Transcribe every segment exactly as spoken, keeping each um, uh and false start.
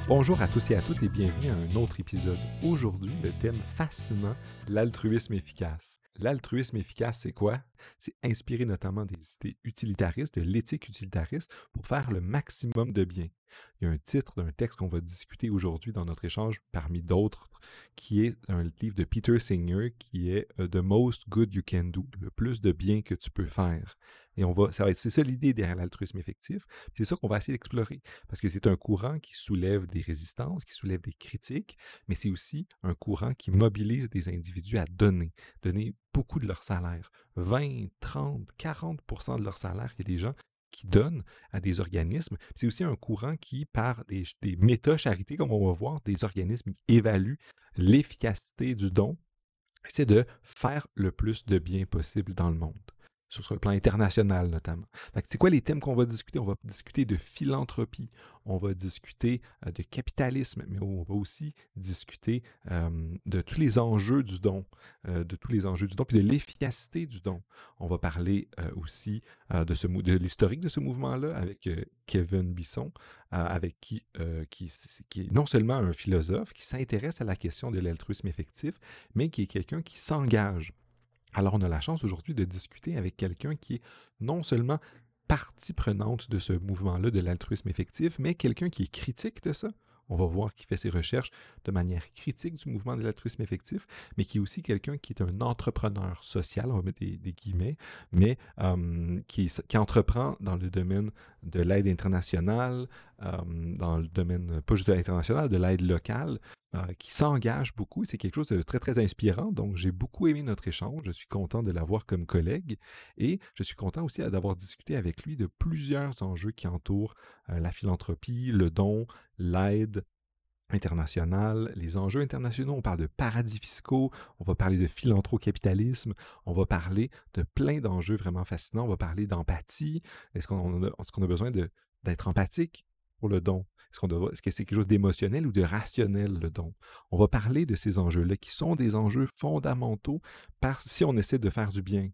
Bonjour à tous et à toutes et bienvenue à un autre épisode. Aujourd'hui, le thème fascinant, l'altruisme efficace. L'altruisme efficace, c'est quoi? C'est inspiré notamment des idées utilitaristes, de l'éthique utilitariste, pour faire le maximum de bien. Il y a un titre d'un texte qu'on va discuter aujourd'hui dans notre échange, parmi d'autres, qui est un livre de Peter Singer, qui est uh, The Most Good You Can Do, le plus de bien que tu peux faire. Et on va, ça va être, c'est ça l'idée derrière l'altruisme effectif. C'est ça qu'on va essayer d'explorer, parce que c'est un courant qui soulève des résistances, qui soulève des critiques, mais c'est aussi un courant qui mobilise des individus à donner, donner beaucoup de leur salaire, vingt, trente, quarante pour cent de leur salaire. Il y a des gens qui donnent à des organismes. C'est aussi un courant qui, par des, des méta-charités, comme on va voir, des organismes qui évaluent l'efficacité du don, essaient de faire le plus de bien possible dans le monde. Sur le plan international notamment. Fait que c'est quoi les thèmes qu'on va discuter? On va discuter de philanthropie, on va discuter euh, de capitalisme, mais on va aussi discuter euh, de tous les enjeux du don, euh, de tous les enjeux du don, puis de l'efficacité du don. On va parler euh, aussi euh, de, ce, de l'historique de ce mouvement-là avec euh, Kevin Bisson, euh, avec qui, euh, qui, qui est non seulement un philosophe qui s'intéresse à la question de l'altruisme effectif, mais qui est quelqu'un qui s'engage. Alors, on a la chance aujourd'hui de discuter avec quelqu'un qui est non seulement partie prenante de ce mouvement-là de l'altruisme effectif, mais quelqu'un qui est critique de ça. On va voir qu'il fait ses recherches de manière critique du mouvement de l'altruisme effectif, mais qui est aussi quelqu'un qui est un entrepreneur social, on va mettre des, des guillemets, mais euh, qui, qui entreprend dans le domaine de l'aide internationale, euh, dans le domaine, pas juste de l'aide internationale, de l'aide locale, euh, qui s'engage beaucoup. C'est quelque chose de très, très inspirant. Donc, j'ai beaucoup aimé notre échange. Je suis content de l'avoir comme collègue et je suis content aussi d'avoir discuté avec lui de plusieurs enjeux qui entourent euh, la philanthropie, le don, l'aide internationale, les enjeux internationaux. On parle de paradis fiscaux, on va parler de philanthrocapitalisme, on va parler de plein d'enjeux vraiment fascinants. On va parler d'empathie. Est-ce qu'on a, est-ce qu'on a besoin de, d'être empathique pour le don? Est-ce, qu'on doit, est-ce que c'est quelque chose d'émotionnel ou de rationnel, le don? On va parler de ces enjeux-là qui sont des enjeux fondamentaux parce, si on essaie de faire du bien.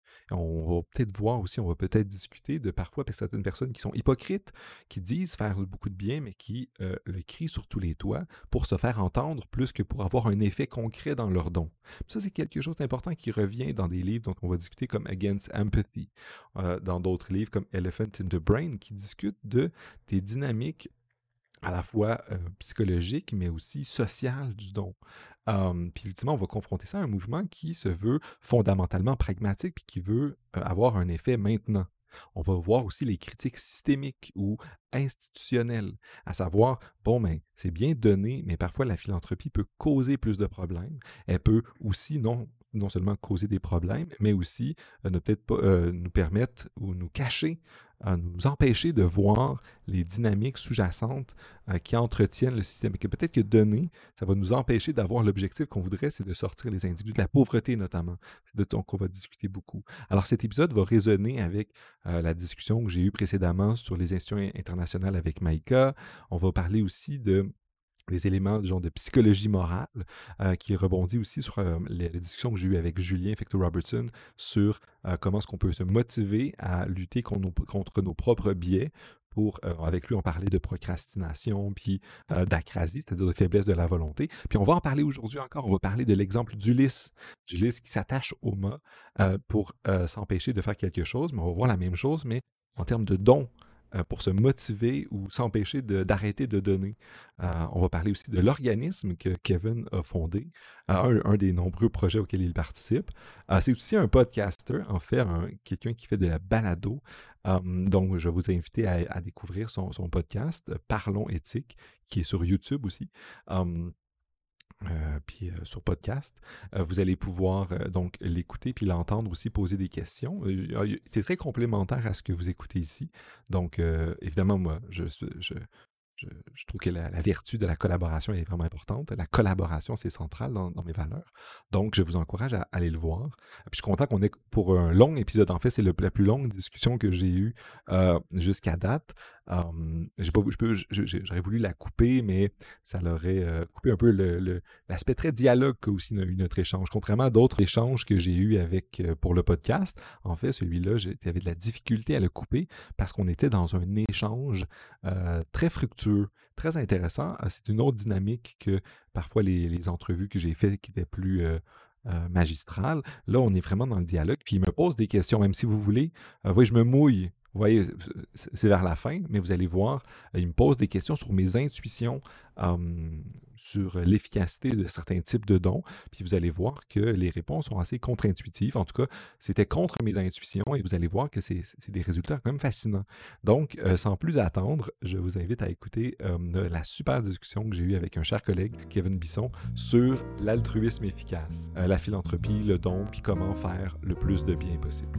On va peut-être voir aussi, on va peut-être discuter de parfois certaines personnes qui sont hypocrites, qui disent faire beaucoup de bien, mais qui euh, le crient sur tous les toits pour se faire entendre plus que pour avoir un effet concret dans leur don. Puis ça, c'est quelque chose d'important qui revient dans des livres dont on va discuter comme Against Empathy, euh, dans d'autres livres comme Elephant in the Brain, qui discutent de des dynamiques à la fois euh, psychologique, mais aussi social du don. Um, puis ultimement, on va confronter ça à un mouvement qui se veut fondamentalement pragmatique puis qui veut euh, avoir un effet maintenant. On va voir aussi les critiques systémiques ou institutionnelles, à savoir, bon, ben, c'est bien donné, mais parfois la philanthropie peut causer plus de problèmes. Elle peut aussi non, non seulement causer des problèmes, mais aussi euh, ne peut-être pas euh, nous permettre ou nous cacher, euh, nous empêcher de voir les dynamiques sous-jacentes euh, qui entretiennent le système. Et que peut-être que donner, ça va nous empêcher d'avoir l'objectif qu'on voudrait, c'est de sortir les individus de la pauvreté notamment. C'est de ça qu'on va discuter beaucoup. Alors cet épisode va résonner avec euh, la discussion que j'ai eue précédemment sur les institutions internationales avec Maïka. On va parler aussi de des éléments genre de psychologie morale euh, qui rebondit aussi sur euh, les, les discussions que j'ai eues avec Julien Fecteau Robertson sur euh, comment est-ce qu'on peut se motiver à lutter contre nos, contre nos propres biais. Pour, euh, avec lui, on parlait de procrastination puis euh, d'acrasie, c'est-à-dire de faiblesse de la volonté. Puis on va en parler aujourd'hui encore. On va parler de l'exemple d'Ulysse, d'Ulysse qui s'attache au mât euh, pour euh, s'empêcher de faire quelque chose. Mais on va voir la même chose, mais en termes de dons, pour se motiver ou s'empêcher de, d'arrêter de donner. Euh, on va parler aussi de l'organisme que Kevin a fondé, euh, un, un des nombreux projets auxquels il participe. Euh, c'est aussi un podcaster, en fait, un, quelqu'un qui fait de la balado. Euh, donc, je vous invite à, à découvrir son, son podcast, Parlons éthique, qui est sur YouTube aussi. Um, Euh, puis euh, sur podcast, euh, vous allez pouvoir euh, donc l'écouter puis l'entendre aussi poser des questions. Euh, c'est très complémentaire à ce que vous écoutez ici. Donc, euh, évidemment, moi, je, je, je, je trouve que la, la vertu de la collaboration est vraiment importante. La collaboration, c'est central dans, dans mes valeurs. Donc, je vous encourage à, à aller le voir. Puis, je suis content qu'on ait, pour un long épisode, en fait, c'est le, la plus longue discussion que j'ai eue euh, jusqu'à date. Um, j'ai pas, je peux, j'aurais voulu la couper, mais ça l'aurait euh, coupé un peu le, le, l'aspect très dialogue qu'a aussi eu notre échange. Contrairement à d'autres échanges que j'ai eus avec, euh, pour le podcast, en fait, celui-là, j'avais de la difficulté à le couper parce qu'on était dans un échange euh, très fructueux, très intéressant. Euh, C'est une autre dynamique que parfois les, les entrevues que j'ai faites qui étaient plus euh, euh, magistrales. Là, on est vraiment dans le dialogue. Puis il me pose des questions, même si vous voulez. Euh, oui, je me mouille. Vous voyez, c'est c'est vers la fin, mais vous allez voir, euh, il me pose des questions sur mes intuitions, euh, sur l'efficacité de certains types de dons. Puis vous allez voir que les réponses sont assez contre-intuitives. En tout cas, c'était contre mes intuitions et vous allez voir que c'est c'est des résultats quand même fascinants. Donc, euh, sans plus attendre, je vous invite à écouter euh, la super discussion que j'ai eue avec un cher collègue, Kevin Bisson, sur l'altruisme efficace, euh, la philanthropie, le don, puis comment faire le plus de bien possible.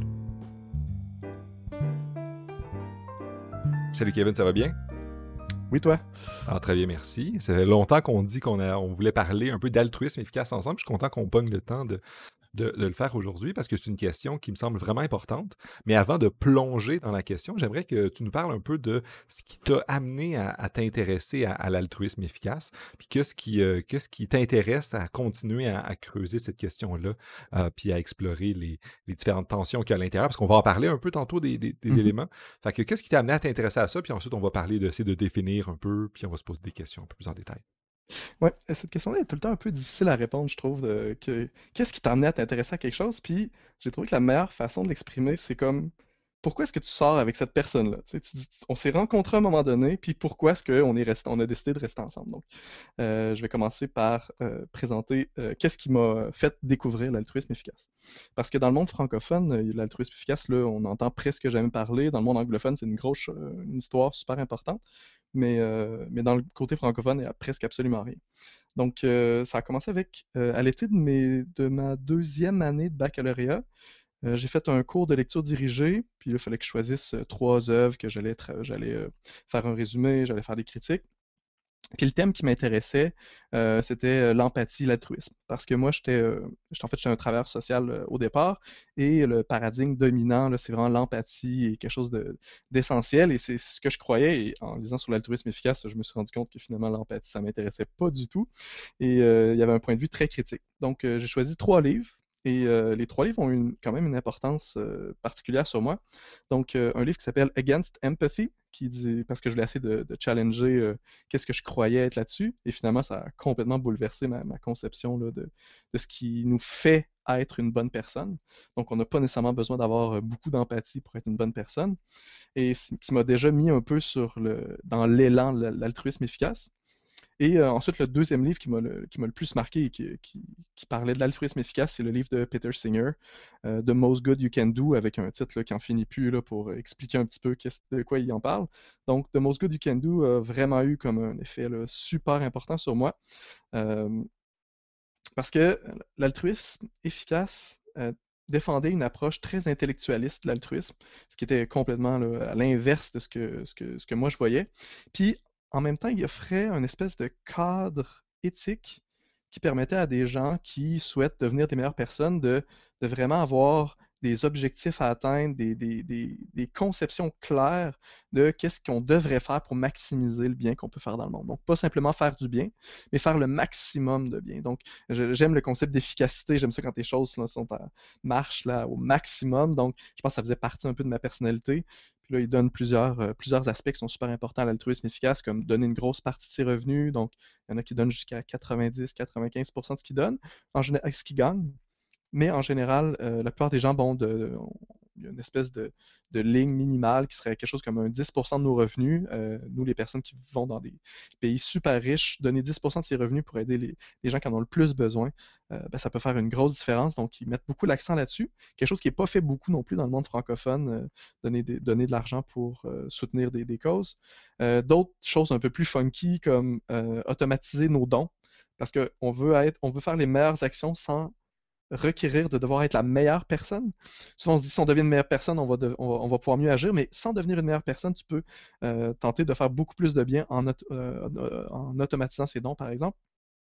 Salut Kevin, ça va bien? Oui, toi? Ah, très bien, merci. Ça fait longtemps qu'on dit qu'on a- on voulait parler un peu d'altruisme efficace ensemble. Je suis content qu'on pogne le temps de, de, de le faire aujourd'hui parce que c'est une question qui me semble vraiment importante. Mais avant de plonger dans la question, j'aimerais que tu nous parles un peu de ce qui t'a amené à, à t'intéresser à, à l'altruisme efficace, puis qu'est-ce qui, euh, qu'est-ce qui t'intéresse à continuer à, à creuser cette question-là, euh, puis à explorer les, les différentes tensions qu'il y a à l'intérieur, parce qu'on va en parler un peu tantôt des, des- des Mhm. éléments. Fait que qu'est-ce qui t'a amené à t'intéresser à ça, puis ensuite on va parler de, de définir un peu, puis on va se poser des questions un peu plus en détail. Ouais, euh, cette question-là est tout le temps un peu difficile à répondre, je trouve. De, que, qu'est-ce qui t'a amené à t'intéresser à quelque chose? Puis j'ai trouvé que la meilleure façon de l'exprimer, c'est comme pourquoi est-ce que tu sors avec cette personne-là? Tu sais, tu dis- on s'est rencontrés à un moment donné, puis pourquoi est-ce qu'on est resté, on a décidé de rester ensemble? Donc, euh, je vais commencer par euh, présenter euh, qu'est-ce qui m'a fait découvrir l'altruisme efficace. Parce que dans le monde francophone, euh, l'altruisme efficace, là, on entend presque jamais parler. Dans le monde anglophone, c'est une grosse euh, une histoire super importante. Mais, euh, mais dans le côté francophone, il n'y a presque absolument rien. Donc, euh, ça a commencé avec, euh, à l'été de, mes- de ma deuxième année de baccalauréat, euh, j'ai fait un cours de lecture dirigée, puis il fallait que je choisisse euh, trois œuvres que j'allais tra- j'allais euh, faire un résumé, j'allais faire des critiques. Puis le thème qui m'intéressait, euh, c'était euh, l'empathie, l'altruisme. Parce que moi, j'étais, euh, j'étais- en fait, j'étais un travailleur social euh, au départ, et le paradigme dominant, là, c'est vraiment l'empathie et quelque chose de- d'essentiel. Et c'est ce que je croyais. Et en lisant sur l'altruisme efficace, je me suis rendu compte que finalement, l'empathie, ça m'intéressait pas du tout. Et euh, il y avait un point de vue très critique. Donc, euh, j'ai choisi trois livres. Et euh, les trois livres ont une- quand même une importance euh, particulière sur moi. Donc, euh, un livre qui s'appelle Against Empathy, qui dit, parce que je voulais essayer de, de challenger euh, qu'est-ce que je croyais être là-dessus. Et finalement, ça a complètement bouleversé ma, ma conception là, de, de ce qui nous fait être une bonne personne. Donc, on n'a pas nécessairement besoin d'avoir euh, beaucoup d'empathie pour être une bonne personne. Et ce qui m'a déjà mis un peu sur le, dans l'élan de l'altruisme efficace. Et euh, ensuite, le deuxième livre qui m'a le, qui m'a le plus marqué et qui, qui- qui parlait de l'altruisme efficace, c'est le livre de Peter Singer, euh, The Most Good You Can Do, avec un titre là, qui en finit plus là, pour expliquer un petit peu qu'est-ce- de quoi il en parle. Donc, The Most Good You Can Do a vraiment eu comme un effet là, super important sur moi, euh, parce que l'altruisme efficace euh, défendait une approche très intellectualiste de l'altruisme, ce qui était complètement là, à l'inverse de ce que, ce que, ce que moi je voyais. Puis, en même temps, il offrait un espèce de cadre éthique qui permettait à des gens qui souhaitent devenir des meilleures personnes de, de vraiment avoir des objectifs à atteindre, des, des, des, des conceptions claires de qu'est-ce qu'on devrait faire pour maximiser le bien qu'on peut faire dans le monde. Donc, pas simplement faire du bien, mais faire le maximum de bien. Donc, je- j'aime le concept d'efficacité, j'aime ça quand les choses là, sont à marche là, au maximum. Donc, je pense que ça faisait partie un peu de ma personnalité. Puis là, il donne plusieurs, euh, plusieurs aspects qui sont super importants à l'altruisme efficace, comme donner une grosse partie de ses revenus. Donc, il y en a qui donnent jusqu'à quatre-vingt-dix à quatre-vingt-quinze pour cent de ce qu'ils donnent, en général, ce qu'ils gagnent. Mais en général, euh, la plupart des gens, bon, de, on- il y a une espèce de, de ligne minimale qui serait quelque chose comme un dix pour cent de nos revenus. Euh, nous, les personnes qui vont dans des pays super riches, donner dix pour cent de ses revenus pour aider les, les gens qui en ont le plus besoin, euh, ben, ça peut faire une grosse différence. Donc, ils mettent beaucoup l'accent là-dessus. Quelque chose qui n'est pas fait beaucoup non plus dans le monde francophone, euh, donner, des- donner de l'argent pour euh, soutenir des, des causes. Euh, d'autres choses un peu plus funky, comme euh, automatiser nos dons. Parce qu'on veut être, on veut faire les meilleures actions sans requérir de devoir être la meilleure personne. Souvent, on se dit si on devient une meilleure personne, on va, de- on va, on va pouvoir mieux agir, mais sans devenir une meilleure personne, tu peux euh, tenter de faire beaucoup plus de bien en, auto- euh, euh, en automatisant ses dons, par exemple,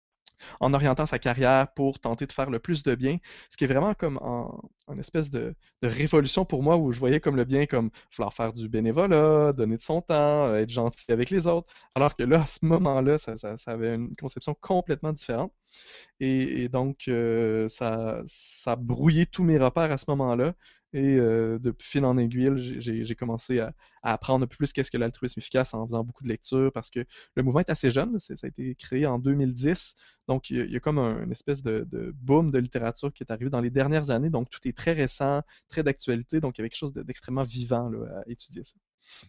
en orientant sa carrière pour tenter de faire le plus de bien, ce qui est vraiment comme en, en espèce de, de révolution pour moi où je voyais comme le bien comme vouloir faire du bénévolat, donner de son temps, euh, être gentil avec les autres, alors que là, à ce moment-là, ça, ça- ça avait une conception complètement différente. Et, et donc, euh, ça, ça a brouillé tous mes repères à ce moment-là. Et euh, de fil en aiguille, j'ai- j'ai j'ai commencé à, à apprendre un peu plus qu'est-ce que l'altruisme efficace en faisant beaucoup de lectures parce que le mouvement est assez jeune, là, c'est- ça a été créé en deux mille dix, donc il y a, il y a comme un- une espèce de, de boom de littérature qui est arrivé dans les dernières années, donc tout est très récent, très d'actualité, donc il y avait quelque chose de- d'extrêmement vivant là, à étudier ça.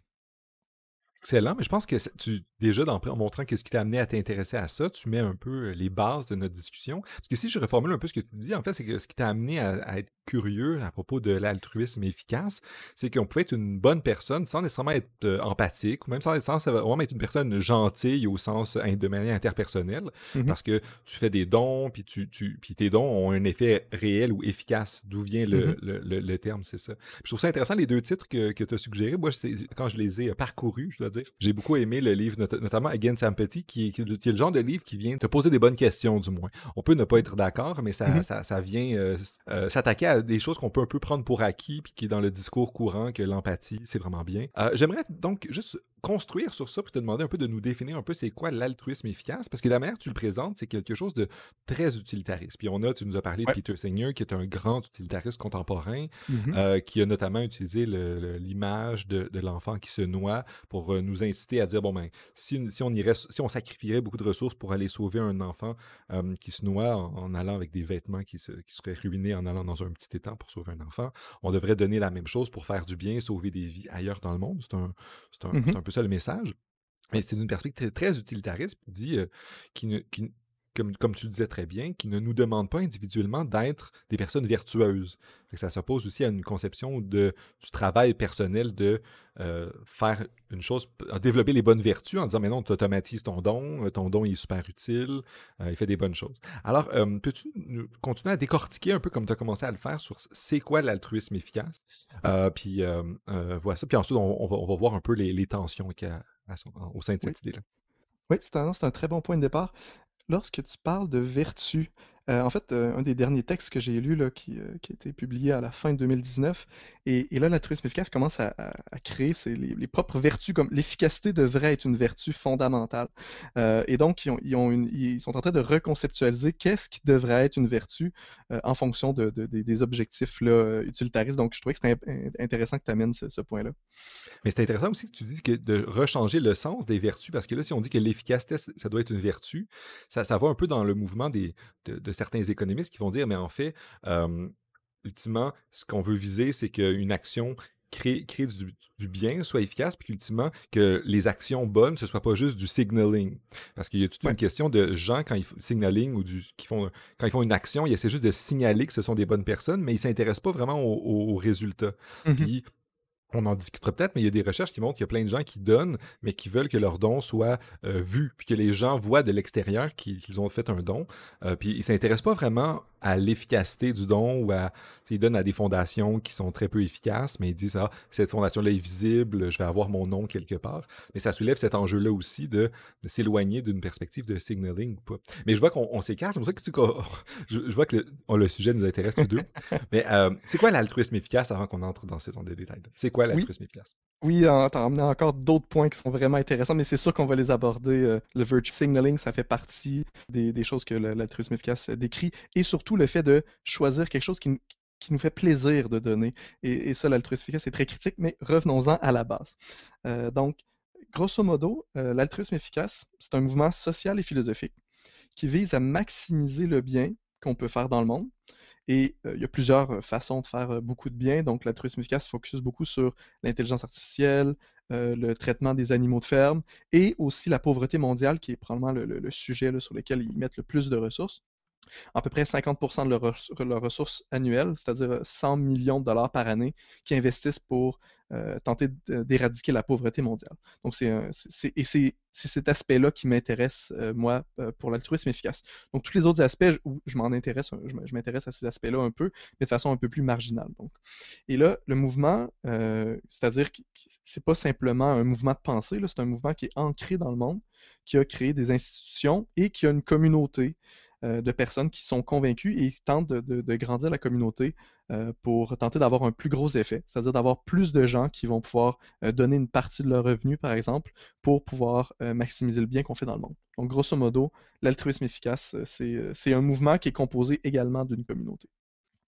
Excellent, mais je pense que c'est- tu déjà dans- en montrant que ce qui t'a amené à t'intéresser à ça, tu mets un peu euh, les bases de notre discussion. Parce que si je reformule un peu ce que tu dis, en fait, c'est que ce qui t'a amené à, à être curieux à propos de l'altruisme efficace, c'est qu'on pouvait être une bonne personne sans nécessairement être euh, empathique, ou même sans, sans vraiment être une personne gentille au sens euh, de manière interpersonnelle, Mhm, parce que tu fais des dons, puis, tu, tu, puis tes dons ont un effet réel ou efficace. D'où vient le, mhm, le, le, le terme, c'est ça. Puis je trouve ça intéressant, les deux titres que, que tu as suggérés. Moi, c'est- quand je les ai euh, parcourus, je dois dire, j'ai beaucoup aimé le livre, not- notamment Against Empathy, qui est, qui est le genre de livre qui vient te poser des bonnes questions, du moins. On peut ne pas être d'accord, mais ça, mhm. ça, ça vient euh, euh, s'attaquer à des choses qu'on peut un peu prendre pour acquis, puis qui est dans le discours courant, que l'empathie, c'est vraiment bien. Euh, J'aimerais donc juste construire sur ça, puis te demander un peu de nous définir un peu c'est quoi l'altruisme efficace, parce que la manière que tu le présentes, c'est quelque chose de très utilitariste. Puis on a, tu nous as parlé de Ouais. Peter Singer, qui est un grand utilitariste contemporain, Mhm, euh, qui a notamment utilisé le- le- l'image de, de l'enfant qui se noie pour euh, nous inciter à dire, bon ben, si, une- si on irait, si on sacrifierait beaucoup de ressources pour aller sauver un enfant euh, qui se noie en, en allant avec des vêtements qui, se, qui seraient ruinés en allant dans un petit étang pour sauver un enfant, on devrait donner la même chose pour faire du bien, sauver des vies ailleurs dans le monde. C'est un, c'est un, c'est mhm. un peu ça le message. Mais c'est une perspective très, très utilitariste, puis dit, euh, qui ne, qui, comme, comme tu le disais très bien, qui ne nous demande pas individuellement d'être des personnes vertueuses. Fait que ça s'oppose aussi à une conception de, du travail personnel de euh, faire une chose, développer les bonnes vertus en disant, mais non, tu automatises ton don, euh, ton don il est super utile, euh, il fait des bonnes choses. Alors, euh, peux-tu nous- continuer à décortiquer un peu comme tu as commencé à le faire sur c'est quoi l'altruisme efficace? Euh, puis euh, euh, voilà ça. Puis ensuite, on, on va, on va voir un peu les, les tensions qu'il y a à son- au sein de Oui, cette idée-là. oui, c'est un, c'est un très bon point de départ. Lorsque tu parles de vertu, euh, en fait, euh, un des derniers textes que j'ai lu là, qui, euh, qui a été publié à la fin de deux mille dix-neuf, et, et là, l'altruisme efficace commence à, à- à créer ses- les, les propres vertus, comme l'efficacité devrait être une vertu fondamentale. Euh, et donc, ils, ont- ils ont une- ils sont en train de reconceptualiser qu'est-ce qui devrait être une vertu euh, en fonction de, de- des des objectifs là, euh, utilitaristes. Donc, je trouvais que c'était in- intéressant que tu amènes ce, ce point-là. Mais c'est intéressant aussi que tu dises que de rechanger le sens des vertus, parce que là, si on dit que l'efficacité, c- ça doit être une vertu, ça, ça va un peu dans le mouvement des, de, de certains économistes qui vont dire, mais en fait, euh, ultimement, ce qu'on veut viser, c'est qu'une action crée, crée du, du bien, soit efficace, puis qu'ultimement, que les actions bonnes, ce soit pas juste du signaling. Parce qu'il y a toute Ouais. une question de gens, quand ils font signaling ou du, qui font, quand ils font une action, ils essaient juste de signaler que ce sont des bonnes personnes, mais ils s'intéressent pas vraiment aux au, au résultats. Mhm. Puis, on en discutera peut-être, mais il y a des recherches qui montrent qu'il y a plein de gens qui donnent, mais qui veulent que leur don soit euh, vu, puis que les gens voient de l'extérieur qu'ils qu'ils ont fait un don. Euh, puis ils ne s'intéressent pas vraiment à l'efficacité du don ou à. Ils donnent à des fondations qui sont très peu efficaces, mais ils disent ah, cette fondation-là est visible, je vais avoir mon nom quelque part. Mais ça soulève cet enjeu-là aussi de, de s'éloigner d'une perspective de signaling ou pas. Mais je vois qu'on on s'écarte, c'est pour ça que tu, qu'on- je, je vois que le, oh, le sujet nous intéresse tous deux. Mais euh, c'est quoi l'altruisme efficace avant qu'on entre dans ce genre de détails? Là? C'est quoi Oui, l'altruisme efficace? Oui, en- t'as emmené encore d'autres points qui sont vraiment intéressants, mais c'est sûr qu'on va les aborder. euh, le virtue signaling, ça fait partie des, des choses que le- l'altruisme efficace euh, décrit, et surtout le fait de choisir quelque chose qui, nous- qui nous fait plaisir de donner. Et, et ça, l'altruisme efficace, c'est très critique, mais revenons-en à la base. Euh, donc, grosso modo, euh, l'altruisme efficace, c'est un mouvement social et philosophique qui vise à maximiser le bien qu'on peut faire dans le monde. Et euh, il y a plusieurs euh, façons de faire euh, beaucoup de bien. Donc, l'altruisme efficace focus beaucoup sur l'intelligence artificielle, euh, le traitement des animaux de ferme et aussi la pauvreté mondiale, qui est probablement le, le- le sujet là, sur lequel ils mettent le plus de ressources. À peu près cinquante pour cent de leurs leurs ressources annuelles, c'est-à-dire cent millions de dollars par année, qui investissent pour euh, tenter d'éradiquer la pauvreté mondiale. Donc, c'est un- c'est- c'est- et c'est c'est cet aspect-là qui m'intéresse, euh, moi, euh, pour l'altruisme efficace. Donc, tous les autres aspects, je, où je m'en intéresse, je m- je m'intéresse à ces aspects-là un peu, mais de façon un peu plus marginale. Donc. Et là, le mouvement, euh, c'est-à-dire que c'est pas simplement un mouvement de pensée, là, c'est un mouvement qui est ancré dans le monde, qui a créé des institutions et qui a une communauté euh, de personnes qui sont convaincues et qui tentent de, de- de grandir la communauté euh, pour tenter d'avoir un plus gros effet, c'est-à-dire d'avoir plus de gens qui vont pouvoir euh, donner une partie de leur revenu, par exemple, pour pouvoir euh, maximiser le bien qu'on fait dans le monde. Donc, grosso modo, l'altruisme efficace, euh, c'est, euh, c'est un mouvement qui est composé également d'une communauté.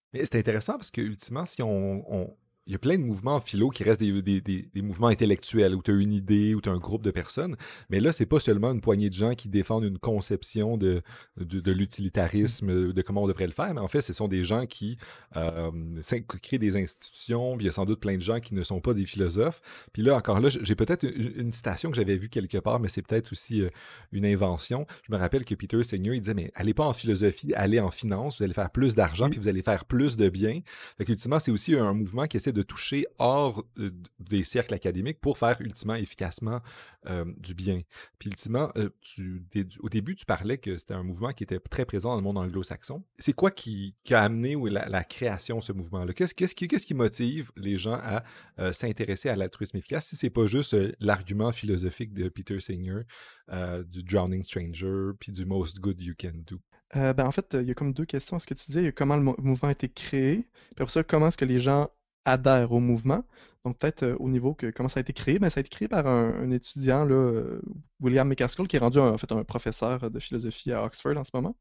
Mais c'est intéressant parce que ultimement, si on, on- il y a plein de mouvements en philo qui restent des, des- des- des mouvements intellectuels où tu as une idée, où tu as un groupe de personnes. Mais là, c'est pas seulement une poignée de gens qui défendent une conception de, de, de l'utilitarisme, de comment on devrait le faire. Mais en fait, ce sont des gens qui euh, s'in- créent des institutions. Puis il y a sans doute plein de gens qui ne sont pas des philosophes. Puis là, encore là, j'ai peut-être une, une citation que j'avais vue quelque part, mais c'est peut-être aussi euh, une invention. Je me rappelle que Peter Singer, il disait, mais allez pas en philosophie, allez en finance, vous allez faire plus d'argent, Oui. puis vous allez faire plus de bien. Fait qu'ultimement, c'est aussi un mouvement qui essaie de toucher hors euh, des cercles académiques pour faire ultimement efficacement euh, du bien. Puis ultimement, euh, tu, dé- au début, tu parlais que c'était un mouvement qui était très présent dans le monde anglo-saxon. C'est quoi qui, qui a amené ou la, la création de ce mouvement-là? Qu'est-ce, qu'est-ce qui, qu'est-ce qui motive les gens à euh, s'intéresser à l'altruisme efficace si c'est pas juste euh, l'argument philosophique de Peter Singer, euh, du Drowning Stranger, puis du Most Good You Can Do? Euh, ben, en fait, il y a comme deux questions à ce que tu disais. Il y a comment le mo- mouvement a été créé, puis après ça, comment est-ce que les gens adhèrent au mouvement. Donc, peut-être euh, au niveau que comment ça a été créé, ben, ça a été créé par un, un étudiant, là, euh, William McCaskill, qui est rendu un- en fait un professeur de philosophie à Oxford en ce moment,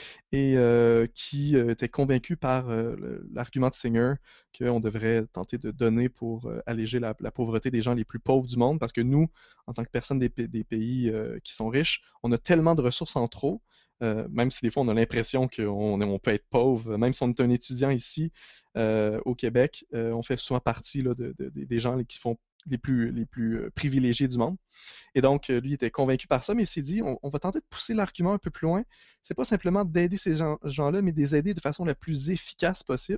et euh, qui euh, était convaincu par euh, le- l'argument de Singer qu'on devrait tenter de donner pour euh, alléger la, la pauvreté des gens les plus pauvres du monde, parce que nous, en tant que personnes des, pa- des pays euh, qui sont riches, on a tellement de ressources en trop, euh, même si des fois on a l'impression qu'on on peut être pauvre, même si on est un étudiant ici euh, au Québec, euh, on fait souvent partie là, de, de- de- des gens qui font les plus, les plus euh, privilégiés du monde. Et donc, euh, lui il était convaincu par ça, mais il s'est dit, on, on va tenter de pousser l'argument un peu plus loin. C'est pas simplement d'aider ces gens- gens-là, mais de les aider de façon la plus efficace possible.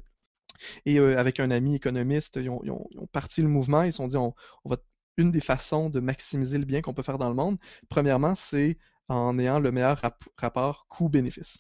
Et euh, avec un ami économiste, ils ont, ils ont- ils ont parti le mouvement. Ils se sont dit, on, on va une des façons de maximiser le bien qu'on peut faire dans le monde, premièrement, c'est en ayant le meilleur rap- rapport coût-bénéfice.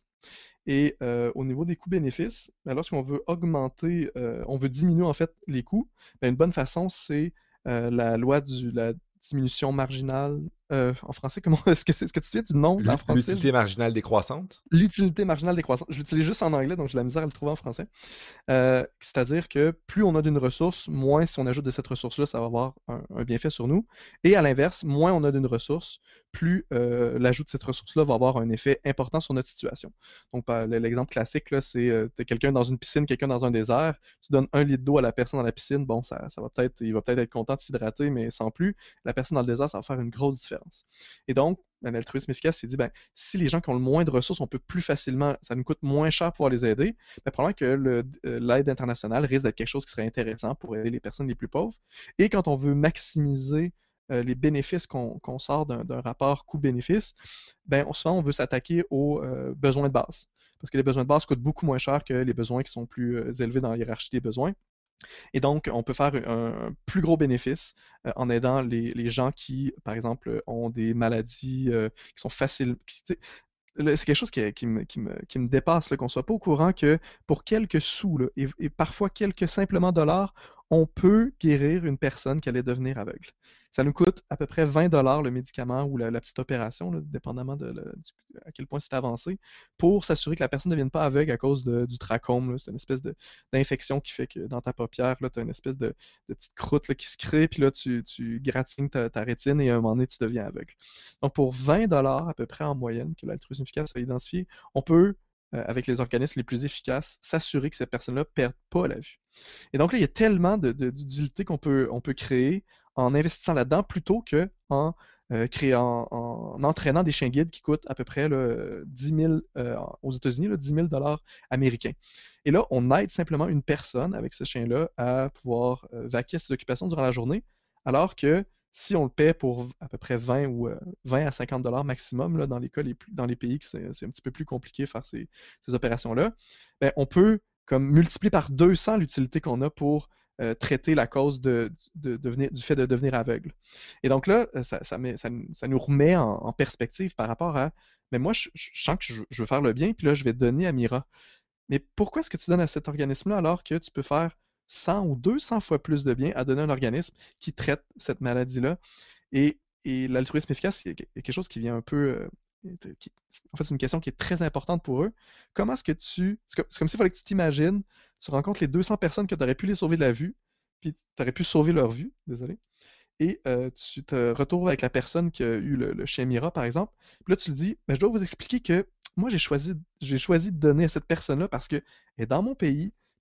Et euh, au niveau des coûts-bénéfices, ben, lorsqu'on veut augmenter, euh, on veut diminuer en fait les coûts, ben, une bonne façon, c'est euh, la loi de la diminution marginale. Euh, en français, comment est-ce que, est-ce que tu te souviens du nom en L'u- français? L'utilité marginale décroissante? L'utilité marginale décroissante. Je l'utilise juste en anglais, donc j'ai la misère à le trouver en français. Euh, c'est-à-dire que plus on a d'une ressource, moins si on ajoute de cette ressource-là, ça va avoir un, un bienfait sur nous. Et à l'inverse, moins on a d'une ressource, plus euh, l'ajout de cette ressource-là va avoir un effet important sur notre situation. Donc, par- l'exemple classique, là, c'est euh, tu as quelqu'un dans une piscine, quelqu'un dans un désert, tu donnes un litre d'eau à la personne dans la piscine, bon, ça, ça va peut-être, il va peut-être être content de s'hydrater, mais sans plus, la personne dans le désert, ça va faire une grosse différence. Et donc, un altruisme efficace, c'est dit, ben, si les gens qui ont le moins de ressources, on peut plus facilement, ça nous coûte moins cher pour pouvoir les aider, ben, probablement que le- euh, l'aide internationale risque d'être quelque chose qui serait intéressant pour aider les personnes les plus pauvres. Et quand on veut maximiser euh, les bénéfices qu'on qu'on sort d'un d'un rapport coût-bénéfice, ben, on, souvent on veut s'attaquer aux euh, besoins de base. Parce que les besoins de base coûtent beaucoup moins cher que les besoins qui sont plus euh, élevés dans la hiérarchie des besoins. Et donc, on peut faire un, un plus gros bénéfice euh, en aidant les, les, gens qui, par exemple, ont des maladies euh, qui sont faciles. Qui, c'est quelque chose qui, qui, me, qui, me, qui me dépasse, qu'on ne soit pas au courant que pour quelques sous, là, et, et, parfois quelques simplement dollars, on peut guérir une personne qui allait devenir aveugle. Ça nous coûte à peu près vingt dollars le médicament ou la, la petite opération, là, dépendamment de, le, du, à quel point c'est avancé, pour s'assurer que la personne ne devienne pas aveugle à cause de, du trachome. C'est une espèce de, d'infection qui fait que dans ta paupière, tu as une espèce de, de petite croûte là, qui se crée, puis là, tu, tu gratignes ta, ta rétine et à un moment donné, tu deviens aveugle. Donc, pour vingt dollars à peu près en moyenne que l'altruisme efficace a identifié, on peut, euh, avec les organismes les plus efficaces, s'assurer que cette personne-là ne perde pas la vue. Et donc là, il y a tellement de, de, d'utilités qu'on peut, on peut créer en investissant là-dedans plutôt qu'en euh, créant, en, en entraînant des chiens guides qui coûtent à peu près là, dix mille euh, aux États-Unis, là, dix mille dollars américains. Et là, on aide simplement une personne avec ce chien-là à pouvoir euh, vaquer à ses occupations durant la journée, alors que si on le paie pour à peu près vingt ou euh, vingt à cinquante dollars maximum là, dans les cas les plus, dans les pays que c'est, c'est un petit peu plus compliqué de faire ces, ces opérations-là, ben, on peut comme multiplier par deux cents l'utilité qu'on a pour euh, traiter la cause de, de, de devenir, du fait de devenir aveugle. Et donc là, ça, ça, met, ça, ça nous remet en, en, perspective par rapport à, mais moi, je, je sens que je, je, veux faire le bien, puis là, je vais donner à Mira. Mais pourquoi est-ce que tu donnes à cet organisme-là alors que tu peux faire cent ou deux cents fois plus de bien à donner à un organisme qui traite cette maladie-là? Et, et l'altruisme efficace, c'est quelque chose qui vient un peu. Euh, qui, en fait, c'est une question qui est très importante pour eux. Comment est-ce que tu. C'est comme, c'est comme s'il fallait que tu t'imagines, tu rencontres les deux cents personnes que tu aurais pu les sauver de la vue, puis tu aurais pu sauver leur vue, désolé, et euh, tu te retrouves avec la personne qui a eu le, le chien Mira, par exemple. Puis là, tu lui dis, ben, je dois vous expliquer que moi, j'ai choisi, j'ai choisi de donner à cette personne-là parce qu'elle est dans mon pays,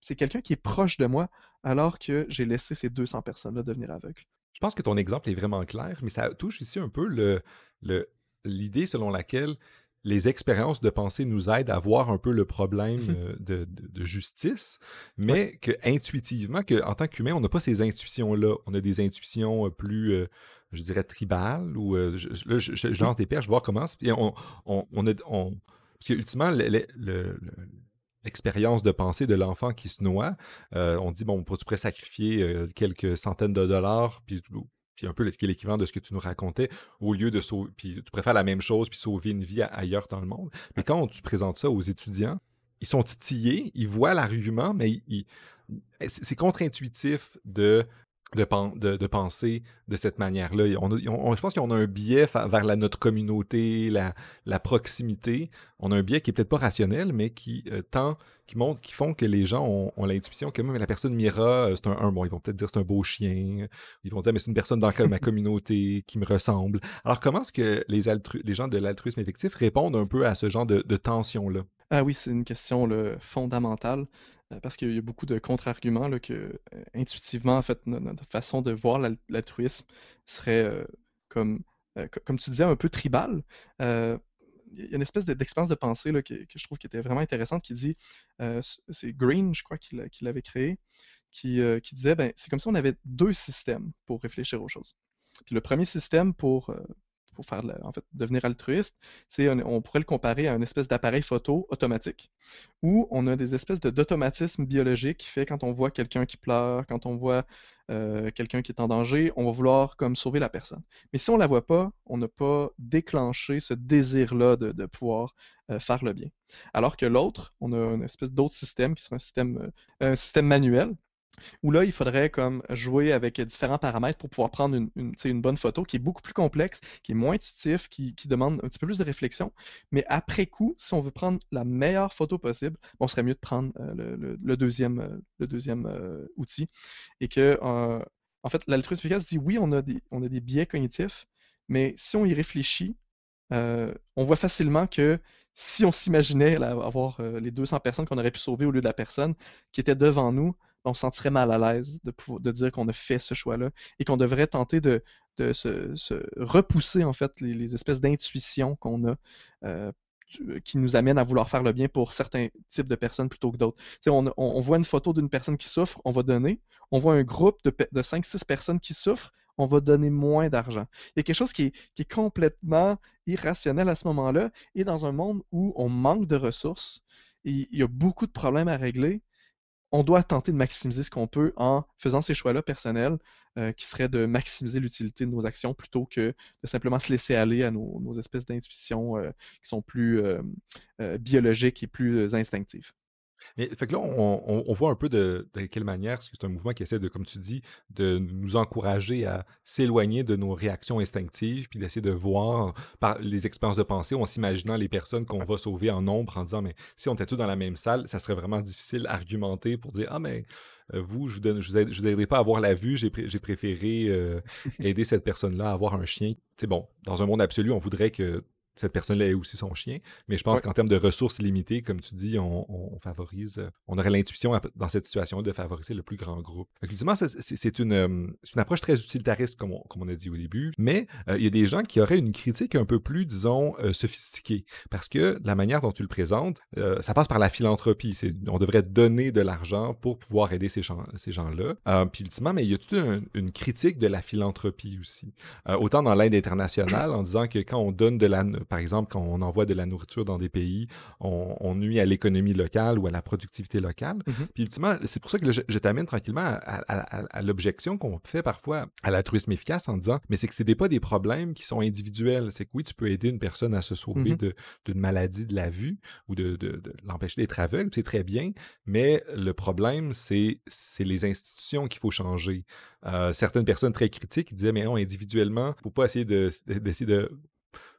c'est quelqu'un qui est proche de moi alors que j'ai laissé ces deux cents personnes-là devenir aveugles. Je pense que ton exemple est vraiment clair, mais ça touche ici un peu le, le, l'idée selon laquelle les expériences de pensée nous aident à voir un peu le problème Mhm. euh, de, de- de justice, Ouais. mais que intuitivement, que, en tant qu'humain, on n'a pas ces intuitions-là. On a des intuitions euh, plus, euh, je dirais, tribales, ou euh, je, là, je, je- je Oui. lance des perches, voir comment. Puis on, on, on a, on- parce que, ultimement, le- le- le- le- l'expérience de pensée de l'enfant qui se noie, euh, on dit, bon, tu pourrais sacrifier euh, quelques centaines de dollars, puis, puis un peu ce qui est l'équivalent de ce que tu nous racontais, au lieu de sauver, puis tu préfères la même chose, puis sauver une vie a- ailleurs dans le monde. Mais Ouais. quand tu présentes ça aux étudiants, ils sont titillés, ils voient l'argument, mais ils- ils- c'est c'est contre-intuitif de, de, pen- de- de penser de cette manière-là. On a- on- je pense qu'on a un biais fa- vers la, notre communauté, la, la proximité. On a un biais qui est peut-être pas rationnel, mais qui euh, tend, qui montre, qui font que les gens ont, ont l'intuition que même la personne Mira, euh, c'est un, un- bon, ils vont peut-être dire c'est un beau chien. Ils vont dire mais c'est une personne dans ma communauté qui me ressemble. Alors comment est-ce que les, altru- les gens de l'altruisme effectif répondent un peu à ce genre de, de tension-là? Ah oui, c'est une question là, fondamentale euh, parce qu'il y a beaucoup de contre-arguments là, que euh, intuitivement, en fait, no- notre façon de voir l'al- l'altruisme serait euh, comme, euh, co- comme tu disais, un peu tribal. Euh, Il y a une espèce de- d'expérience de pensée là, que, que je trouve qui était vraiment intéressante qui dit, euh, c- c'est Green, je crois, qui l'a- qui l'avait créé, qui, euh, qui disait, ben, c'est comme si on avait deux systèmes pour réfléchir aux choses. Puis le premier système pour, euh, pour faire, la- en fait, devenir altruiste, c'est un- on pourrait le comparer à une espèce d'appareil photo automatique où on a des espèces de d'automatisme biologique qui fait quand on voit quelqu'un qui pleure, quand on voit euh, quelqu'un qui est en danger, on va vouloir comme sauver la personne. Mais si on la voit pas, on n'a pas déclenché ce désir-là de, de pouvoir euh, faire le bien. Alors que l'autre, on a une espèce d'autre système qui serait un système, euh, un système manuel où là, il faudrait comme jouer avec différents paramètres pour pouvoir prendre une, une, une bonne photo qui est beaucoup plus complexe, qui est moins intuitif, qui, qui demande un petit peu plus de réflexion. Mais après coup, si on veut prendre la meilleure photo possible, on serait mieux de prendre euh, le, le, le, deuxième, euh, le deuxième euh, outil. Et que, euh, en fait, l'altruisme efficace dit oui, on a des, on a des biais cognitifs, mais si on y réfléchit, euh, on voit facilement que si on s'imaginait avoir euh, les deux cents personnes qu'on aurait pu sauver au lieu de la personne qui était devant nous, on se sentirait mal à l'aise de, pouvoir- de dire qu'on a fait ce choix-là et qu'on devrait tenter de, de se, se repousser en fait les, les espèces d'intuitions qu'on a euh, tu- qui nous amènent à vouloir faire le bien pour certains types de personnes plutôt que d'autres. Tu sais, On, on- on voit une photo d'une personne qui souffre, on va donner. On voit un groupe de, pe- de cinq six personnes qui souffrent, on va donner moins d'argent. Il y a quelque chose qui est, qui est complètement irrationnel à ce moment-là. Et dans un monde où on manque de ressources, et il y a beaucoup de problèmes à régler, on doit tenter de maximiser ce qu'on peut en faisant ces choix-là personnels, euh, qui seraient de maximiser l'utilité de nos actions plutôt que de simplement se laisser aller à nos, nos espèces d'intuitions euh, qui sont plus euh, euh, biologiques et plus euh, instinctives. Mais fait que là, on, on- on voit un peu de, de quelle manière, parce que c'est un mouvement qui essaie de, comme tu dis, de nous encourager à s'éloigner de nos réactions instinctives, puis d'essayer de voir par les expériences de pensée, en s'imaginant les personnes qu'on Ouais. va sauver en nombre, en disant, mais si on était tous dans la même salle, ça serait vraiment difficile à argumenter pour dire, ah, mais euh, vous, je vous donne, je vous aide- je vous aiderai pas à avoir la vue, j'ai pré- j'ai préféré euh, aider cette personne-là à avoir un chien. C'est bon, dans un monde absolu, on voudrait que cette personne-là ait aussi son chien. Mais je pense Ouais. qu'en termes de ressources limitées, comme tu dis, on, on favorise, euh, on aurait l'intuition à- dans cette situation de favoriser le plus grand groupe. Donc, ultimement, c'est c'est une, euh, c'est une approche très utilitariste, comme on, comme on a dit au début, mais euh, il y a des gens qui auraient une critique un peu plus, disons, euh, sophistiquée, parce que la manière dont tu le présentes, euh, ça passe par la philanthropie. C'est- On devrait donner de l'argent pour pouvoir aider ces gens- ces gens-là. Euh, puis ultimement, mais il y a toute un- une critique de la philanthropie aussi. Euh, autant dans l'aide internationale, en disant que quand on donne de la, par exemple, quand on envoie de la nourriture dans des pays, on, on nuit à l'économie locale ou à la productivité locale. Mhm. Puis ultimement, c'est pour ça que là, je, je t'amène tranquillement à, à- à- à l'objection qu'on fait parfois à l'altruisme efficace en disant, mais c'est que c'est des- pas des problèmes qui sont individuels. C'est que oui, tu peux aider une personne à se sauver Mhm. de- d'une maladie de la vue ou de, de- de l'empêcher d'être aveugle, c'est très bien, mais le problème, c'est c'est les institutions qu'il faut changer. Euh, certaines personnes très critiques disaient, mais non, individuellement, il ne faut pas essayer de, d'essayer de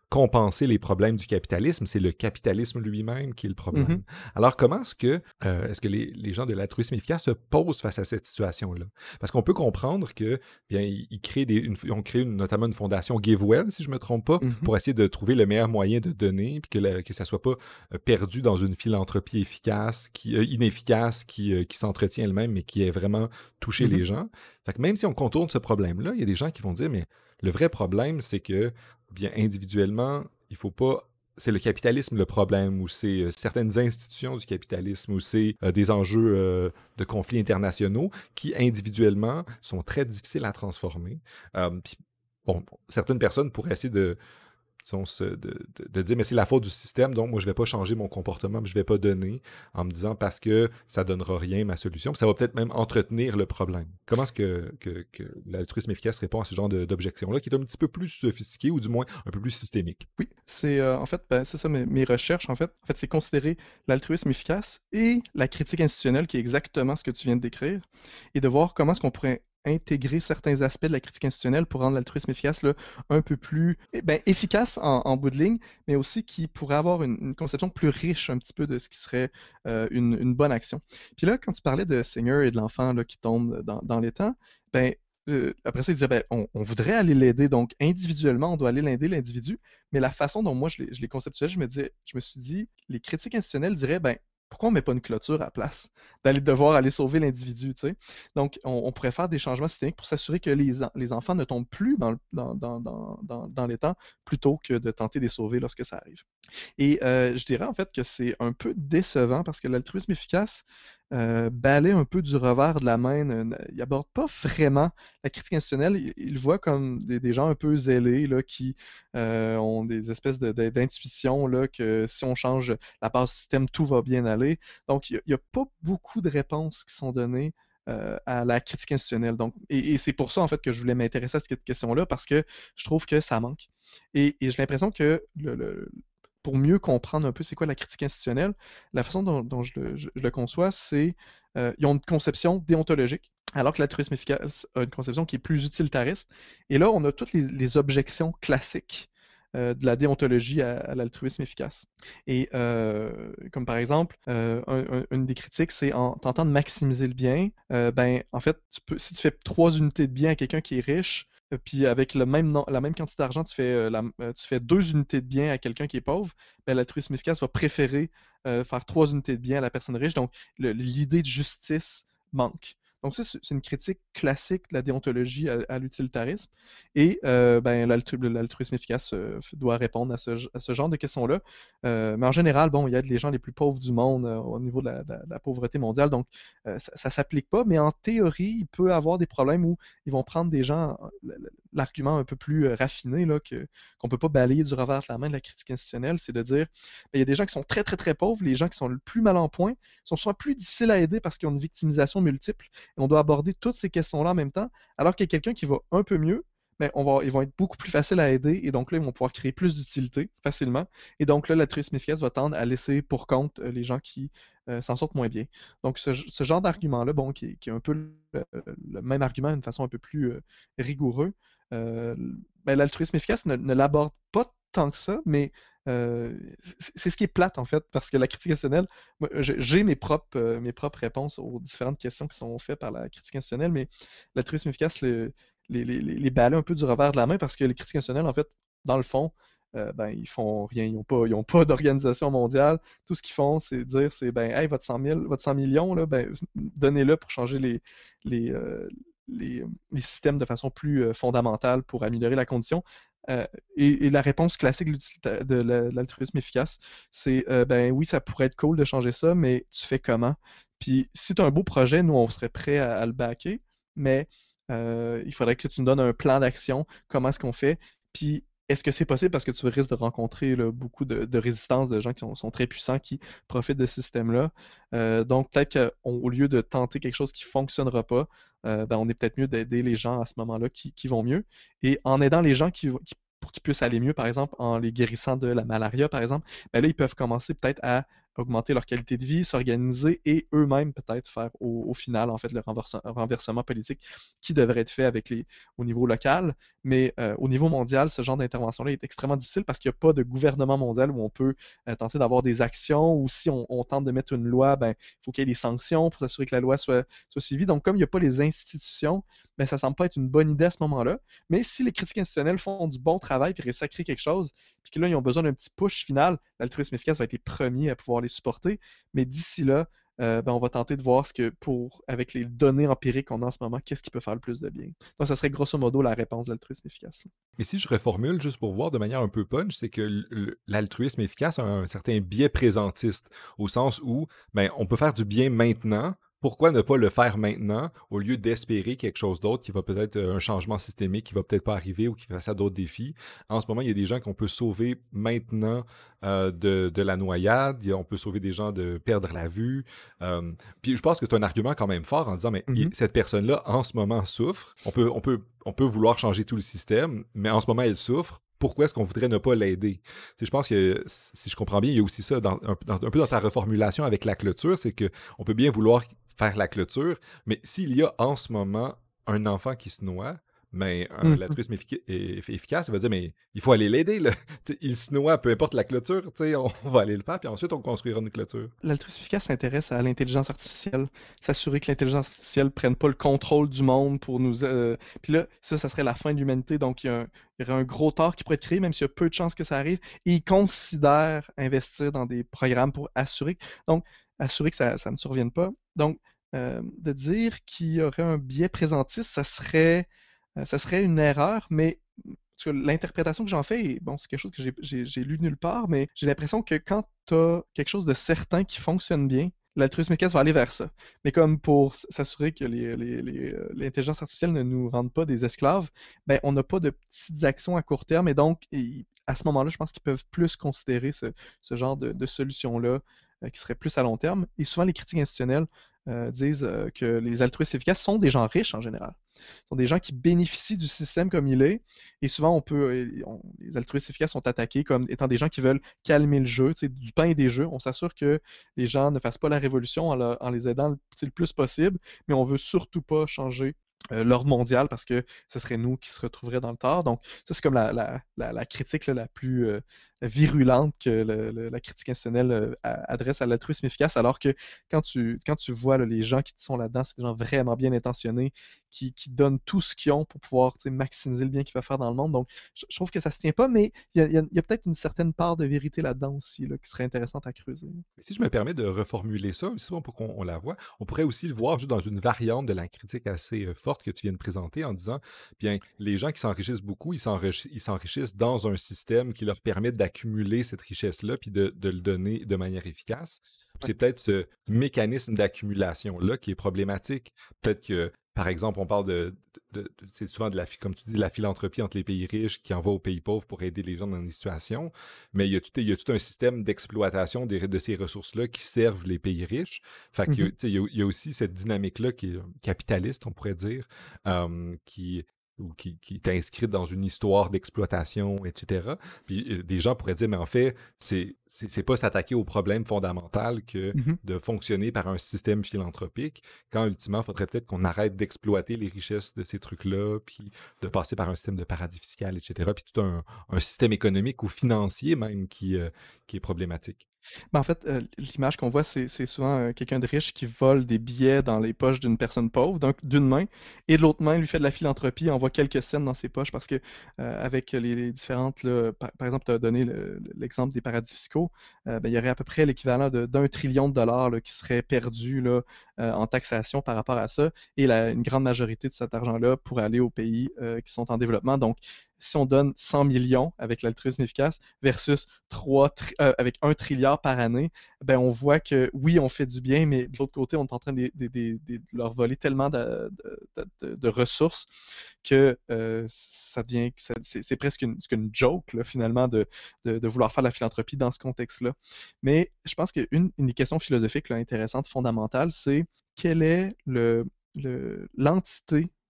compenser les problèmes du capitalisme, c'est le capitalisme lui-même qui est le problème. Mhm. Alors, comment est-ce que, euh, est-ce que les, les gens de l'altruisme efficace se posent face à cette situation-là? Parce qu'on peut comprendre que, bien, ils, ils créent des, une, ils ont créé une- notamment une fondation GiveWell, si je ne me trompe pas, Mhm. pour essayer de trouver le meilleur moyen de donner, puis que, la, que ça ne soit pas euh, perdu dans une philanthropie efficace, qui, euh, inefficace, qui, euh, qui s'entretient elle-même, mais qui ait vraiment touché Mhm. les gens. Fait que même si on contourne ce problème-là, il y a des gens qui vont dire, mais le vrai problème, c'est que, bien, individuellement, il faut pas. C'est le capitalisme le problème, ou c'est euh, certaines institutions du capitalisme, ou c'est euh, des enjeux euh, de conflits internationaux qui, individuellement, sont très difficiles à transformer. Euh, puis, bon, certaines personnes pourraient essayer de, disons, se- de, de- de dire, mais c'est la faute du système, donc moi, je vais pas changer mon comportement, puis je vais pas donner, en me disant, parce que ça donnera rien, ma solution, puis ça va peut-être même entretenir le problème. Comment est-ce que, que, que l'altruisme efficace répond à ce genre de- d'objection-là, qui est un petit peu plus sophistiqué, ou du moins un peu plus systémique? Oui, c'est euh, en fait, ben, c'est ça mes, mes recherches, en fait. En fait, c'est considérer l'altruisme efficace et la critique institutionnelle, qui est exactement ce que tu viens de décrire, et de voir comment est-ce qu'on pourrait intégrer certains aspects de la critique institutionnelle pour rendre l'altruisme efficace là, un peu plus eh ben, efficace en, en bout de ligne, mais aussi qui pourrait avoir une, une conception plus riche un petit peu de ce qui serait euh, une, une bonne action. Puis là, quand tu parlais de Seigneur et de l'enfant là, qui tombe dans, dans les temps, ben, euh, après ça, il disait, ben, on, on voudrait aller l'aider, donc individuellement, on doit aller l'aider l'individu, mais la façon dont moi je l'ai, je l'ai conceptualisé, je me disais, je me suis dit, les critiques institutionnelles diraient, ben, pourquoi on ne met pas une clôture à la place d'aller devoir aller sauver l'individu, tu sais? Donc, on, on pourrait faire des changements systémiques pour s'assurer que les, en- les enfants ne tombent plus dans, le- dans, dans, dans, dans, dans les temps plutôt que de tenter de les sauver lorsque ça arrive. Et euh, je dirais en fait que c'est un peu décevant parce que l'altruisme efficace euh, balaie un peu du revers de la main. euh, Il aborde pas vraiment la critique institutionnelle. Il, il le voit comme des, des gens un peu zélés là, qui euh, ont des espèces de- de- d'intuitions là, que si on change la base système, tout va bien aller. Donc, il n'y a, a pas beaucoup de réponses qui sont données euh, à la critique institutionnelle. Donc, et, et c'est pour ça en fait que je voulais m'intéresser à cette question-là parce que je trouve que ça manque. Et, et j'ai l'impression que le, le- pour mieux comprendre un peu c'est quoi la critique institutionnelle, la façon dont, dont je, le, je- je le conçois, c'est euh, ils ont une conception déontologique, alors que l'altruisme efficace a une conception qui est plus utilitariste. Et là, on a toutes les, les objections classiques euh, de la déontologie à, à l'altruisme efficace. Et euh, comme par exemple, euh, un- un- une des critiques, c'est en tentant de maximiser le bien, euh, ben en fait, tu peux, si tu fais trois unités de bien à quelqu'un qui est riche, euh, puis avec le même nom- la même quantité d'argent, tu fais, euh, la- euh, tu fais deux unités de bien à quelqu'un qui est pauvre, ben, l'altruisme efficace va préférer euh, faire trois unités de bien à la personne riche. Donc, le- l'idée de justice manque. Donc, ça, c'est c'est une critique classique de la déontologie à, à l'utilitarisme. Et euh, ben, l'altru- l'altruisme efficace euh, doit répondre à ce, à ce genre de questions-là. Euh, mais en général, bon, il y a les gens les plus pauvres du monde euh, au niveau de la, de la- de la pauvreté mondiale. Donc, euh, ça ne s'applique pas. Mais en théorie, il peut y avoir des problèmes où ils vont prendre des gens, l'argument un peu plus euh, raffiné là, que, qu'on ne peut pas balayer du revers de la main de la critique institutionnelle, c'est de dire ben, il y a des gens qui sont très, très, très pauvres, les gens qui sont le plus mal en point sont soit plus difficiles à aider parce qu'ils ont une victimisation multiple, et on doit aborder toutes ces questions-là en même temps, alors qu'il y a quelqu'un qui va un peu mieux, ben, on va, ils vont être beaucoup plus faciles à aider, et donc là, ils vont pouvoir créer plus d'utilité facilement. Et donc là, l'altruisme efficace va tendre à laisser pour compte euh, les gens qui euh, s'en sortent moins bien. Donc, ce, ce genre d'argument-là, bon, qui, est qui est un peu le, le même argument d'une façon un peu plus euh, rigoureux, euh, ben, l'altruisme efficace ne, ne l'aborde pas tant que ça, mais euh, c'est c'est ce qui est plate en fait, parce que la critique institutionnelle, moi, j'ai j'ai mes propres, euh, mes propres réponses aux différentes questions qui sont faites par la critique institutionnelle, mais l'altruisme efficace le- les, les, les, les balaie un peu du revers de la main parce que les critiques institutionnelles, en fait, dans le fond, euh, ben, ils font rien, ils n'ont pas, ils ont pas d'organisation mondiale. Tout ce qu'ils font, c'est dire, c'est ben, hey, votre cent mille, votre cent millions, là, ben, donnez-le pour changer les, les, euh, les, les systèmes de façon plus euh, fondamentale pour améliorer la condition. Euh, et, et la réponse classique de de la- l'altruisme efficace, c'est euh, ben oui, ça pourrait être cool de changer ça, mais tu fais comment? Puis si tu as un beau projet, nous, on serait prêt à, à le backer, mais euh, il faudrait que tu nous donnes un plan d'action, comment est-ce qu'on fait, puis est-ce que c'est possible parce que tu risques de rencontrer là, beaucoup de, de résistance de gens qui sont, sont très puissants, qui profitent de ce système-là. Euh, donc peut-être qu'au lieu de tenter quelque chose qui ne fonctionnera pas, euh, ben, on est peut-être mieux d'aider les gens à ce moment-là qui, qui vont mieux. Et en aidant les gens qui, qui- pour qu'ils puissent aller mieux, par exemple, en les guérissant de la malaria, par exemple, ben là, ils peuvent commencer peut-être à augmenter leur qualité de vie, s'organiser et eux-mêmes peut-être faire au, au final en fait le renverse- renversement politique qui devrait être fait avec les, au niveau local. Mais euh, au niveau mondial, ce genre d'intervention-là est extrêmement difficile parce qu'il n'y a pas de gouvernement mondial où on peut euh, tenter d'avoir des actions ou si on, on tente de mettre une loi, ben, il faut qu'il y ait des sanctions pour s'assurer que la loi soit, soit suivie. Donc, comme il n'y a pas les institutions, ben, ça ne semble pas être une bonne idée à ce moment-là. Mais si les critiques institutionnelles font du bon travail et réussissent à créer quelque chose, puis que là, ils ont besoin d'un petit push final, l'altruisme efficace va être les premiers à pouvoir les supporter. Mais d'ici là, euh, ben, on va tenter de voir ce que, pour, avec les données empiriques qu'on a en ce moment, qu'est-ce qui peut faire le plus de bien. Donc, ça serait grosso modo la réponse de l'altruisme efficace. Mais si je reformule juste pour voir de manière un peu punch, c'est que l'altruisme efficace a un certain biais présentiste, au sens où ben, on peut faire du bien maintenant. Pourquoi ne pas le faire maintenant au lieu d'espérer quelque chose d'autre qui va peut-être euh, un changement systémique qui va peut-être pas arriver ou qui fait face à d'autres défis? En ce moment, il y a des gens qu'on peut sauver maintenant euh, de, de la noyade, on peut sauver des gens de perdre la vue. Euh, puis je pense que tu as un argument quand même fort en disant, mais Mm-hmm. cette personne-là, en ce moment, souffre. On peut, on peut, on peut vouloir changer tout le système, mais en ce moment, elle souffre. Pourquoi est-ce qu'on voudrait ne pas l'aider? Je pense que, si je comprends bien, il y a aussi ça, dans, un, dans, un peu dans ta reformulation avec la clôture, c'est qu'on peut bien vouloir faire la clôture, mais s'il y a en ce moment un enfant qui se noie, mais un, Mm-hmm. l'altruisme effic- efficace, ça va dire, mais il faut aller l'aider, là. Il se noie, peu importe la clôture, on, on va aller le faire, puis ensuite on construira une clôture. L'altruisme efficace s'intéresse à l'intelligence artificielle, s'assurer que l'intelligence artificielle ne prenne pas le contrôle du monde pour nous... Euh... Puis là, ça, ça serait la fin de l'humanité, donc il y, a un, il y aurait un gros tort qui pourrait être créé, même s'il y a peu de chances que ça arrive, et ils considèrent investir dans des programmes pour assurer, donc, assurer que ça, ça ne survienne pas. Donc, euh, de dire qu'il y aurait un biais présentiste, ça serait, euh, ça serait une erreur, mais parce que l'interprétation que j'en fais, bon, c'est quelque chose que j'ai- j'ai j'ai lu nulle part, mais j'ai l'impression que quand tu as quelque chose de certain qui fonctionne bien, l'altruisme efficace va aller vers ça. Mais comme pour s- s'assurer que les- les- les, euh, l'intelligence artificielle ne nous rende pas des esclaves, ben, on n'a pas de petites actions à court terme et donc et à ce moment-là, je pense qu'ils peuvent plus considérer ce, ce genre de, de solution-là euh, qui serait plus à long terme. Et souvent, les critiques institutionnelles euh, disent euh, que les altruistes efficaces sont des gens riches en général. Ce sont des gens qui bénéficient du système comme il est. Et souvent, on peut, euh, on- les altruistes efficaces sont attaqués comme étant des gens qui veulent calmer le jeu, tu sais, du pain et des jeux. On s'assure que les gens ne fassent pas la révolution en, le- en les aidant le, tu sais, le plus possible, mais on veut surtout pas changer euh, l'ordre mondial parce que ce serait nous qui se retrouverions dans le tort. Donc, ça, c'est comme la, la- la- la critique là, la plus euh, virulente que le- le- la critique institutionnelle euh, a- adresse à l'altruisme efficace, alors que quand tu, quand tu vois là, les gens qui sont là-dedans, c'est des gens vraiment bien intentionnés, qui, qui donnent tout ce qu'ils ont pour pouvoir tu sais, maximiser le bien qu'ils veulent faire dans le monde. Donc, je, je trouve que ça se tient pas, mais il y a, il y a- il y a peut-être une certaine part de vérité là-dedans aussi, là, qui serait intéressante à creuser. Mais si je me permets de reformuler ça, aussi bon pour qu'on on la voit, on pourrait aussi le voir juste dans une variante de la critique assez euh, forte que tu viens de présenter en disant, bien, les gens qui s'enrichissent beaucoup, ils s'enrichissent, ils s'enrichissent dans un système qui leur permet d'accumuler cette richesse-là puis de, de le donner de manière efficace. Puis Ouais. c'est peut-être ce mécanisme d'accumulation-là qui est problématique. Peut-être que, par exemple, on parle de, de- de- c'est souvent de la, phi- comme tu dis, de la philanthropie entre les pays riches qui envoient aux pays pauvres pour aider les gens dans des situations. Mais il y a tout, il y a tout un système d'exploitation des- de ces ressources-là qui servent les pays riches. Fait qu'il y a, Mhm. tu sais, il y a- il y a aussi cette dynamique-là qui est euh, capitaliste, on pourrait dire, euh, qui, ou qui, qui est inscrite dans une histoire d'exploitation, et cetera. Puis euh, des gens pourraient dire, mais en fait, c'est c'est c'est pas s'attaquer au problème fondamental que Mhm. de fonctionner par un système philanthropique, quand ultimement, il faudrait peut-être qu'on arrête d'exploiter les richesses de ces trucs-là, puis de passer par un système de paradis fiscal, et cetera. Puis tout un, un système économique ou financier même qui, euh, qui est problématique. Ben, en fait, euh, l'image qu'on voit, c'est c'est souvent euh, quelqu'un de riche qui vole des billets dans les poches d'une personne pauvre, donc d'une main, et de l'autre main, lui fait de la philanthropie, envoie quelques cents dans ses poches parce que euh, avec les, les différentes, là, par, par exemple, tu as donné le- l'exemple des paradis fiscaux, euh, ben, il y aurait à peu près l'équivalent de- d'un trillion de dollars là, qui serait perdu là, euh, en taxation par rapport à ça, et la- une grande majorité de cet argent-là pourrait aller aux pays euh, qui sont en développement. Donc, si on donne cent millions avec l'altruisme efficace versus trois tri- euh, avec un trilliard par année, ben on voit que oui, on fait du bien, mais de l'autre côté, on est en train de, de- de- de leur voler tellement de, de- de- de ressources que euh, ça devient, que ça- c'est c'est presque une, c'est une joke là, finalement de, de- de vouloir faire de la philanthropie dans ce contexte-là. Mais je pense qu'une une des questions philosophiques là, intéressantes, fondamentales, c'est quelle est le, le- l'entité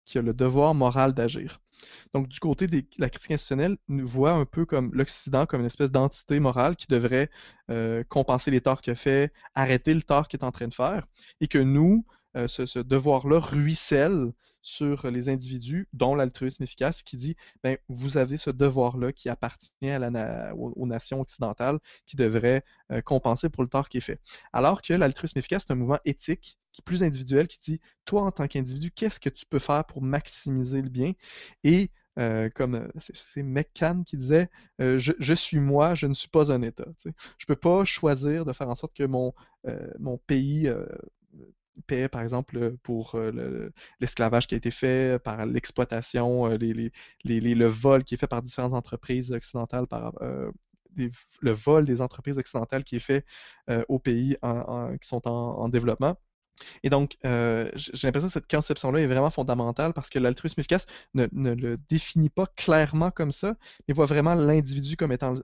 qui a le devoir moral d'agir. Donc, du côté de la critique institutionnelle, nous voit un peu comme l'Occident, comme une espèce d'entité morale qui devrait euh, compenser les torts qu'il a fait, arrêter le tort qu'il est en train de faire, et que nous, euh, ce, ce devoir-là ruisselle sur les individus, dont l'altruisme efficace, qui dit, ben, vous avez ce devoir-là qui appartient à la, aux, aux nations occidentales, qui devrait euh, compenser pour le tort qui est fait. Alors que l'altruisme efficace, c'est un mouvement éthique, qui est plus individuel, qui dit, toi, en tant qu'individu, qu'est-ce que tu peux faire pour maximiser le bien? Et euh, comme c'est McCann qui disait euh, je, je, suis moi, je ne suis pas un État. Tu sais. Je ne peux pas choisir de faire en sorte que mon, euh, mon pays euh, paie, par exemple, pour euh, l'esclavage qui a été fait, par l'exploitation, euh, les, les, les, les, le vol qui est fait par différentes entreprises occidentales, par euh, des, le vol des entreprises occidentales qui est fait euh, aux pays en, en, qui sont en, en développement. Et donc, euh, j'ai l'impression que cette conception-là est vraiment fondamentale parce que l'altruisme efficace ne, ne, le définit pas clairement comme ça, mais voit vraiment l'individu comme étant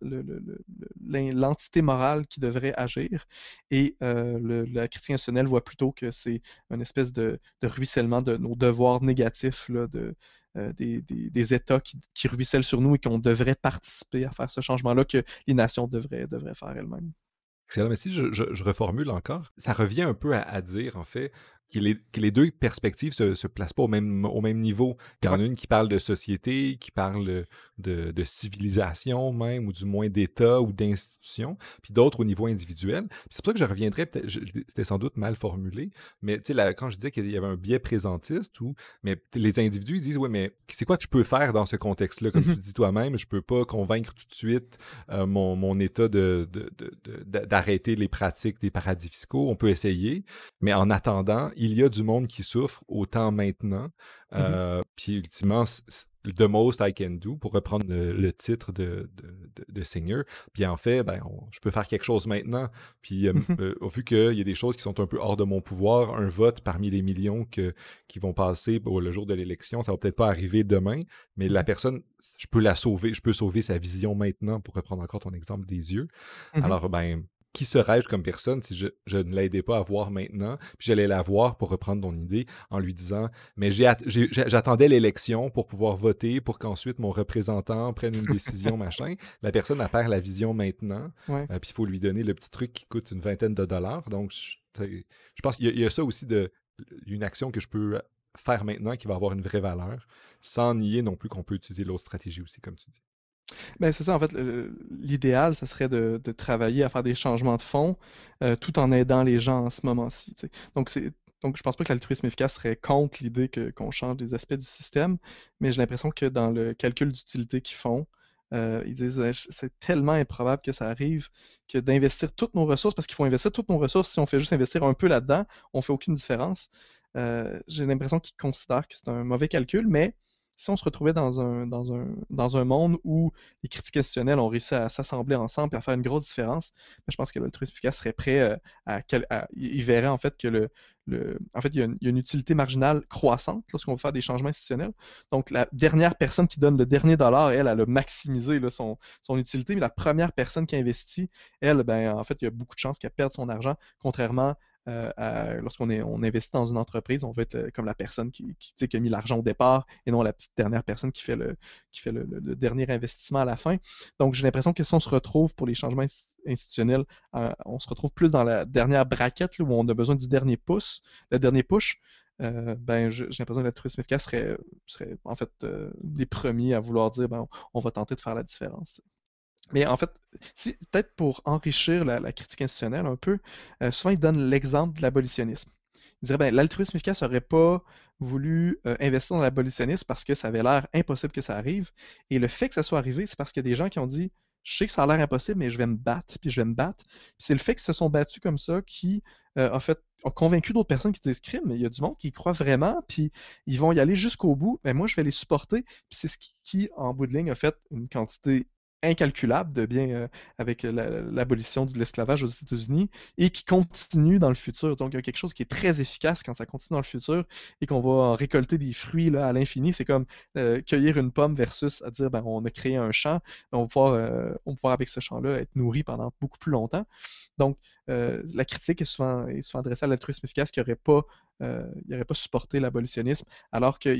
l'entité morale qui devrait agir. Et euh, le, la critique institutionnelle voit plutôt que c'est une espèce de, de ruissellement de nos devoirs négatifs, là, de, euh, des, des, des, États qui, qui ruissellent sur nous et qu'on devrait participer à faire ce changement-là que les nations devraient, devraient faire elles-mêmes. Excellent. Mais si je, je, je, reformule encore, ça revient un peu à, à dire, en fait, que les, que les deux perspectives se, se placent pas au même, au même niveau. Il y en a une qui parle de société, qui parle de, de civilisation même, ou du moins d'État ou d'institution, puis d'autres au niveau individuel. Puis c'est pour ça que je reviendrais, peut-être, je, c'était sans doute mal formulé, mais tu sais, quand je disais qu'il y avait un biais présentiste, ou, mais les individus, ils disent, ouais, mais c'est quoi que je peux faire dans ce contexte-là? Comme mm-hmm. tu dis toi-même, je peux pas convaincre tout de suite euh, mon, mon État de, de, de, de, d'arrêter les pratiques des paradis fiscaux. On peut essayer, mais en attendant, il y a du monde qui souffre autant maintenant. Euh, mm-hmm. Puis ultimement, the most I can do, pour reprendre le, le titre de, de, de, de Singer. Puis en fait, ben, on, je peux faire quelque chose maintenant. Puis euh, mm-hmm. euh, vu qu'il y a des choses qui sont un peu hors de mon pouvoir, un vote parmi les millions que, qui vont passer pour le jour de l'élection, ça va peut-être pas arriver demain, mais mm-hmm. la personne, je peux la sauver, je peux sauver sa vision maintenant, pour reprendre encore ton exemple des yeux. Mm-hmm. Alors, ben, qui serais-je comme personne si je, je ne l'aidais pas à voir maintenant, puis j'allais la voir, pour reprendre ton idée, en lui disant « Mais j'ai, j'ai, j'attendais l'élection pour pouvoir voter, pour qu'ensuite mon représentant prenne une décision, machin. » La personne, elle perd la vision maintenant, ouais. euh, puis il faut lui donner le petit truc qui coûte une vingtaine de dollars. Donc, je, je pense qu'il y a, il y a ça aussi, de, une action que je peux faire maintenant qui va avoir une vraie valeur, sans nier non plus qu'on peut utiliser l'autre stratégie aussi, comme tu dis. Ben, c'est ça, en fait, l'idéal, ça serait de, de travailler à faire des changements de fond euh, tout en aidant les gens en ce moment-ci. T'sais. Donc, c'est, donc, je pense pas que l'altruisme efficace serait contre l'idée que, qu'on change des aspects du système, mais j'ai l'impression que dans le calcul d'utilité qu'ils font, euh, ils disent c'est tellement improbable que ça arrive que d'investir toutes nos ressources, parce qu'il faut investir toutes nos ressources, si on fait juste investir un peu là-dedans, on fait aucune différence. Euh, j'ai l'impression qu'ils considèrent que c'est un mauvais calcul, mais si on se retrouvait dans un, dans un, dans un monde où les critiques institutionnelles ont réussi à s'assembler ensemble et à faire une grosse différence, je pense que l'altruisme efficace serait prêt à, à, à... Il verrait en fait que le... le en fait, il y, a une, il y a une utilité marginale croissante lorsqu'on veut faire des changements institutionnels. Donc, la dernière personne qui donne le dernier dollar, elle, elle a maximisé là, son, son utilité, mais la première personne qui investit, elle, ben, en fait, il y a beaucoup de chances qu'elle perde son argent, contrairement Euh, à, lorsqu'on est, on investit dans une entreprise, on veut être comme la personne qui, qui, qui a mis l'argent au départ et non la petite dernière personne qui fait le, qui fait le, le, le dernier investissement à la fin. Donc, j'ai l'impression que si on se retrouve pour les changements institutionnels, euh, on se retrouve plus dans la dernière braquette là, où on a besoin du dernier pouce, le dernier push. Euh, ben, j'ai l'impression que l'altruisme efficace serait, serait en fait euh, les premiers à vouloir dire ben, on, on va tenter de faire la différence. Mais en fait, si, peut-être pour enrichir la, la critique institutionnelle un peu, euh, souvent ils donnent l'exemple de l'abolitionnisme. Ils diraient, ben, l'altruisme efficace n'aurait pas voulu euh, investir dans l'abolitionnisme parce que ça avait l'air impossible que ça arrive. Et le fait que ça soit arrivé, c'est parce qu'il y a des gens qui ont dit, je sais que ça a l'air impossible, mais je vais me battre, puis je vais me battre. Puis c'est le fait qu'ils se sont battus comme ça qui, euh, en fait, a convaincu d'autres personnes qui disent crime, mais il y a du monde qui y croit vraiment, puis ils vont y aller jusqu'au bout. Ben, moi, je vais les supporter. Puis c'est ce qui, qui, en bout de ligne, a fait une quantité incalculable de biens euh, avec la, l'abolition de l'esclavage aux États-Unis et qui continue dans le futur. Donc, il y a quelque chose qui est très efficace quand ça continue dans le futur et qu'on va récolter des fruits là, à l'infini. C'est comme euh, cueillir une pomme versus à dire, ben, on a créé un champ, on va pouvoir, euh, on va pouvoir avec ce champ-là être nourri pendant beaucoup plus longtemps. Donc, euh, la critique est souvent, est souvent adressée à l'altruisme efficace qui n'aurait pas, euh, pas supporté l'abolitionnisme, alors qu'il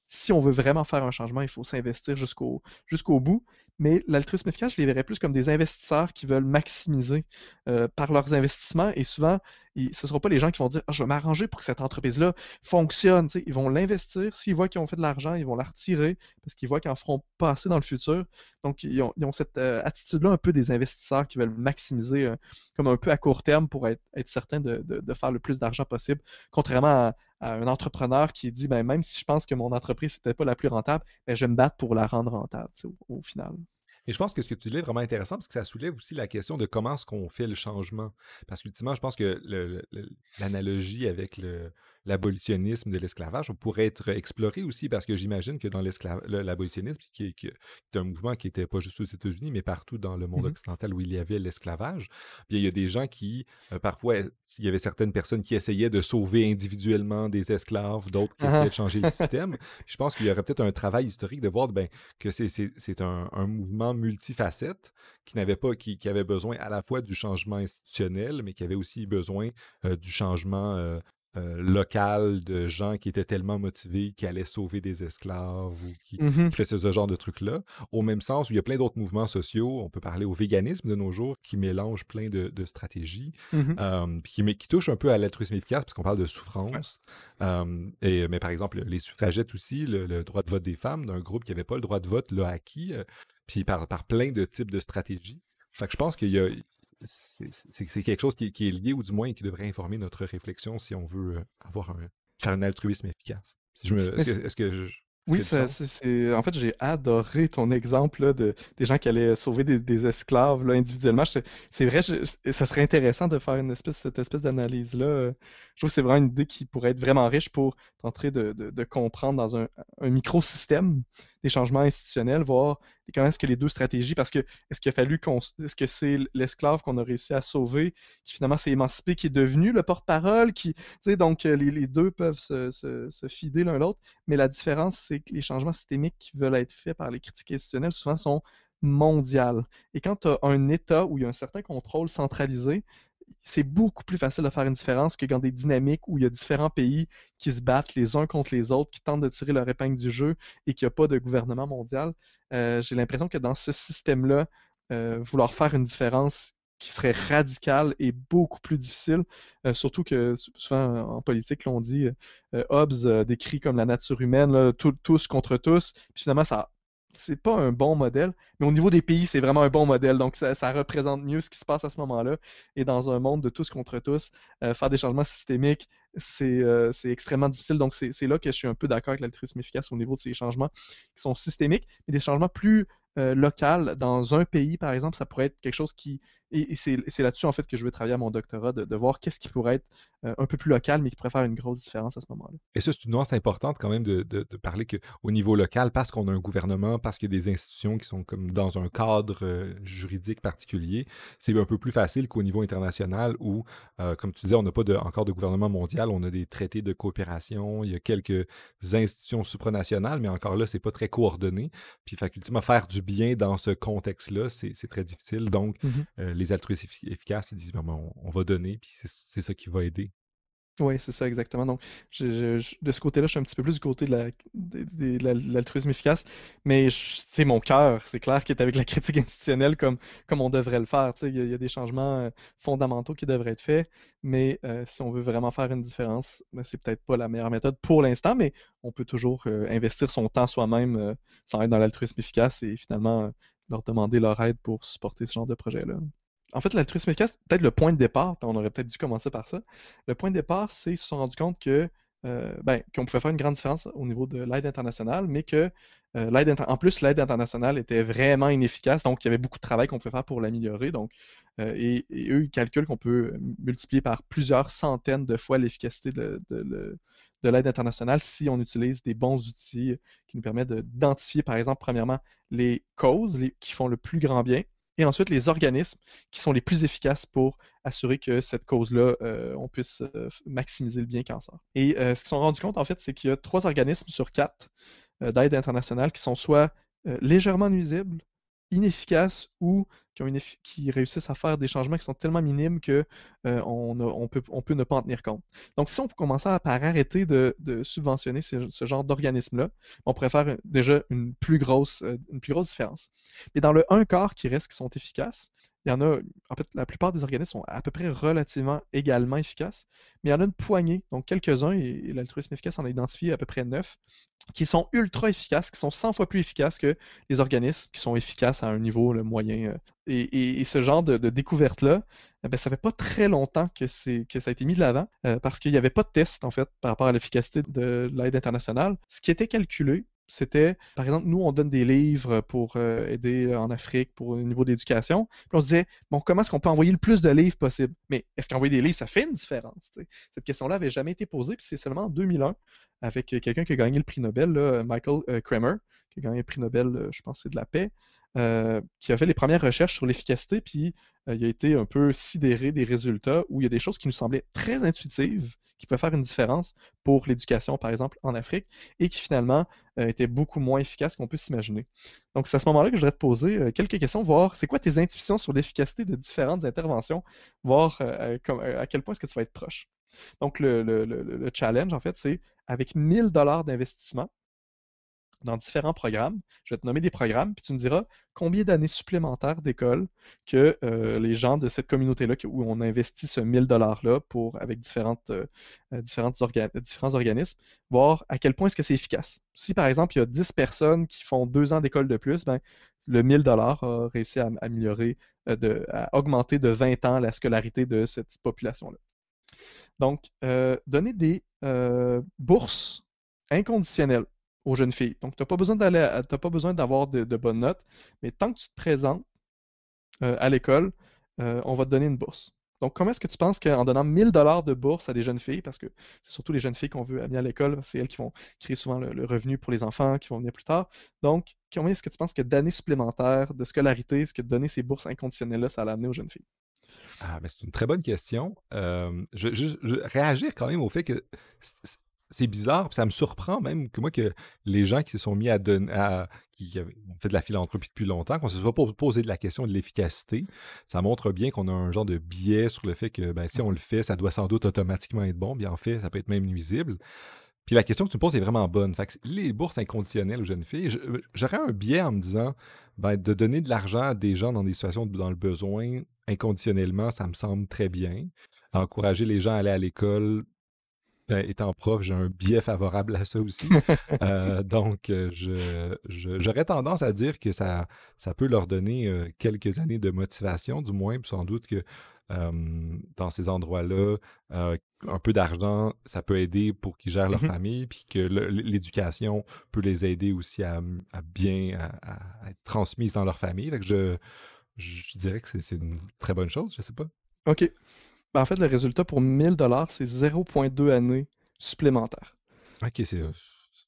si on veut vraiment faire un changement, il faut s'investir jusqu'au jusqu'au bout. Mais l'altruisme efficace, je les verrais plus comme des investisseurs qui veulent maximiser euh, par leurs investissements. Et souvent, ils, ce ne seront pas les gens qui vont dire ah, je vais m'arranger pour que cette entreprise-là fonctionne. Tu sais, ils vont l'investir. S'ils voient qu'ils ont fait de l'argent, ils vont la retirer parce qu'ils voient qu'ils en feront pas assez dans le futur. Donc, ils ont, ils ont cette euh, attitude-là un peu des investisseurs qui veulent maximiser euh, comme un peu à court terme pour être, être certain de, de, de faire le plus d'argent possible, contrairement à, à un entrepreneur qui dit ben, même si je pense que mon entreprise n'était pas la plus rentable, ben, je vais me battre pour la rendre rentable tu sais, au, au final. Et je pense que ce que tu dis là est vraiment intéressant parce que ça soulève aussi la question de comment est-ce qu'on fait le changement. Parce qu'ultimement, je pense que le- le- l'analogie avec le- l'abolitionnisme de l'esclavage pourrait être explorée aussi parce que j'imagine que dans l'esclave- le- l'abolitionnisme, qui, est- qui est un mouvement qui n'était pas juste aux États-Unis, mais partout dans le monde Mhm. occidental où il y avait l'esclavage, bien, il y a des gens qui, euh, parfois, il y avait certaines personnes qui essayaient de sauver individuellement des esclaves, d'autres qui essayaient de Ah, changer le système. Puis je pense qu'il y aurait peut-être un travail historique de voir ben, que c'est c'est- c'est un, un mouvement multifacette qui n'avait pas, qui, qui avait besoin à la fois du changement institutionnel, mais qui avait aussi besoin euh, du changement euh, euh, local de gens qui étaient tellement motivés qui allaient sauver des esclaves ou qui, mhm, qui faisaient ce genre de trucs-là. Au même sens où il y a plein d'autres mouvements sociaux, on peut parler au véganisme de nos jours, qui mélange plein de, de stratégies, mhm. euh, puis qui, mais qui touche un peu à l'altruisme efficace, parce qu'on parle de Ouais. souffrance. Euh, et, mais par exemple, les suffragettes aussi, le, le droit de vote des femmes, d'un groupe qui n'avait pas le droit de vote, l'a acquis, euh, puis par, par plein de types de stratégies. Fait que je pense qu'il y a. C'est c'est- c'est quelque chose qui, qui est lié, ou du moins qui devrait informer notre réflexion si on veut euh, avoir un, faire un altruisme efficace. Si je me, Mais est-ce que, c'est- est-ce que je- ça oui, fait du ça, c'est, sens? c'est- en fait, j'ai adoré ton exemple là, de, des gens qui allaient sauver des, des esclaves là, individuellement. Je- C'est vrai, je- ça serait intéressant de faire une espèce, cette espèce d'analyse-là. euh. Je trouve que c'est vraiment une idée qui pourrait être vraiment riche pour tenter de, de- de comprendre dans un, un microsystème des changements institutionnels, voir comment est-ce que les deux stratégies, parce que est-ce qu'il a fallu qu'on, est-ce que c'est l'esclave qu'on a réussi à sauver, qui finalement s'est émancipé, qui est devenu le porte-parole, qui, tu sais, donc euh, les, les deux peuvent se, se, se fider l'un l'autre. Mais la différence, c'est que les changements systémiques qui veulent être faits par les critiques institutionnelles souvent sont mondiales. Et quand tu as un État où il y a un certain contrôle centralisé, c'est beaucoup plus facile de faire une différence que dans des dynamiques où il y a différents pays qui se battent les uns contre les autres, qui tentent de tirer leur épingle du jeu et qu'il n'y a pas de gouvernement mondial. Euh, j'ai l'impression que dans ce système-là, euh, vouloir faire une différence qui serait radicale et beaucoup plus difficile, euh, surtout que souvent en politique, là, on dit euh, Hobbes euh, décrit comme la nature humaine, là, tout, tous contre tous, puis finalement, ça c'est pas un bon modèle, mais au niveau des pays, c'est vraiment un bon modèle. Donc, ça, ça représente mieux ce qui se passe à ce moment-là. Et dans un monde de tous contre tous, euh, faire des changements systémiques, c'est euh, c'est extrêmement difficile. Donc, c'est là que je suis un peu d'accord avec l'altruisme efficace au niveau de ces changements qui sont systémiques, mais des changements plus euh, locaux dans un pays, par exemple, ça pourrait être quelque chose qui. Et, et c'est là-dessus, en fait, que je veux travailler à mon doctorat, de, de voir qu'est-ce qui pourrait être euh, un peu plus local, mais qui pourrait faire une grosse différence à ce moment-là. Et ça, c'est une nuance importante quand même de, de, de parler qu'au niveau local, parce qu'on a un gouvernement, parce qu'il y a des institutions qui sont comme dans un cadre euh, juridique particulier, c'est un peu plus facile qu'au niveau international où, euh, comme tu disais, on n'a pas de, encore de gouvernement mondial, on a des traités de coopération, il y a quelques institutions supranationales, mais encore là, c'est pas très coordonné. Puis, facultativement, faire du bien dans ce contexte-là, c'est très difficile. Donc, Mm -hmm. euh, les altruistes efficaces, ils disent, ben, on, on va donner, puis c'est ça qui va aider. Oui, c'est ça, exactement. Donc, je, je- je- de ce côté-là, je suis un petit peu plus du côté de la- de- de la- de l'altruisme efficace, mais je- tu sais, mon cœur, c'est clair qu'il est avec la critique institutionnelle comme, comme on devrait le faire. Tu sais, il y, a il y a des changements euh, fondamentaux qui devraient être faits, mais euh, si on veut vraiment faire une différence, ben, c'est peut-être pas la meilleure méthode pour l'instant, mais on peut toujours euh, investir son temps soi-même euh, sans être dans l'altruisme efficace et finalement euh, leur demander leur aide pour supporter ce genre de projet-là. En fait, l'altruisme efficace, peut-être le point de départ, on aurait peut-être dû commencer par ça. Le point de départ, c'est qu'ils se sont rendus compte que euh, ben, qu'on pouvait faire une grande différence au niveau de l'aide internationale, mais que euh, l'aide en plus, l'aide internationale était vraiment inefficace, donc il y avait beaucoup de travail qu'on pouvait faire pour l'améliorer. Donc, euh, et, et, eux, ils calculent qu'on peut multiplier par plusieurs centaines de fois l'efficacité de, de, de, de l'aide internationale si on utilise des bons outils qui nous permettent d'identifier, par exemple, premièrement, les causes les, qui font le plus grand bien et ensuite les organismes qui sont les plus efficaces pour assurer que cette cause-là, euh, on puisse euh, maximiser le bien cancer. Et euh, ce qu'ils se sont rendus compte, en fait, c'est qu'il y a trois organismes sur quatre euh, d'aide internationale qui sont soit euh, légèrement nuisibles, inefficaces ou qui, ont une effi- qui réussissent à faire des changements qui sont tellement minimes que euh, on, a- on peut, on peut ne pas en tenir compte. Donc, si on commençait à, par arrêter de, de subventionner ce, ce genre d'organisme-là, on pourrait faire euh, déjà une plus grosse, euh, une plus grosse différence. Et dans le un quart qui reste qui sont efficaces, il y en a, en fait, la plupart des organismes sont à peu près relativement également efficaces, mais il y en a une poignée, donc quelques-uns, et, et l'altruisme efficace en a identifié à peu près neuf, qui sont ultra efficaces, qui sont cent fois plus efficaces que les organismes qui sont efficaces à un niveau le moyen. euh. Et, et- et ce genre de, de découverte-là, eh ben, ça fait pas très longtemps que, c'est, que ça a été mis de l'avant, euh, parce qu'il n'y avait pas de test, en fait, par rapport à l'efficacité de l'aide internationale. Ce qui était calculé, c'était, par exemple, nous, on donne des livres pour euh, aider en Afrique, pour le niveau d'éducation. Puis on se disait, bon, comment est-ce qu'on peut envoyer le plus de livres possible? Mais est-ce qu'envoyer des livres, ça fait une différence? T'sais? Cette question-là n'avait jamais été posée, puis c'est seulement en deux mille un, avec quelqu'un qui a gagné le prix Nobel, là, Michael euh, Kramer, qui a gagné le prix Nobel, euh, je pense que c'est de la paix, euh, qui a fait les premières recherches sur l'efficacité, puis euh, il a été un peu sidéré des résultats où il y a des choses qui nous semblaient très intuitives, qui peuvent faire une différence pour l'éducation, par exemple, en Afrique, et qui finalement euh, étaient beaucoup moins efficaces qu'on peut s'imaginer. Donc, c'est à ce moment-là que je voudrais te poser euh, quelques questions, voir c'est quoi tes intuitions sur l'efficacité de différentes interventions, voir euh, comme- euh, à quel point est-ce que tu vas être proche. Donc, le, le- le- le challenge, en fait, c'est avec mille dollars d'investissement dans différents programmes. Je vais te nommer des programmes, puis tu me diras combien d'années supplémentaires d'école que euh, les gens de cette communauté-là, que- où on investit ce mille dollars-là pour, avec différentes, euh, euh, différentes orga- différents organismes, voir à quel point est-ce que c'est efficace. Si, par exemple, il y a dix personnes qui font deux ans d'école de plus, ben, le mille dollars a réussi à améliorer, euh, de, à augmenter de vingt ans la scolarité de cette population-là. Donc, euh, donner des euh, bourses inconditionnelles aux jeunes filles. Donc, tu n'as pas besoin d'aller, à- t'as pas besoin d'avoir de, de bonnes notes, mais tant que tu te présentes euh, à l'école, euh, on va te donner une bourse. Donc, comment est-ce que tu penses qu'en donnant mille dollars de bourse à des jeunes filles, parce que c'est surtout les jeunes filles qu'on veut amener à l'école, c'est elles qui vont créer souvent le, le revenu pour les enfants qui vont venir plus tard. Donc, combien est-ce que tu penses que d'années supplémentaires de scolarité, est-ce que de donner ces bourses inconditionnelles-là, ça allait amener aux jeunes filles? Ah, mais c'est une très bonne question. Euh, je, je- je- réagir quand même au fait que c'est c'est bizarre, puis ça me surprend même que moi que les gens qui se sont mis à donner, à, qui avaient- ont fait de la philanthropie depuis longtemps, qu'on se soit pas posé de la question de l'efficacité, ça montre bien qu'on a un genre de biais sur le fait que ben, si on le fait, ça doit sans doute automatiquement être bon, bien en fait, ça peut être même nuisible. Puis la question que tu me poses est vraiment bonne. Fait que les bourses inconditionnelles aux jeunes filles, je- j'aurais un biais en me disant ben, de donner de l'argent à des gens dans des situations de- dans le besoin inconditionnellement, ça me semble très bien. Encourager les gens à aller à l'école, ben, étant prof, j'ai un biais favorable à ça aussi. Euh, donc, euh, je, je- j'aurais tendance à dire que ça, ça peut leur donner euh, quelques années de motivation, du moins, puis sans doute que euh, dans ces endroits-là, euh, un peu d'argent, ça peut aider pour qu'ils gèrent leur Mhm. famille, puis que le- l'éducation peut les aider aussi à, à bien à, à- à être transmise dans leur famille. Fait que je, je dirais que c'est c'est une très bonne chose, je sais pas. OK. Ben, en fait, le résultat pour mille dollars, c'est zéro virgule deux années supplémentaires. Ok, c'est euh,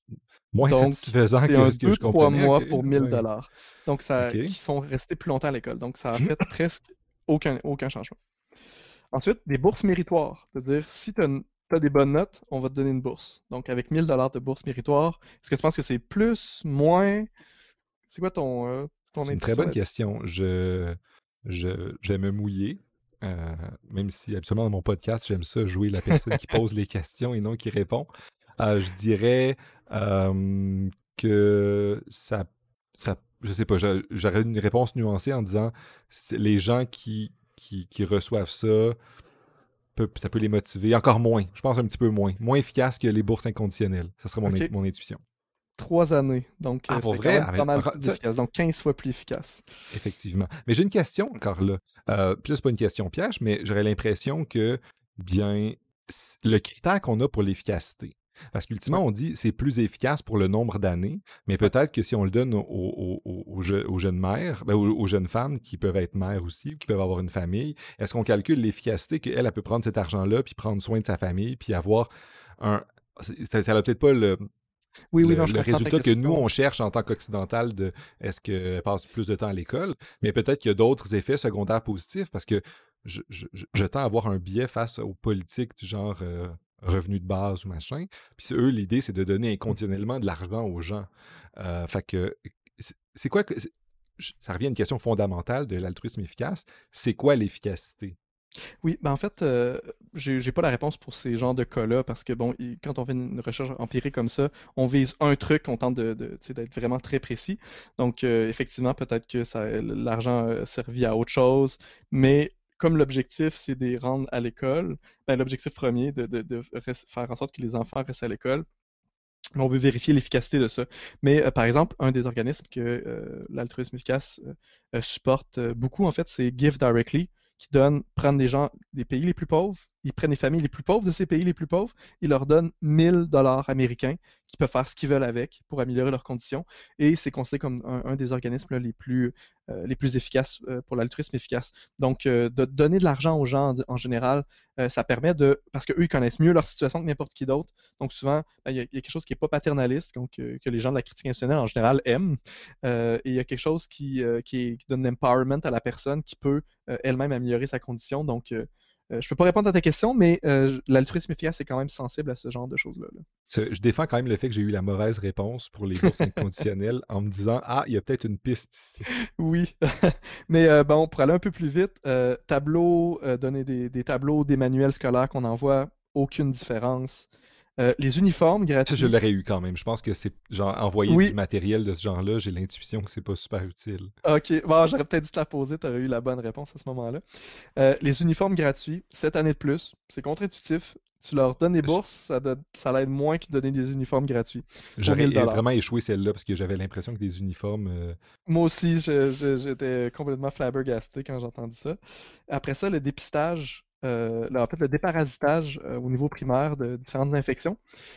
moins Donc, satisfaisant c'est que un ce que je deux-trois comprenais, ok. mois pour mille Ouais. dollars. Donc, ça, Ok. qui sont restés plus longtemps à l'école. Donc, ça a fait presque aucun, aucun changement. Ensuite, des bourses méritoires. C'est-à-dire, si tu as des bonnes notes, on va te donner une bourse. Donc, avec mille dollars de bourse méritoire, est-ce que tu penses que c'est plus, moins? C'est quoi ton, euh, ton C'est une très intuition bonne là-dessus? question. Je, je, je vais me mouiller, euh, même si absolument dans mon podcast, j'aime ça jouer la personne qui pose les questions et non qui répond. Euh, je dirais euh, que ça, ça, je sais pas, j'a- j'aurais une réponse nuancée en disant c'est les gens qui, qui, qui reçoivent ça, peut- ça peut les motiver encore moins. Je pense un petit peu moins. Moins efficace que les bourses inconditionnelles. Ça serait mon, int- OK. mon intuition. Trois années. Donc, Ah, euh, pour c'était quand vrai? même Ah, pas mais, mal encore- plus ça, efficace. Donc, quinze fois plus efficace. effectivement. Mais j'ai une question encore là. Euh, puis là, c'est pas une question piège, mais j'aurais l'impression que, bien, c- le critère qu'on a pour l'efficacité, parce Ouais. qu'ultimement, on dit c'est plus efficace pour le nombre d'années, mais Ouais. peut-être que si on le donne aux, aux- aux- aux je- aux jeunes mères, ben, aux, aux jeunes femmes qui peuvent être mères aussi, ou qui peuvent avoir une famille, est-ce qu'on calcule l'efficacité qu'elle, elle peut prendre cet argent-là, puis prendre soin de sa famille, puis avoir un. Ça n'a peut-être pas le, Oui, oui, le, non, je le comprends ta résultat que nous, question. on cherche en tant qu'occidental de est-ce qu'elle passe plus de temps à l'école, mais peut-être qu'il y a d'autres effets secondaires positifs parce que je, je, je- je tends à avoir un biais face aux politiques du genre euh, revenu de base ou machin. Puis c'est- eux, l'idée, c'est de donner Hmm. inconditionnellement de l'argent aux gens. Euh, fait que c'est c'est quoi que. c'est- ça revient à une question fondamentale de l'altruisme efficace. C'est quoi l'efficacité? Oui, ben en fait, euh, j'ai j'ai pas la réponse pour ces genres de cas-là parce que bon, il- quand on fait une recherche empirique comme ça, on vise un truc, on tente de, de, tu sais, d'être vraiment très précis. Donc, euh, effectivement, peut-être que ça, l'argent a servi à autre chose, mais comme l'objectif, c'est de les rendre à l'école, ben, l'objectif premier, de, de, de res- faire en sorte que les enfants restent à l'école, on veut vérifier l'efficacité de ça. Mais euh, par exemple, un des organismes que euh, l'altruisme efficace euh, euh, supporte euh, beaucoup, en fait, c'est Give Directly, qui donne, prendre des gens des pays les plus pauvres, ils prennent les familles les plus pauvres de ces pays les plus pauvres, ils leur donnent mille dollars américains qui peuvent faire ce qu'ils veulent avec pour améliorer leurs conditions. Et c'est considéré comme un, un des organismes là, les, plus, euh, les plus efficaces euh, pour l'altruisme efficace. Donc, euh, de donner de l'argent aux gens en, en général, euh, ça permet de, parce qu'eux, ils connaissent mieux leur situation que n'importe qui d'autre. Donc, souvent, ben, il y, a, il y a quelque chose qui n'est pas paternaliste, donc, euh, que les gens de la critique institutionnelle en général aiment. Euh, et il y a quelque chose qui, euh, qui, est- qui donne l'empowerment à la personne qui peut euh, elle-même améliorer sa condition. Donc, euh, euh, je ne peux pas répondre à ta question, mais euh, l'altruisme efficace est quand même sensible à ce genre de choses-là. Là. Ce- Je défends quand même le fait que j'ai eu la mauvaise réponse pour les bourses inconditionnelles en me disant ah, il y a peut-être une piste ici. Oui, mais euh, bon, pour aller un peu plus vite, euh, tableau, euh, donner des, des tableaux, des manuels scolaires qu'on envoie, aucune différence. Euh, les uniformes Ça, je gratuits, l'aurais eu quand même. Je pense que c'est genre envoyer du oui, matériel de ce genre-là, j'ai l'intuition que c'est pas super utile. ok, bon, j'aurais peut-être dû te la poser, tu aurais eu la bonne réponse à ce moment-là. Euh, les uniformes gratuits, sept années de plus, c'est contre-intuitif. Tu leur donnes des J- bourses, ça, donne- ça l'aide moins que de donner des uniformes gratuits pour J'aurais mille é- dollars. vraiment échoué celle-là parce que j'avais l'impression que les uniformes. euh, Moi aussi, je- je- j'étais complètement flabbergasté quand j'ai entendu ça. Après ça, le dépistage, euh, là, en fait, le déparasitage euh, au niveau primaire de différentes infections.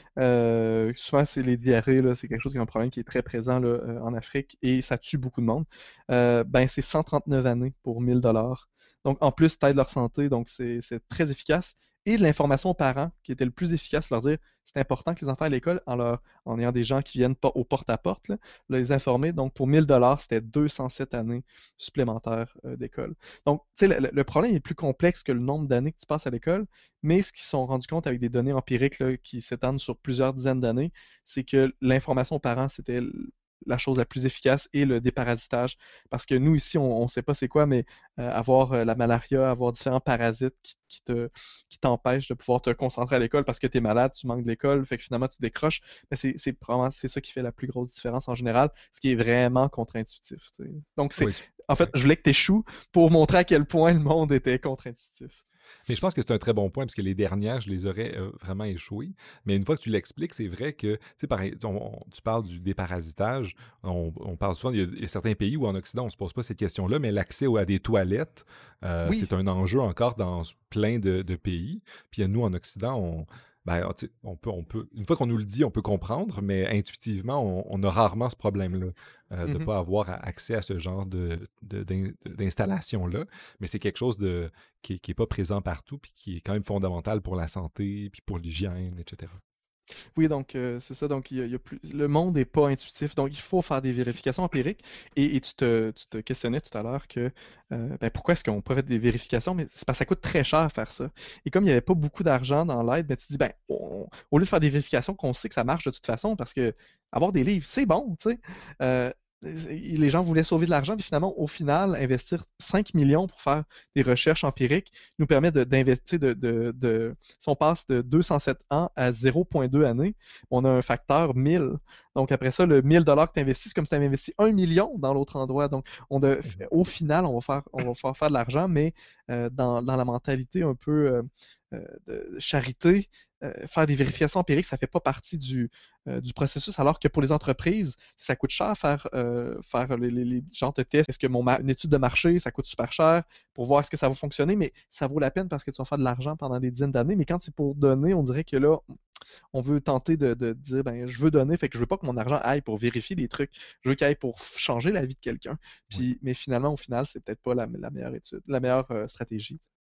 Euh, souvent, c'est les diarrhées, là, c'est quelque chose qui est un problème qui est très présent là, euh, en Afrique et ça tue beaucoup de monde. Euh, ben, c'est cent trente-neuf années pour mille dollars. Donc, en plus, t'aides leur santé, donc c'est c'est très efficace. Et de l'information aux parents, qui était le plus efficace, leur dire c'est important que les enfants aient à l'école en, leur, en ayant des gens qui viennent pas au porte-à-porte, là, les informer. Donc, pour mille dollars, c'était deux cent sept années supplémentaires euh, d'école. Donc, tu sais, le, le problème est plus complexe que le nombre d'années que tu passes à l'école, mais ce qu'ils se sont rendus compte avec des données empiriques là, qui s'étendent sur plusieurs dizaines d'années, c'est que l'information aux parents, c'était la chose la plus efficace et le déparasitage. Parce que nous, ici, on ne sait pas c'est quoi, mais euh, avoir euh, la malaria, avoir différents parasites qui, qui te, qui t'empêchent de pouvoir te concentrer à l'école parce que tu es malade, tu manques de l'école, fait que finalement tu décroches. Mais c'est, c'est probablement c'est ça qui fait la plus grosse différence en général, ce qui est vraiment contre-intuitif. Tu sais. Donc, c'est, Oui, c'est- en fait, ouais. je voulais que tu échoues pour montrer à quel point le monde était contre-intuitif. Mais je pense que c'est un très bon point parce que les dernières, je les aurais euh, vraiment échouées. Mais une fois que tu l'expliques, c'est vrai que, tu sais, pareil, on- on- tu parles du déparasitage. On, on parle souvent, il y, a, il y a certains pays où en Occident, on ne se pose pas cette question-là, mais l'accès au- à des toilettes, euh, Oui, c'est un enjeu encore dans plein de, de pays. Puis nous, en Occident, on. Ben, tu sais, on peut, on peut, une fois qu'on nous le dit, on peut comprendre, mais intuitivement, on, on a rarement ce problème-là euh, de ne mhm. pas avoir accès à ce genre de, de- d'in- d'installation-là. Mais c'est quelque chose de, qui n'est pas présent partout, puis qui est quand même fondamental pour la santé, puis pour l'hygiène, et cetera. Oui, donc euh, c'est ça. Donc il y a, il y a plus... le monde n'est pas intuitif, donc il faut faire des vérifications empiriques. Et, et tu te, tu te questionnais tout à l'heure que euh, ben, pourquoi est-ce qu'on peut faire des vérifications, mais c'est parce que ça coûte très cher à faire ça. Et comme il n'y avait pas beaucoup d'argent dans l'aide, ben, tu te dis ben on- au lieu de faire des vérifications qu'on sait que ça marche de toute façon, parce que avoir des livres, c'est bon, tu sais. Euh, les gens voulaient sauver de l'argent, puis finalement, au final, investir cinq millions pour faire des recherches empiriques nous permet de- d'investir de, de, de, si on passe de deux cent sept ans à zéro virgule deux années, on a un facteur mille. Donc après ça, le mille dollars que tu investis, c'est comme si tu avais investi un million dans l'autre endroit. Donc on a, Mhm. au final, on va faire, on va faire, faire de l'argent, mais euh, dans, dans, la mentalité un peu euh, euh, de charité, euh, faire des vérifications empiriques, ça ne fait pas partie du, euh, du processus, alors que pour les entreprises, ça coûte cher faire, euh, faire les, les, les genres de tests. Est-ce que mon une étude de marché, ça coûte super cher pour voir est-ce que ça va fonctionner, mais ça vaut la peine parce que tu vas faire de l'argent pendant des dizaines d'années. Mais quand c'est pour donner, on dirait que là, on veut tenter de, de dire ben je veux donner, fait que je veux pas que mon argent aille pour vérifier des trucs, je veux qu'il aille pour changer la vie de quelqu'un. Oui. Puis, mais finalement, au final, c'est peut-être pas la, la meilleure étude, la meilleure euh, stratégie.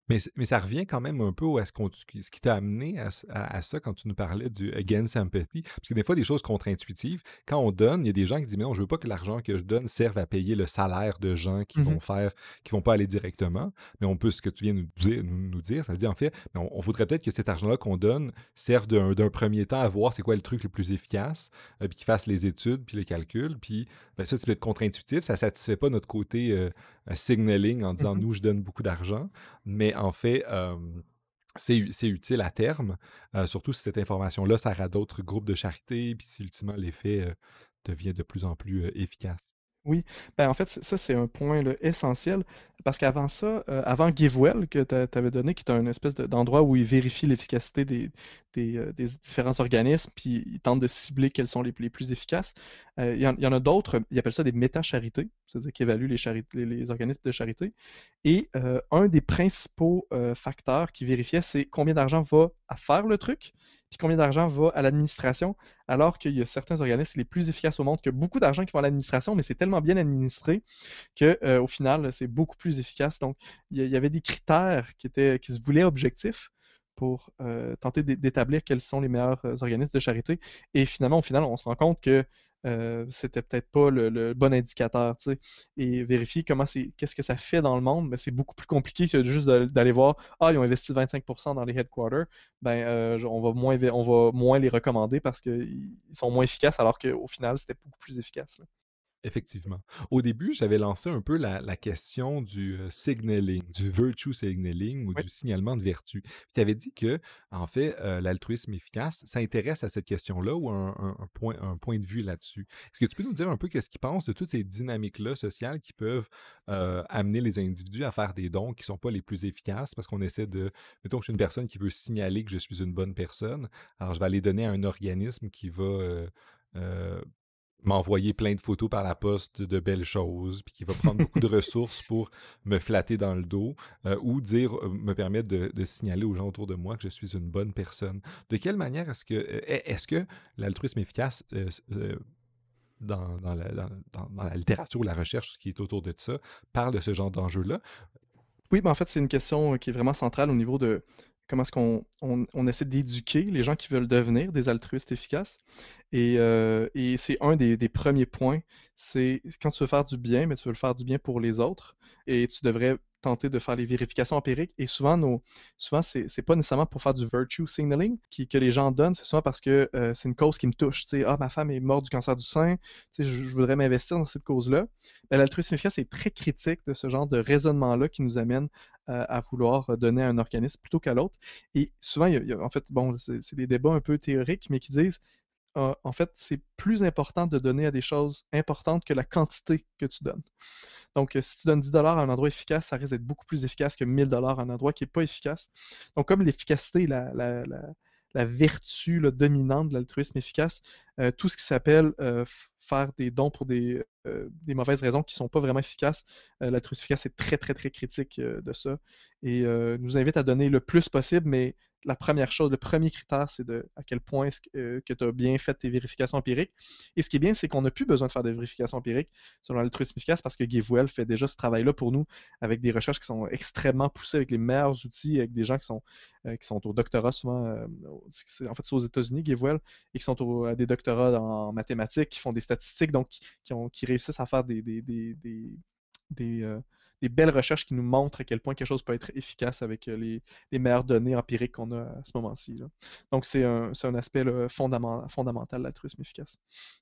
Mais, c- mais ça revient quand même un peu où est-ce qu'on, ce qui t'a amené à, ce- à- à ça quand tu nous parlais du against empathy. Parce que des fois, des choses contre-intuitives, quand on donne, il y a des gens qui disent, mais non, je veux pas que l'argent que je donne serve à payer le salaire de gens qui vont Mhm, faire, qui vont pas aller directement. Mais on peut, ce que tu viens de nous dire, nous, nous dire ça veut dire, en fait, mais on, on voudrait peut-être que cet argent-là qu'on donne serve d'un d'un premier temps à voir c'est quoi le truc le plus efficace, euh, puis qu'ils fassent les études, puis les calculs. Puis ben, ça, tu peut être contre-intuitif, ça satisfait pas notre côté euh, euh, signaling en disant, mhm. nous, je donne beaucoup d'argent. Mais en fait, euh, c'est, u- c'est utile à terme, euh, surtout si cette information-là sert à d'autres groupes de charité, puis si ultimement l'effet euh, devient de plus en plus euh, efficace. Oui, ben en fait, c- ça c'est un point là, essentiel parce qu'avant ça, euh, avant GiveWell que tu avais donné, qui est un espèce de- d'endroit où ils vérifient l'efficacité des, des, euh, des différents organismes, puis ils tentent de cibler quels sont les, les plus efficaces. Euh, il y en, il y en a d'autres, ils appellent ça des méta-charités, c'est-à-dire qu'ils évaluent les, chari- les, les organismes de charité. Et euh, un des principaux euh, facteurs qu'ils vérifiaient, c'est combien d'argent va à faire le truc, puis combien d'argent va à l'administration, alors qu'il y a certains organismes les plus efficaces au monde qui ont beaucoup d'argent qui vont à l'administration, mais c'est tellement bien administré que euh, au final, c'est beaucoup plus efficace. Donc, il y, y avait des critères qui étaient qui se voulaient objectifs pour euh, tenter d'établir quels sont les meilleurs euh, organismes de charité. Et finalement, au final, on se rend compte que euh, c'était peut-être pas le, le bon indicateur, tu sais. Et vérifier comment c'est, qu'est-ce que ça fait dans le monde, mais c'est beaucoup plus compliqué que juste de- d'aller voir, ah, ils ont investi vingt-cinq pour cent dans les headquarters, ben, euh, on va moins, on va moins les recommander parce qu'ils sont moins efficaces, alors qu'au final, c'était beaucoup plus efficace, là. Effectivement. Au début, j'avais lancé un peu la, la question du euh, signaling, du virtue signaling ou Oui. du signalement de vertu. Tu avais dit que, en fait, euh, l'altruisme efficace s'intéresse à cette question-là ou un, un- un point, un point de vue là-dessus. Est-ce que tu peux nous dire un peu qu'est-ce qu'ils pensent de toutes ces dynamiques-là sociales qui peuvent euh, amener les individus à faire des dons qui ne sont pas les plus efficaces parce qu'on essaie de, mettons que je suis une personne qui veut signaler que je suis une bonne personne, alors je vais aller donner à un organisme qui va euh, euh, m'envoyer plein de photos par la poste de belles choses, puis qui va prendre beaucoup de ressources pour me flatter dans le dos, euh, ou dire, euh, me permettre de, de signaler aux gens autour de moi que je suis une bonne personne. De quelle manière est-ce que, euh, est-ce que l'altruisme efficace, euh, euh, dans, dans, la, dans, dans- dans la littérature ou la recherche, ce qui est autour de ça, parle de ce genre d'enjeu-là? Oui, ben en fait, c'est une question euh, qui est vraiment centrale au niveau de comment est-ce qu'on on, on essaie d'éduquer les gens qui veulent devenir des altruistes efficaces. Et, euh, et c'est un des, des premiers points, c'est quand tu veux faire du bien, mais tu veux le faire du bien pour les autres, et tu devrais tenter de faire les vérifications empiriques. Et souvent, nos, souvent c'est c'est pas nécessairement pour faire du virtue signaling qui, que les gens donnent, c'est souvent parce que euh, c'est une cause qui me touche. Tu sais, ah, ma femme est morte du cancer du sein, tu sais, je, je voudrais m'investir dans cette cause-là. Ben, l'altruisme efficace est très critique de ce genre de raisonnement-là qui nous amène euh, à vouloir donner à un organisme plutôt qu'à l'autre. Et souvent, il y a, il y a- en fait, bon, c'est c'est des débats un peu théoriques, mais qui disent euh, en fait, c'est plus important de donner à des choses importantes que la quantité que tu donnes. Donc, euh, si tu donnes dix dollars à un endroit efficace, ça risque d'être beaucoup plus efficace que mille dollars à un endroit qui n'est pas efficace. Donc, comme l'efficacité est la, la, la, la vertu là, dominante de l'altruisme efficace, euh, tout ce qui s'appelle euh, faire des dons pour des, euh, des mauvaises raisons qui ne sont pas vraiment efficaces, euh, l'altruisme efficace est très, très, très critique euh, de ça et euh, nous invite à donner le plus possible, mais la première chose, le premier critère, c'est de à quel point est-ce que, euh, que tu as bien fait tes vérifications empiriques. Et ce qui est bien, c'est qu'on n'a plus besoin de faire des vérifications empiriques selon l'altruisme efficace parce que GiveWell fait déjà ce travail-là pour nous avec des recherches qui sont extrêmement poussées avec les meilleurs outils, avec des gens qui sont, euh, qui sont au doctorat souvent, euh, en fait c'est aux États-Unis, GiveWell, et qui sont au, à des doctorats en mathématiques, qui font des statistiques, donc qui, ont, qui réussissent à faire des, des, des, des, des, euh, des belles recherches qui nous montrent à quel point quelque chose peut être efficace avec euh, les, les meilleures données empiriques qu'on a à ce moment-ci, là. Donc c'est un, c'est un aspect là, fondament- fondamental de l'altruisme efficace.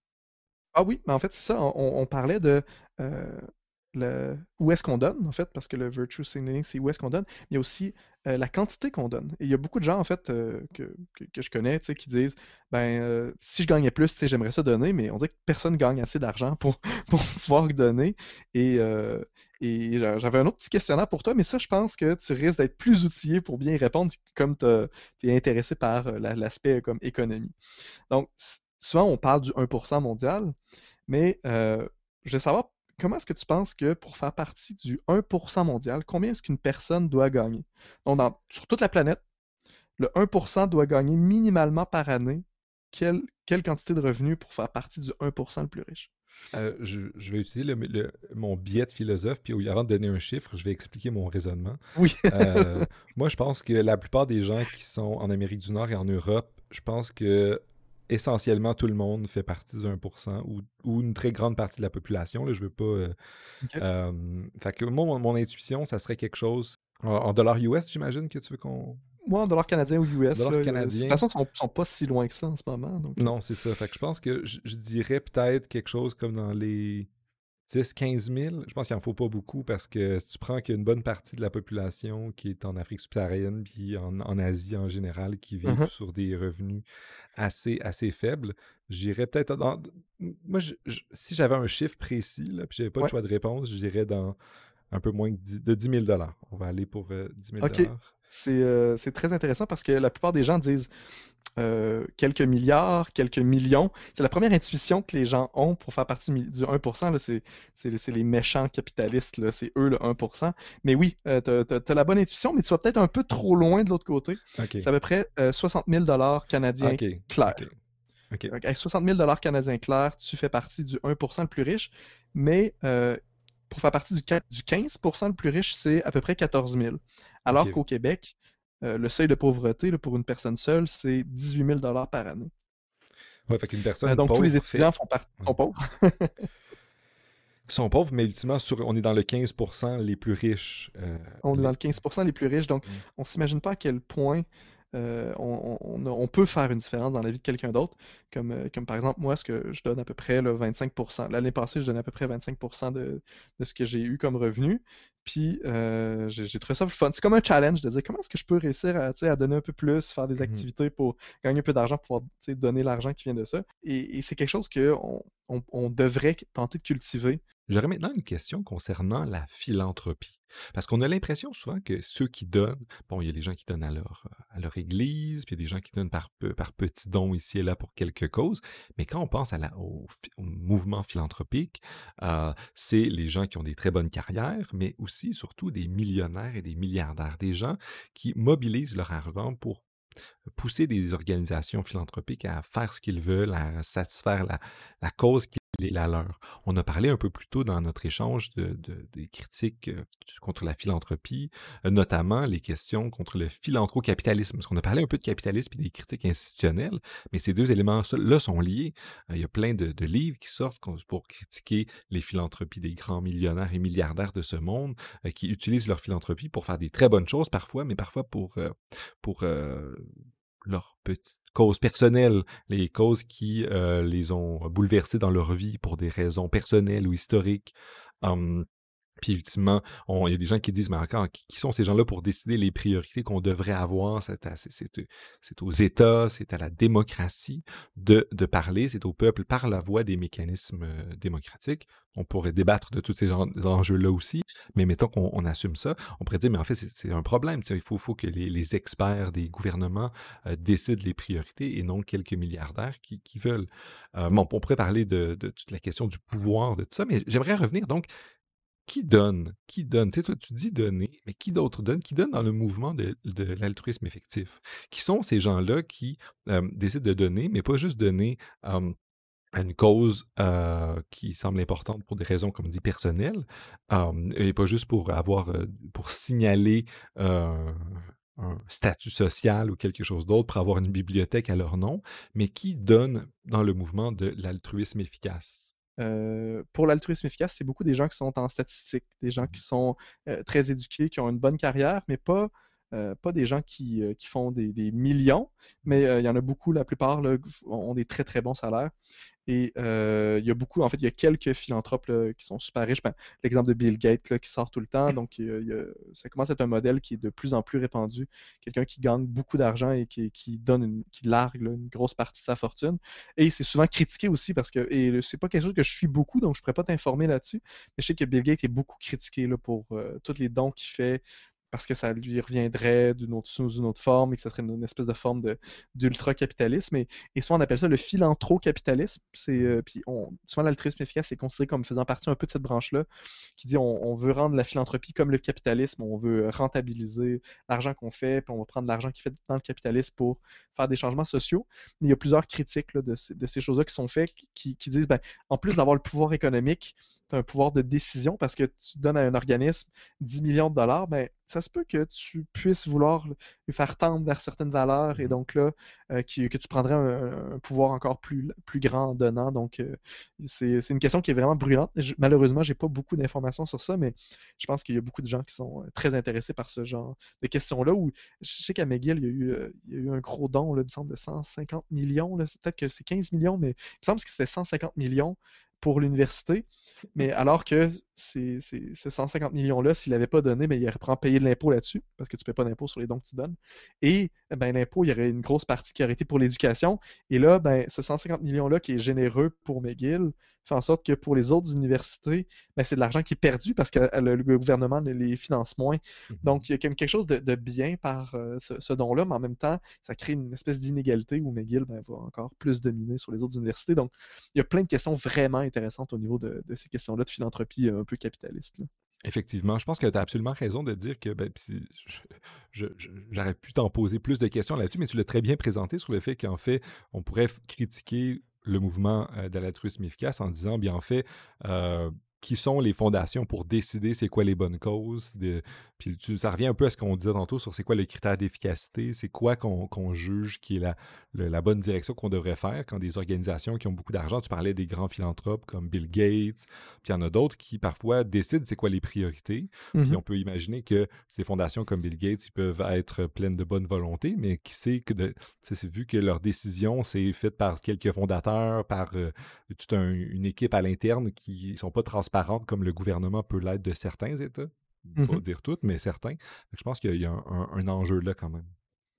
Ah oui, mais en fait, c'est ça. On, on parlait de euh, le, où est-ce qu'on donne, en fait, parce que le virtue signaling, c'est où est-ce qu'on donne, mais il y a aussi euh, la quantité qu'on donne. Et il y a beaucoup de gens, en fait, euh, que, que, que je connais, tu sais, qui disent, ben, euh, si je gagnais plus, tu sais, j'aimerais ça donner, mais on dirait que personne gagne assez d'argent pour, pour pouvoir donner. Et, euh, et j'a- j'avais un autre petit questionnaire pour toi, mais ça, je pense que tu risques d'être plus outillé pour bien y répondre, comme tu es intéressé par euh, la- l'aspect comme économie. Donc, s- souvent, on parle du un pour cent mondial, mais euh, je veux savoir, comment est-ce que tu penses que pour faire partie du un pour cent mondial, combien est-ce qu'une personne doit gagner? Donc, dans- sur toute la planète, le un pour cent doit gagner minimalement par année quelle, quelle quantité de revenus pour faire partie du un pour cent le plus riche? Euh, je, je vais utiliser le- le- mon biais de philosophe, puis au- avant de donner un chiffre, je vais expliquer mon raisonnement. Oui. Euh, moi, je pense que la plupart des gens qui sont en Amérique du Nord et en Europe, je pense que essentiellement tout le monde fait partie du un pour cent ou, ou une très grande partie de la population. Là, je veux pas. euh, Ok. euh, fait que moi, mon, mon intuition, ça serait quelque chose. En, en dollars U S, j'imagine que tu veux qu'on. Moi, en dollars canadiens ou U S, là, Dollars euh, de toute canadiens. façon, ils sont, sont pas si loin que ça en ce moment. Donc, euh, Non, c'est ça. Fait que je pense que je, je dirais peut-être quelque chose comme dans les dix quinze mille. Je pense qu'il en faut pas beaucoup parce que si tu prends qu'il y a une bonne partie de la population qui est en Afrique subsaharienne puis en, en Asie en général qui vivent mhm. sur des revenus assez, assez faibles, j'irais peut-être dans. Moi, je- je- si j'avais un chiffre précis, là, puis j'avais pas de Ouais. choix de réponse, j'irais dans un peu moins que dix de dix mille dollars. On va aller pour euh, dix mille Ok. dollars. C'est euh, c'est très intéressant parce que la plupart des gens disent euh, quelques milliards, quelques millions. C'est la première intuition que les gens ont pour faire partie mi- du un pour cent, là, c'est, c'est, c'est les méchants capitalistes, là, c'est eux le un pour cent. Mais oui, euh, tu as la bonne intuition, mais tu vas peut-être un peu trop loin de l'autre côté. C'est à OK. peu près euh, soixante mille dollars canadiens OK. OK. clairs. OK. Donc, avec soixante mille dollars canadiens clairs, tu fais partie du un pour cent le plus riche, mais euh, pour faire partie du, qua- du quinze pour cent le plus riche, c'est à peu près quatorze mille. Alors OK. qu'au Québec, euh, le seuil de pauvreté là, pour une personne seule, c'est dix-huit mille dollars par année. Ouais, fait qu'une Euh, personne donc, tous les pauvre étudiants fait. font par- Ouais. sont pauvres. Ils sont pauvres, mais ultimement, sur, on est dans le quinze pour cent les plus riches. euh, On est dans les- le quinze pour cent les plus riches, donc Mm. on s'imagine pas à quel point euh, on, on- on peut faire une différence dans la vie de quelqu'un d'autre. Comme, euh, comme par exemple, moi, ce que je donne à peu près là, vingt-cinq pour cent. L'année passée, je donnais à peu près vingt-cinq pour cent de, de ce que j'ai eu comme revenu. Puis euh, j'ai j'ai trouvé ça le fun. C'est comme un challenge de dire comment est-ce que je peux réussir à, tu sais, à donner un peu plus, faire des Mhm. activités pour gagner un peu d'argent, pour pouvoir tu sais, donner l'argent qui vient de ça. Et, et c'est quelque chose qu'on on, on devrait tenter de cultiver. J'aurais maintenant une question concernant la philanthropie. Parce qu'on a l'impression souvent que ceux qui donnent, bon, il y a des gens qui donnent à leur, euh, à leur église, puis il y a des gens qui donnent par, pe- par petits dons ici et là pour quelques causes, mais quand on pense à la- au, fi- au mouvement philanthropique, euh, c'est les gens qui ont des très bonnes carrières, mais aussi, surtout, des millionnaires et des milliardaires, des gens qui mobilisent leur argent pour pousser des organisations philanthropiques à faire ce qu'ils veulent, à satisfaire la, la cause qui est la leur. On a parlé un peu plus tôt dans notre échange de, de- des critiques euh, contre la philanthropie, euh, notamment les questions contre le philanthrocapitalisme. Parce qu'on a parlé un peu de capitalisme et des critiques institutionnelles, mais ces deux éléments-là sont liés. Euh, il y a plein de, de livres qui sortent pour critiquer les philanthropies des grands millionnaires et milliardaires de ce monde, euh, qui utilisent leur philanthropie pour faire des très bonnes choses parfois, mais parfois pour, euh, pour euh, leurs petites causes personnelles, les causes qui euh, les ont bouleversés dans leur vie pour des raisons personnelles ou historiques. Hum, puis ultimement, on- il y a des gens qui disent, mais encore, qui, qui sont ces gens-là pour décider les priorités qu'on devrait avoir? C'est, à- c'est- c'est- c'est aux États, c'est à la démocratie de, de parler, c'est au peuple par la voie des mécanismes euh, démocratiques. On pourrait débattre de tous ces en- enjeux-là aussi, mais mettons qu'on on assume ça, on pourrait dire, mais en fait, c'est, c'est un problème. Tu sais, il faut, faut que les, les experts des gouvernements euh, décident les priorités et non quelques milliardaires qui, qui veulent. Euh, bon, on pourrait parler de, de toute la question du pouvoir, de tout ça, mais j'aimerais revenir donc qui donne? Qui donne? Tu sais, toi, tu dis donner, mais qui d'autre donne? Qui donne dans le mouvement de, de l'altruisme effectif? Qui sont ces gens-là qui euh, décident de donner, mais pas juste donner euh, à une cause euh, qui semble importante pour des raisons, comme dit, personnelles, euh, et pas juste pour avoir, euh, pour signaler euh, un statut social ou quelque chose d'autre, pour avoir une bibliothèque à leur nom, mais qui donne dans le mouvement de l'altruisme efficace? Euh, pour l'altruisme efficace, c'est beaucoup des gens qui sont en statistique, des gens qui sont euh, très éduqués, qui ont une bonne carrière, mais pas, euh, pas des gens qui, euh, qui font des, des millions, mais euh, il y en a beaucoup, la plupart là, ont des très très bons salaires. Et euh, il y a beaucoup, en fait, il y a quelques philanthropes là, qui sont super riches. Ben, l'exemple de Bill Gates là, qui sort tout le temps, donc il y a- il y a- ça commence à être un modèle qui est de plus en plus répandu. Quelqu'un qui gagne beaucoup d'argent et qui, qui donne une, qui largue là, une grosse partie de sa fortune. Et c'est souvent critiqué aussi parce que, et c'est pas quelque chose que je suis beaucoup, donc je pourrais pas t'informer là-dessus, mais je sais que Bill Gates est beaucoup critiqué là, pour euh, tous les dons qu'il fait, parce que ça lui reviendrait d'une autre, sous une autre forme et que ça serait une, une espèce de forme de, d'ultra-capitalisme. Et, et souvent, on appelle ça le philanthrocapitalisme. C'est, Mhm. euh, puis on, souvent, l'altruisme efficace est considéré comme faisant partie un peu de cette branche-là, qui dit on, on veut rendre la philanthropie comme le capitalisme, on veut rentabiliser l'argent qu'on fait, puis on va prendre l'argent qui fait dans le capitalisme pour faire des changements sociaux. Mais il y a plusieurs critiques là, de, ces, de, ces choses-là qui sont faites qui, qui disent, ben, en plus d'avoir le pouvoir économique, tu as un pouvoir de décision parce que tu donnes à un organisme dix millions de dollars, ben, ça se peut que tu puisses vouloir lui faire tendre vers certaines valeurs et Mhm. donc là, euh, qui, que tu prendrais un, un, pouvoir encore plus, plus grand en donnant. Donc, euh, c'est, c'est une question qui est vraiment brûlante. Je, malheureusement, j'ai pas beaucoup d'informations sur ça, mais je pense qu'il y a beaucoup de gens qui sont très intéressés par ce genre de questions-là. Où je sais qu'à McGill, il y a eu, euh, il y a eu un gros don, là, il me semble, de cent cinquante millions. Là. Peut-être que c'est quinze millions, mais il me semble que c'était cent cinquante millions pour l'université. Mais alors que c'est, c'est, ce cent cinquante millions-là, s'il n'avait pas donné, ben, il aurait payé de l'impôt là-dessus, parce que tu ne payes pas d'impôt sur les dons que tu donnes. Et ben, l'impôt, il y aurait une grosse partie qui aurait été pour l'éducation. Et là, ben, ce cent cinquante millions-là qui est généreux pour McGill fait en sorte que pour les autres universités, ben, c'est de l'argent qui est perdu parce que le, le gouvernement les finance moins. Mhm. Donc, il y a quelque chose de, de bien par euh, ce, ce don-là, mais en même temps, ça crée une espèce d'inégalité où McGill ben, va encore plus dominer sur les autres universités. Donc, il y a plein de questions vraiment intéressantes au niveau de, de ces questions-là de philanthropie euh, un peu capitaliste. Là. Effectivement, je pense que tu as absolument raison de dire que ben, je, je, je, j'aurais pu t'en poser plus de questions là-dessus, mais tu l'as très bien présenté sur le fait qu'en fait, on pourrait critiquer le mouvement euh, de l'altruisme efficace en disant, bien en fait, euh, qui sont les fondations pour décider c'est quoi les bonnes causes. De... Puis tu, ça revient un peu à ce qu'on disait tantôt sur c'est quoi le critère d'efficacité, c'est quoi qu'on qu'on juge qui est la, le, la bonne direction qu'on devrait faire quand des organisations qui ont beaucoup d'argent, tu parlais des grands philanthropes comme Bill Gates, puis il y en a d'autres qui parfois décident c'est quoi les priorités. Puis Mm-hmm. on peut imaginer que ces fondations comme Bill Gates, ils peuvent être pleines de bonne volonté, mais qui sait que de, c'est vu que leur décision c'est faite par quelques fondateurs, par euh, toute un, une équipe à l'interne qui ne sont pas transparentes comme le gouvernement peut l'être de certains États. Pas Mm-hmm. dire toutes, mais certains. Je pense qu'il y a un, un, un enjeu là quand même.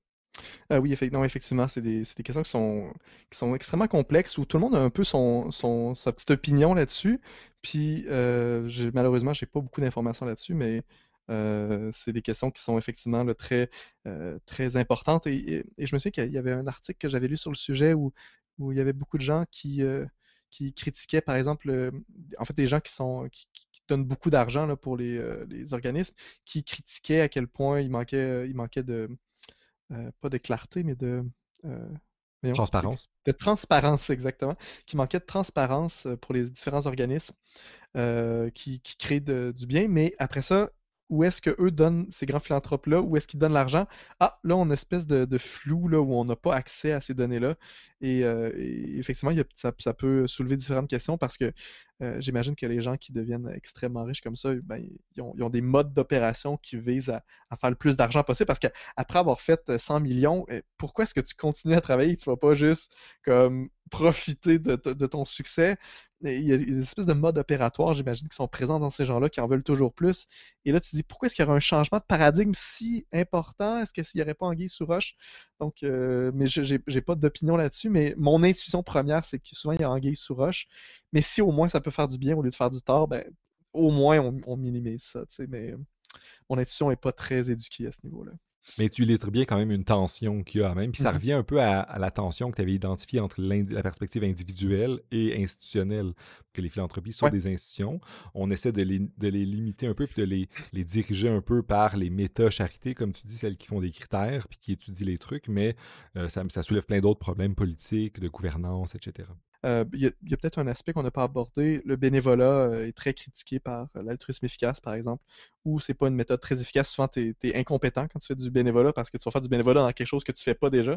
Ah oui, effectivement, non, effectivement, c'est des, c'est des questions qui sont, qui sont extrêmement complexes où tout le monde a un peu son, son, sa petite opinion là-dessus. Puis, euh, j'ai- malheureusement, j'ai pas beaucoup d'informations là-dessus, mais euh, c'est des questions qui sont effectivement là, très, euh, très importantes. Et, et- et je me souviens qu'il y avait un article que j'avais lu sur le sujet où, où il y avait beaucoup de gens qui, euh, qui critiquaient, par exemple, euh, en fait, des gens qui sont, qui, qui- qui donnent beaucoup d'argent là, pour les, euh, les organismes, qui critiquaient à quel point il manquait, il manquait de euh, pas de clarté, mais de, euh, voyons, c'est- Transparence. de transparence, exactement, qui manquait de transparence euh, pour les différents organismes euh, qui, qui créent de- du bien. Mais après ça, où est-ce qu'eux donnent ces grands philanthropes-là, où est-ce qu'ils donnent l'argent? Ah, là, on a une espèce de, de flou là, où on n'a pas accès à ces données-là. Et, euh, et effectivement, il y a- ça, ça peut soulever différentes questions parce que euh, j'imagine que les gens qui deviennent extrêmement riches comme ça, ben, ils ont, ils ont des modes d'opération qui visent à, à faire le plus d'argent possible parce qu'après avoir fait euh, cent millions, euh, pourquoi est-ce que tu continues à travailler? Tu vas pas juste comme profiter de, de- de ton succès. Et il y a des espèces de modes opératoires, j'imagine, qui sont présents dans ces gens-là, qui en veulent toujours plus. Et là, tu te dis, pourquoi est-ce qu'il y aurait un changement de paradigme si important? Est-ce qu'il n'y aurait pas anguille sous roche? Donc, euh, mais je n'ai pas d'opinion là-dessus, mais mon intuition première, c'est que souvent, il y a anguille sous roche. Mais si au moins ça peut faire du bien au lieu de faire du tort, ben, au moins on, on minimise ça. Tu sais, mais euh, mon intuition n'est pas très éduquée à ce niveau-là. Mais tu illustres bien quand même une tension qu'il y a même. Puis ça Mhm. revient un peu à, à la tension que tu avais identifiée entre la perspective individuelle et institutionnelle. Que les philanthropies sont Ouais. des institutions. On essaie de les, de les limiter un peu puis de les, les diriger un peu par les méta-charités, comme tu dis, celles qui font des critères puis qui étudient les trucs, mais euh, ça, ça soulève plein d'autres problèmes politiques, de gouvernance, et cetera. Euh, Il y a, il y a peut-être un aspect qu'on n'a pas abordé. Le bénévolat euh, est très critiqué par euh, l'altruisme efficace, par exemple, où c'est pas une méthode très efficace. Souvent, tu es, incompétent quand tu fais du bénévolat parce que tu vas faire du bénévolat dans quelque chose que tu fais pas déjà.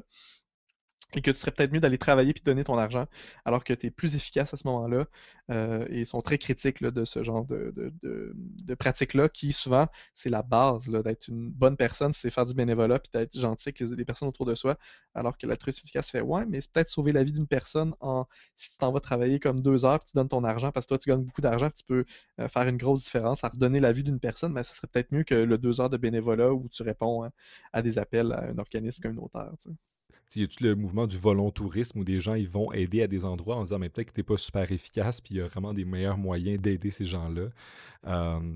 Et que tu serais peut-être mieux d'aller travailler puis donner ton argent, alors que tu es plus efficace à ce moment-là. Euh, et ils sont très critiques là, de ce genre de, de, de, de pratiques-là, qui souvent, c'est la base là, d'être une bonne personne, c'est faire du bénévolat puis d'être gentil avec les, les personnes autour de soi, alors que l'altruisme efficace fait ouais, mais c'est peut-être sauver la vie d'une personne en si tu t'en vas travailler comme deux heures puis tu donnes ton argent parce que toi tu gagnes beaucoup d'argent, tu peux euh, faire une grosse différence à redonner la vie d'une personne, mais ça serait peut-être mieux que le deux heures de bénévolat où tu réponds hein, à des appels à un organisme communautaire. Tu sais. Il y a tout le mouvement du volontourisme où des gens ils vont aider à des endroits en disant mais peut-être que t'es pas super efficace puis il y a vraiment des meilleurs moyens d'aider ces gens-là. Euh,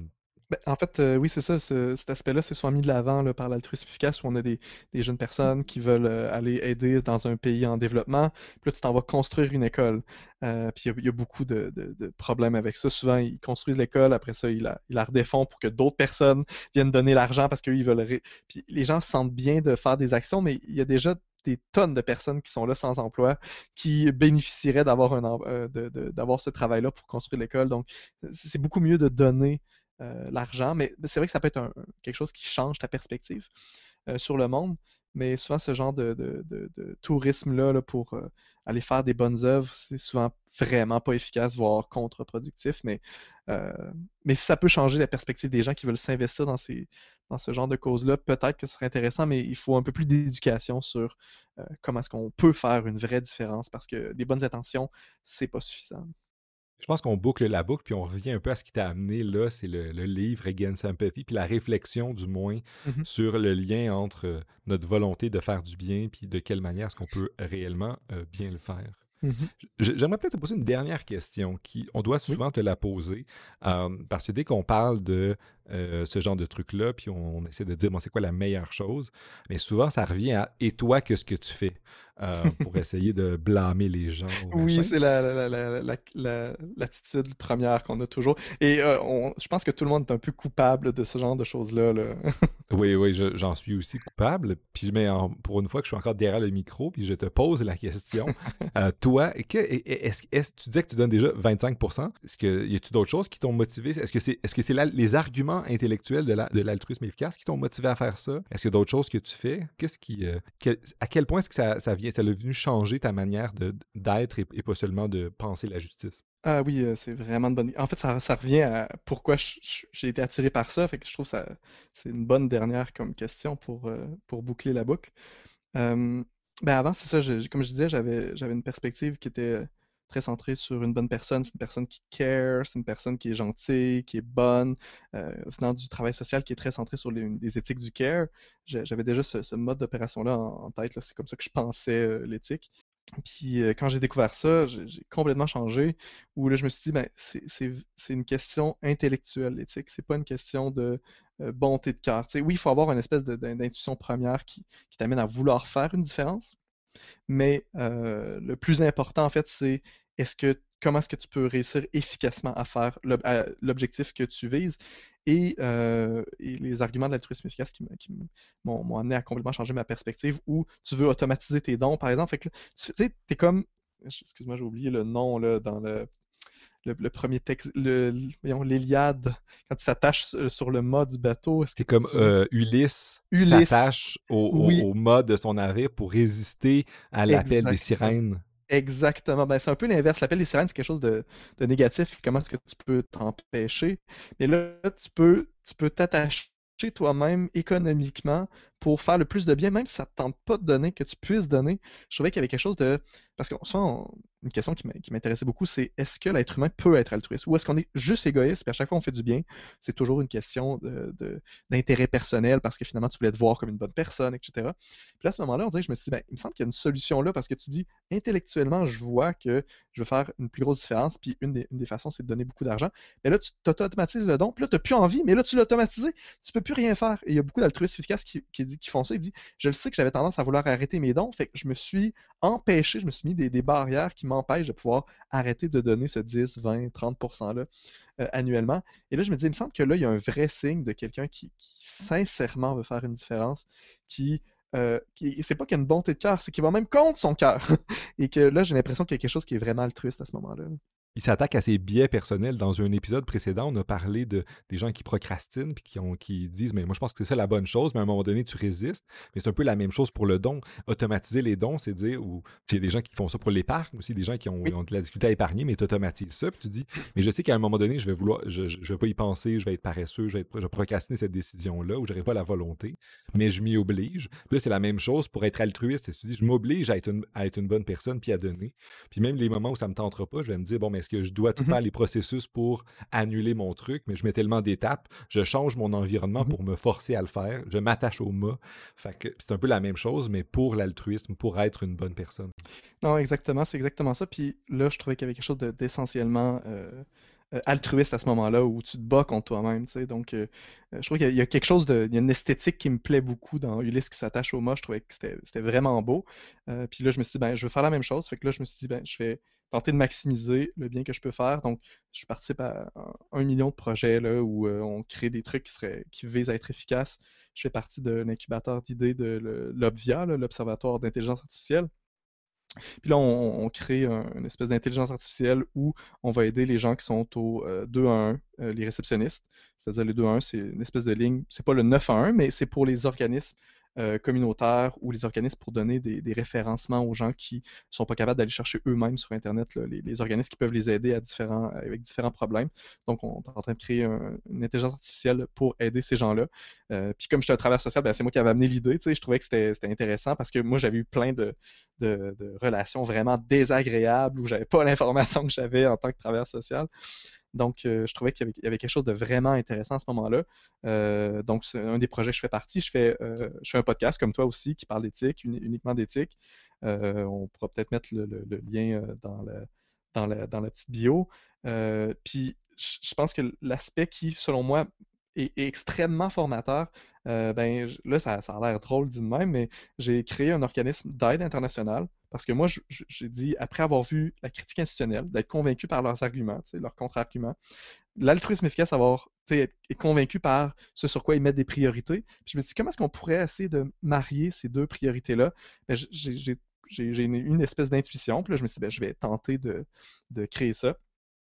Ben, en fait, euh, oui, c'est ça, ce- cet aspect-là, c'est souvent mis de l'avant là, par l'altruisme efficace, où on a des, des jeunes personnes qui veulent euh, aller aider dans un pays en développement. Puis là, tu t'en vas construire une école. Euh, puis il y, a il y a beaucoup de, de- de problèmes avec ça. Souvent, ils construisent l'école, après ça, ils la, ils la redéfont pour que d'autres personnes viennent donner l'argent parce qu'eux, ils veulent... ré- Puis les gens se sentent bien de faire des actions, mais il y a déjà des tonnes de personnes qui sont là sans emploi, qui bénéficieraient d'avoir un, em- euh, de- de- d'avoir ce travail-là pour construire l'école. Donc, c'est beaucoup mieux de donner euh, l'argent. Mais c'est vrai que ça peut être un- quelque chose qui change ta perspective euh, sur le monde. Mais souvent, ce genre de, de- de- de tourisme-là là, pour euh, aller faire des bonnes œuvres, c'est souvent vraiment pas efficace, voire contre-productif. Mais, euh, mais si ça peut changer la perspective des gens qui veulent s'investir dans ces, dans ce genre de causes-là, peut-être que ce serait intéressant, mais il faut un peu plus d'éducation sur euh, comment est-ce qu'on peut faire une vraie différence parce que des bonnes intentions, c'est pas suffisant. Je pense qu'on boucle la boucle, puis on revient un peu à ce qui t'a amené là, c'est le, le livre Against Empathy, puis la réflexion du moins Mhm. sur le lien entre euh, notre volonté de faire du bien, puis de quelle manière est-ce qu'on peut réellement euh, bien le faire. Mhm. J- J'aimerais peut-être te poser une dernière question qui, on doit Oui. souvent te la poser, euh, parce que dès qu'on parle de euh, ce genre de truc-là, puis on essaie de dire, bon, c'est quoi la meilleure chose, mais souvent ça revient à «et toi, qu'est-ce que tu fais?» euh, pour essayer de blâmer les gens ou Oui, machin. c'est la, la, la, la- la- l'attitude première qu'on a toujours. Et euh, on- je pense que tout le monde est un peu coupable de ce genre de choses-là, là. Oui, oui, je- j'en suis aussi coupable. Puis, mais en- pour une fois que je suis encore derrière le micro, puis je te pose la question, euh, toi, que- est-ce, est-ce tu disais que tu donnes déjà vingt-cinq pour cent? Est-ce que y a-tu d'autres choses qui t'ont motivé? Est-ce que c'est, est-ce que c'est la- les arguments intellectuels de, la- de l'altruisme efficace qui t'ont motivé à faire ça? Est-ce qu'il y a d'autres choses que tu fais? Qu'est-ce qui, euh, que- à quel point est-ce que ça, ça vient, ça l'a venu changer ta manière de, d'être et, et pas seulement de penser la justice? Ah oui, euh, c'est vraiment une bonne... En fait, ça, ça revient à pourquoi je- je- j'ai été attiré par ça. Fait que je trouve ça c'est une bonne dernière comme question pour, euh, pour boucler la boucle. Euh, ben avant, c'est ça, je- comme je disais, j'avais j'avais une perspective qui était très centrée sur une bonne personne. C'est une personne qui care, c'est une personne qui est gentille, qui est bonne, euh, venant du travail social qui est très centré sur les, les éthiques du care. J'ai- J'avais déjà ce, ce mode d'opération-là en, en tête, là. C'est comme ça que je pensais euh, l'éthique. Puis euh, quand j'ai découvert ça, j'ai j'ai complètement changé. Où là, je me suis dit, ben, c'est c'est- c'est une question intellectuelle, l'éthique. C'est pas une question de euh, bonté de cœur. Tu sais, oui, il faut avoir une espèce de- d'in- d'intuition première qui, qui t'amène à vouloir faire une différence. Mais euh, le plus important, en fait, c'est est-ce que comment est-ce que tu peux réussir efficacement à faire l'ob- à l'objectif que tu vises. Et, euh, et les arguments de l'altruisme efficace qui me- qui me- m'ont m'ont amené à complètement changer ma perspective, où tu veux automatiser tes dons, par exemple. Fait que là, tu sais, t'es comme, excuse-moi, j'ai oublié le nom là, dans le, le, le premier texte, le, voyons, l'Iliade, quand il s'attache sur, sur le mât du bateau, est-ce que C'est tu te comme souviens? euh, Ulysse qui Ulysse, s'attache au, au- oui, au mât de son navire pour résister à l'appel des exactement. sirènes. Exactement. Ben, c'est un peu l'inverse. L'appel des sirènes, c'est quelque chose de, de négatif. Comment est-ce que tu peux t'empêcher? Mais là, tu peux, tu peux t'attacher toi-même économiquement pour faire le plus de bien, même si ça ne te tente pas de donner, que tu puisses donner. Je trouvais qu'il y avait quelque chose de... Parce que ça, on- une question qui m'a- qui m'intéressait beaucoup, c'est est-ce que l'être humain peut être altruiste? Ou est-ce qu'on est juste égoïste, puis à chaque fois on fait du bien, c'est toujours une question de, de- d'intérêt personnel parce que finalement tu voulais te voir comme une bonne personne, et cetera. Puis là, à ce moment-là, on dirait que je me suis dit, ben, il me semble qu'il y a une solution là parce que tu dis, intellectuellement, je vois que je veux faire une plus grosse différence, puis une des, une des façons, c'est de donner beaucoup d'argent. Mais là, tu automatises le don, puis là, tu n'as plus envie, mais là, tu l'as automatisé, tu peux plus rien faire. Et il y a beaucoup d'altruistes efficaces qui, qui, qui font ça. Ils disent, je le sais que j'avais tendance à vouloir arrêter mes dons, fait que je me suis empêché, je me suis mis des, des barrières qui m'empêchent de pouvoir arrêter de donner ce dix, vingt, trente pour cent-là euh, annuellement. Et là, je me dis, il me semble que là, il y a un vrai signe de quelqu'un qui, qui sincèrement veut faire une différence, qui euh, qui- c'est pas qu'il y a une bonté de cœur, c'est qu'il va même contre son cœur. Et que là, j'ai l'impression qu'il y a quelque chose qui est vraiment altruiste à ce moment-là. Il s'attaque à ses biais personnels. Dans un épisode précédent, on a parlé de, des gens qui procrastinent puis qui, ont, qui disent mais moi je pense que c'est ça la bonne chose, mais à un moment donné tu résistes. Mais c'est un peu la même chose pour le don. Automatiser les dons, c'est dire, ou il y a des gens qui font ça pour l'épargne aussi, des gens qui ont, Oui. ont de la difficulté à épargner, mais tu automatises ça, puis tu dis mais je sais qu'à un moment donné, je vais vouloir, je, je, je vais pas y penser, je vais être paresseux, je vais, être, je vais procrastiner cette décision-là, ou j'aurai pas la volonté, mais je m'y oblige. Puis là, c'est la même chose pour être altruiste. Tu dis je m'oblige à être, une, à être une bonne personne puis à donner. Puis même les moments où ça me tentera pas, je vais me dire bon, mais est-ce que je dois tout Mhm, faire les processus pour annuler mon truc, mais je mets tellement d'étapes, je change mon environnement mhm. pour me forcer à le faire, je m'attache au mât. Fait que c'est un peu la même chose, mais pour l'altruisme, pour être une bonne personne. Non, exactement, c'est exactement ça. Puis là, je trouvais qu'il y avait quelque chose de- d'essentiellement euh, euh, altruiste à ce moment-là, où tu te bats contre toi-même, tu sais. Donc, euh, euh, je trouve qu'il y, a il y a quelque chose de, il y a une esthétique qui me plaît beaucoup dans Ulysse qui s'attache au mât. Je trouvais que c'était c'était vraiment beau. Euh, puis là, je me suis dit, ben, je veux faire la même chose. Fait que là, je me suis dit, ben, je vais tenter de maximiser le bien que je peux faire. Donc, je participe à un, un million de projets là, où euh, on crée des trucs qui seraient, qui visent à être efficaces. Je fais partie de l'incubateur d'idées de le- l'Obvia, là, l'Observatoire d'intelligence artificielle. Puis là, on, on crée un- une espèce d'intelligence artificielle où on va aider les gens qui sont au euh, deux à un, euh, les réceptionnistes. C'est-à-dire les deux à un, c'est une espèce de ligne, c'est pas le neuf à un, mais c'est pour les organismes euh, communautaires ou les organismes pour donner des, des référencements aux gens qui sont pas capables d'aller chercher eux-mêmes sur Internet, là, les, les organismes qui peuvent les aider à différents, avec différents problèmes. Donc, on est en train de créer un- une intelligence artificielle pour aider ces gens-là. Euh, puis comme je suis un travailleur social, ben, c'est moi qui avais amené l'idée. Tu sais, je trouvais que c'était c'était intéressant parce que moi, j'avais eu plein de, de, de relations vraiment désagréables où j'avais pas l'information que j'avais en tant que travailleur social. Donc, euh, je trouvais qu'il y avait, il y avait quelque chose de vraiment intéressant à ce moment-là. Euh, donc, c'est un des projets que je fais partie. Je fais, euh, je fais un podcast comme toi aussi qui parle d'éthique, uni- uniquement d'éthique. Euh, on pourra peut-être mettre le, le- le lien euh, dans, le, dans, la, dans la petite bio. Euh, puis, je je pense que l'aspect qui, selon moi, est, est extrêmement formateur, euh, ben, je- là, ça, ça a l'air drôle dit de même, mais j'ai créé un organisme d'aide internationale parce que moi, je- je- j'ai dit, après avoir vu la critique institutionnelle, d'être convaincu par leurs arguments, tu sais, leurs contre-arguments, l'altruisme efficace, avoir, tu sais, être, être convaincu par ce sur quoi ils mettent des priorités. Puis je me dis, comment est-ce qu'on pourrait essayer de marier ces deux priorités-là? Ben, j'ai j'ai- j'ai- j'ai une, une espèce d'intuition, puis là, je me suis dit, ben, je vais tenter de, de créer ça.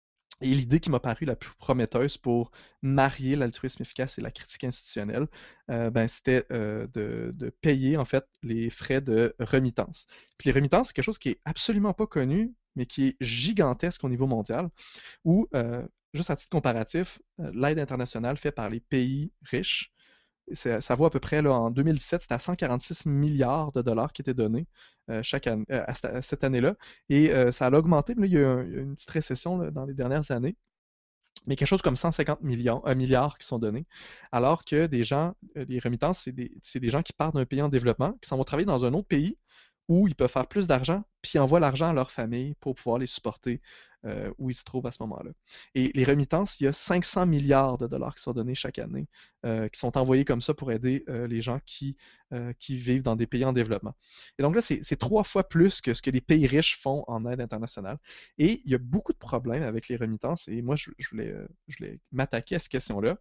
Et l'idée qui m'a paru la plus prometteuse pour marier l'altruisme efficace et la critique institutionnelle, euh, ben, c'était euh, de, de payer en fait les frais de remittance. Puis les remittances, c'est quelque chose qui est absolument pas connu, mais qui est gigantesque au niveau mondial, où, euh, juste à titre comparatif, euh, l'aide internationale faite par les pays riches, ça, ça vaut à peu près, là, en deux mille dix-sept, c'était à cent quarante-six milliards de dollars qui étaient donnés euh, chaque année, euh, à, cette à cette année-là. Et euh, ça a augmenté. Là, il y a eu un- une petite récession là, dans les dernières années, mais quelque chose comme cent cinquante millions, euh, milliards qui sont donnés. Alors que des gens, euh, les remittances, c'est des, c'est des gens qui partent d'un pays en développement, qui s'en vont travailler dans un autre pays où ils peuvent faire plus d'argent, puis ils envoient l'argent à leur famille pour pouvoir les supporter euh, où ils se trouvent à ce moment-là. Et les remittances, il y a cinq cents milliards de dollars qui sont donnés chaque année, euh, qui sont envoyés comme ça pour aider euh, les gens qui, euh, qui vivent dans des pays en développement. Et donc là, c'est c'est trois fois plus que ce que les pays riches font en aide internationale. Et il y a beaucoup de problèmes avec les remittances. Et moi, je, je voulais, euh, je voulais m'attaquer à cette question-là.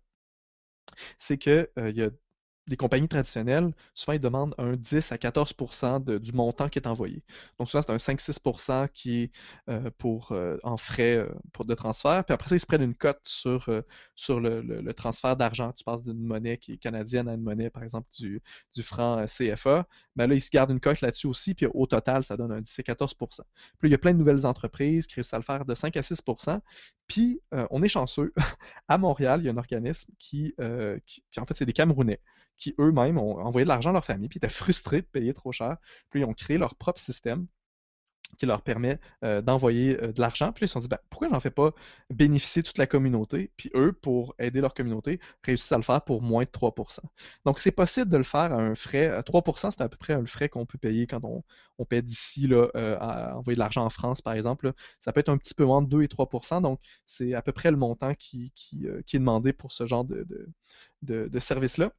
C'est que euh, il y a des compagnies traditionnelles, souvent ils demandent un dix à quatorze pour cent de- du montant qui est envoyé. Donc souvent c'est un cinq à six pour cent qui est euh, pour, euh, en frais euh, pour, de transfert. Puis après ça, ils se prennent une cote sur, euh, sur le, le- le transfert d'argent. Tu passes d'une monnaie qui est canadienne à une monnaie, par exemple, du, du franc euh, C F A. Mais là, ils se gardent une cote là-dessus aussi. Puis au total, ça donne un dix à quatorze pour cent. Puis là, il y a plein de nouvelles entreprises qui réussissent à le faire de cinq à six pour cent. Puis euh, on est chanceux. À Montréal, il y a un organisme qui, euh, qui, qui, en fait, c'est des Camerounais qui eux-mêmes ont envoyé de l'argent à leur famille, puis étaient frustrés de payer trop cher. Puis ils ont créé leur propre système qui leur permet euh, d'envoyer euh, de l'argent. Puis ils se sont dit, ben, pourquoi j'en fais pas bénéficier toute la communauté? Puis eux, pour aider leur communauté, réussissent à le faire pour moins de trois pour cent. Donc c'est possible de le faire à un frais. À trois pour cent, c'est à peu près le frais qu'on peut payer quand on, on paie d'ici là, euh, à envoyer de l'argent en France, par exemple. Là. Ça peut être un petit peu moins de deux et trois pour cent. Donc c'est à peu près le montant qui, qui, euh, qui est demandé pour ce genre de, de, de, de service-là.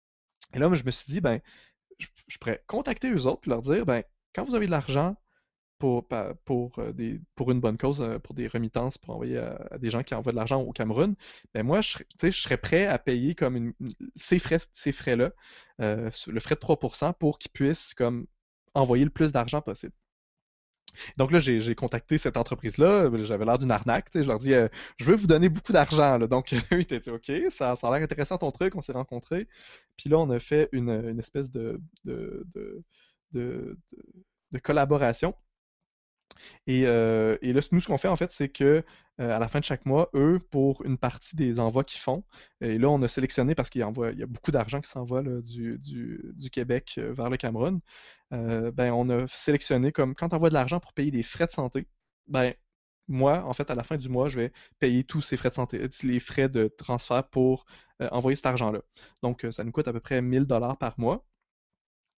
Et là, moi, je me suis dit, ben, je, je pourrais contacter eux autres et leur dire, ben, quand vous avez de l'argent pour, pour, euh, des, pour une bonne cause, euh, pour des remittances, pour envoyer à, à des gens qui envoient de l'argent au Cameroun, ben moi, je, serais- tu sais, je serais prêt à payer comme une- une- ces frais, ces frais-là, euh, le frais de trois pour cent pour qu'ils puissent comme envoyer le plus d'argent possible. Donc là, j'ai j'ai contacté cette entreprise-là. J'avais l'air d'une arnaque. Tu sais, je leur dis, euh, je veux vous donner beaucoup d'argent, là. Donc, eux, ils étaient dit, OK, ça, ça a l'air intéressant ton truc. On s'est rencontrés. Puis là, on a fait une, une espèce de, de, de, de, de- de collaboration. Et, euh, et là, nous, ce qu'on fait, en fait, c'est que euh, à la fin de chaque mois, eux, pour une partie des envois qu'ils font, et là, on a sélectionné parce qu'il envoie, il y a beaucoup d'argent qui s'envoie là, du, du, du Québec euh, vers le Cameroun. Euh, ben, on a sélectionné comme quand tu envoies de l'argent pour payer des frais de santé, ben, moi, en fait, à la fin du mois, je vais payer tous ces frais de santé, euh, les frais de transfert pour euh, envoyer cet argent-là. Donc, euh, ça nous coûte à peu près mille dollars par mois.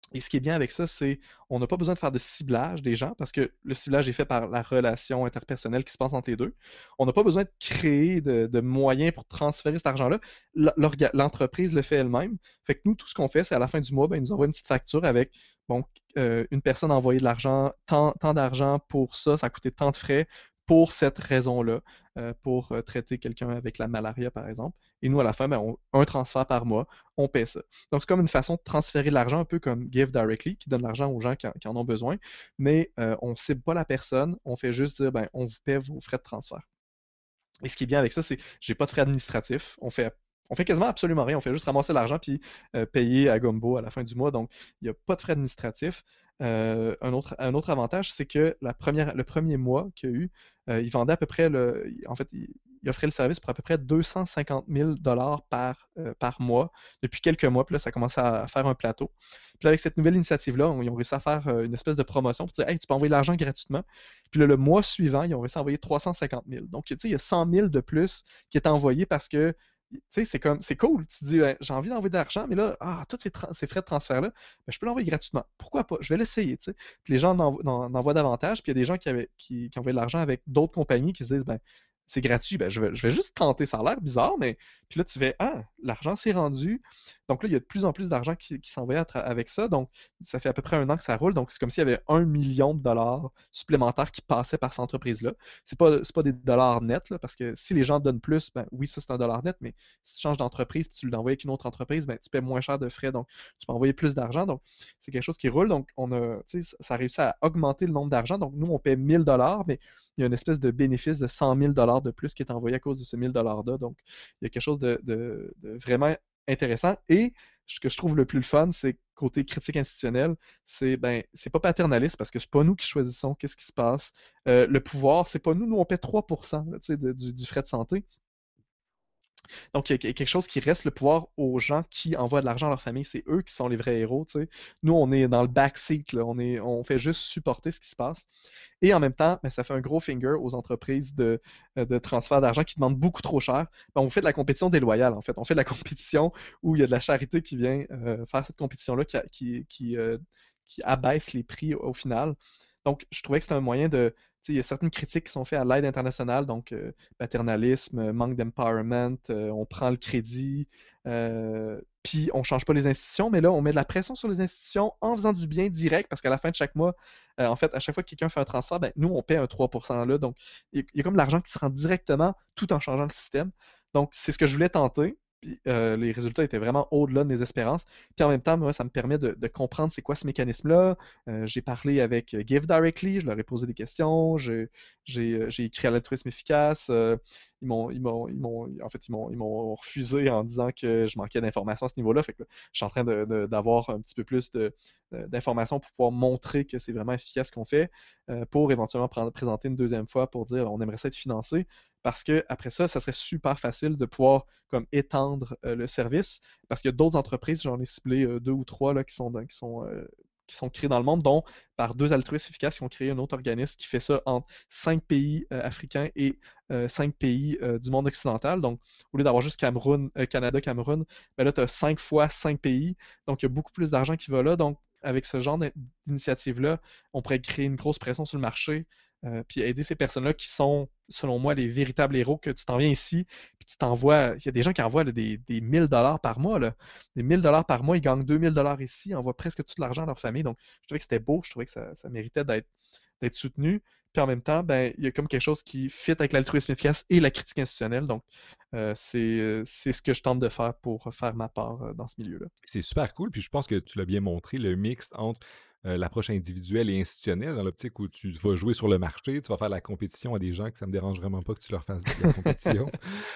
Et ce qui est bien avec ça, c'est on n'a pas besoin de faire de ciblage des gens parce que le ciblage est fait par la relation interpersonnelle qui se passe entre les deux. On n'a pas besoin de créer de, de moyens pour transférer cet argent-là. L'orga- L'entreprise le fait elle-même. Fait que nous, tout ce qu'on fait, c'est à la fin du mois, ben, ils nous envoient une petite facture avec bon, euh, une personne a envoyé de l'argent, tant, tant d'argent pour ça, ça a coûté tant de frais pour cette raison-là, euh, pour euh, traiter quelqu'un avec la malaria, par exemple. Et nous, à la fin, ben, on- un transfert par mois, on paie ça. Donc, c'est comme une façon de transférer de l'argent, un peu comme Give Directly, qui donne l'argent aux gens qui en, qui en ont besoin, mais euh, on ne cible pas la personne, on fait juste dire, ben, on vous paie vos frais de transfert. Et ce qui est bien avec ça, c'est que j'ai pas de frais administratifs. On fait, on fait quasiment absolument rien. On fait juste ramasser l'argent puis euh, payer à Gumbo à la fin du mois. Donc, il n'y a pas de frais administratifs. Euh, un autre, un autre avantage, c'est que la première, le premier mois qu'il y a eu, euh, il vendait à peu près le. En fait, il, il offrait le service pour à peu près deux cent cinquante mille dollars par, euh, par mois depuis quelques mois. Puis là, ça commençait à faire un plateau. Puis là, avec cette nouvelle initiative-là, on- ils ont réussi à faire euh, une espèce de promotion pour dire, hey, tu peux envoyer l'argent gratuitement. Puis là, le mois suivant, ils ont réussi à envoyer trois cent cinquante mille. Donc, tu sais, il y a cent mille de plus qui est envoyé parce que, tu sais, c'est comme, c'est cool. Tu te dis, ouais, j'ai envie d'envoyer de l'argent, mais là, ah, tous ces, tra- ces frais de transfert-là, ben, je peux l'envoyer gratuitement. Pourquoi pas? Je vais l'essayer, tu sais. Puis les gens en, envo- en envoient davantage. Puis il y a des gens qui, avaient, qui, qui envoient de l'argent avec d'autres compagnies qui se disent, ben, c'est gratuit, ben, je vais, je vais juste tenter. Ça a l'air bizarre, mais puis là, tu fais, ah, l'argent s'est rendu. Donc là, il y a de plus en plus d'argent qui, qui s'envoie avec ça. Donc, ça fait à peu près un an que ça roule. Donc, c'est comme s'il y avait un million de dollars supplémentaires qui passaient par cette entreprise-là. C'est pas, c'est pas des dollars nets, là, parce que si les gens donnent plus, ben oui, ça c'est un dollar net, mais si tu changes d'entreprise, tu l'envoies avec une autre entreprise, ben tu paies moins cher de frais, donc tu peux envoyer plus d'argent. Donc, c'est quelque chose qui roule. Donc, on a, ça a réussi à augmenter le nombre d'argent. Donc, nous, on paie mille dollars, mais il y a une espèce de bénéfice de cent mille dollars de plus qui est envoyé à cause de ce mille dollars-là. Donc, il y a quelque chose de, de, de vraiment intéressant. Et ce que je trouve le plus fun, c'est côté critique institutionnelle, c'est ben c'est pas paternaliste parce que c'est pas nous qui choisissons qu'est-ce qui se passe. Euh, le pouvoir, c'est pas nous, nous on paie trois pour cent là, de, du, du frais de santé. Donc, il y a quelque chose qui reste le pouvoir aux gens qui envoient de l'argent à leur famille. C'est eux qui sont les vrais héros. T'sais. Nous, on est dans le backseat. Là. On, est, on fait juste supporter ce qui se passe. Et en même temps, ben, ça fait un gros finger aux entreprises de, euh, de transfert d'argent qui demandent beaucoup trop cher. Ben, on fait de la compétition déloyale, en fait. On fait de la compétition où il y a de la charité qui vient euh, faire cette compétition-là qui, qui, qui, euh, qui abaisse les prix au, au final. Donc, je trouvais que c'était un moyen de. Il y a certaines critiques qui sont faites à l'aide internationale, donc euh, paternalisme, manque d'empowerment, euh, on prend le crédit, euh, puis on ne change pas les institutions, mais là, on met de la pression sur les institutions en faisant du bien direct, parce qu'à la fin de chaque mois, euh, en fait, à chaque fois que quelqu'un fait un transfert, ben, nous, on paie un trois pour cent là. Donc, il y, a comme de l'argent qui se rend directement tout en changeant le système. Donc, c'est ce que je voulais tenter. Puis, euh, les résultats étaient vraiment au-delà de mes espérances. Puis en même temps, moi, ça me permet de, de comprendre c'est quoi ce mécanisme-là. Euh, j'ai parlé avec Give Directly, je leur ai posé des questions, j'ai, j'ai, j'ai écrit à l'altruisme efficace. Euh, ils m'ont, ils m'ont, ils m'ont, en fait, ils m'ont, ils m'ont refusé en disant que je manquais d'informations à ce niveau-là. Fait que là, je suis en train de, de, d'avoir un petit peu plus de, d'informations pour pouvoir montrer que c'est vraiment efficace ce qu'on fait, euh, pour éventuellement prendre, présenter une deuxième fois pour dire on aimerait ça être financé. Parce que après ça, ça serait super facile de pouvoir comme étendre euh, le service. Parce qu'il y a d'autres entreprises, j'en ai ciblé euh, deux ou trois là, qui sont, dans, qui sont euh, qui sont créés dans le monde, dont par deux altruistes efficaces qui ont créé un autre organisme qui fait ça entre cinq pays euh, africains et euh, cinq pays euh, du monde occidental. Donc, au lieu d'avoir juste Cameroun, euh, Canada, Cameroun, ben là, tu as cinq fois cinq pays. Donc, il y a beaucoup plus d'argent qui va là. Donc, avec ce genre d'initiative-là, on pourrait créer une grosse pression sur le marché, euh, puis aider ces personnes-là qui sont, selon moi, les véritables héros, que tu t'en viens ici, puis tu t'envoies, il y a des gens qui envoient là, des, des mille dollars par mois, là. Des mille dollars par mois, ils gagnent deux mille dollars ici, ils envoient presque tout l'argent à leur famille. Donc, je trouvais que c'était beau, je trouvais que ça, ça méritait d'être d'être soutenu. Puis en même temps, ben, il y a comme quelque chose qui fit avec l'altruisme efficace et la critique institutionnelle. Donc, euh, c'est, c'est ce que je tente de faire pour faire ma part euh, dans ce milieu-là. C'est super cool, puis je pense que tu l'as bien montré, le mix entre euh, l'approche individuelle et institutionnelle, dans l'optique où tu vas jouer sur le marché, tu vas faire la compétition à des gens que ça me dérange vraiment pas que tu leur fasses de la compétition.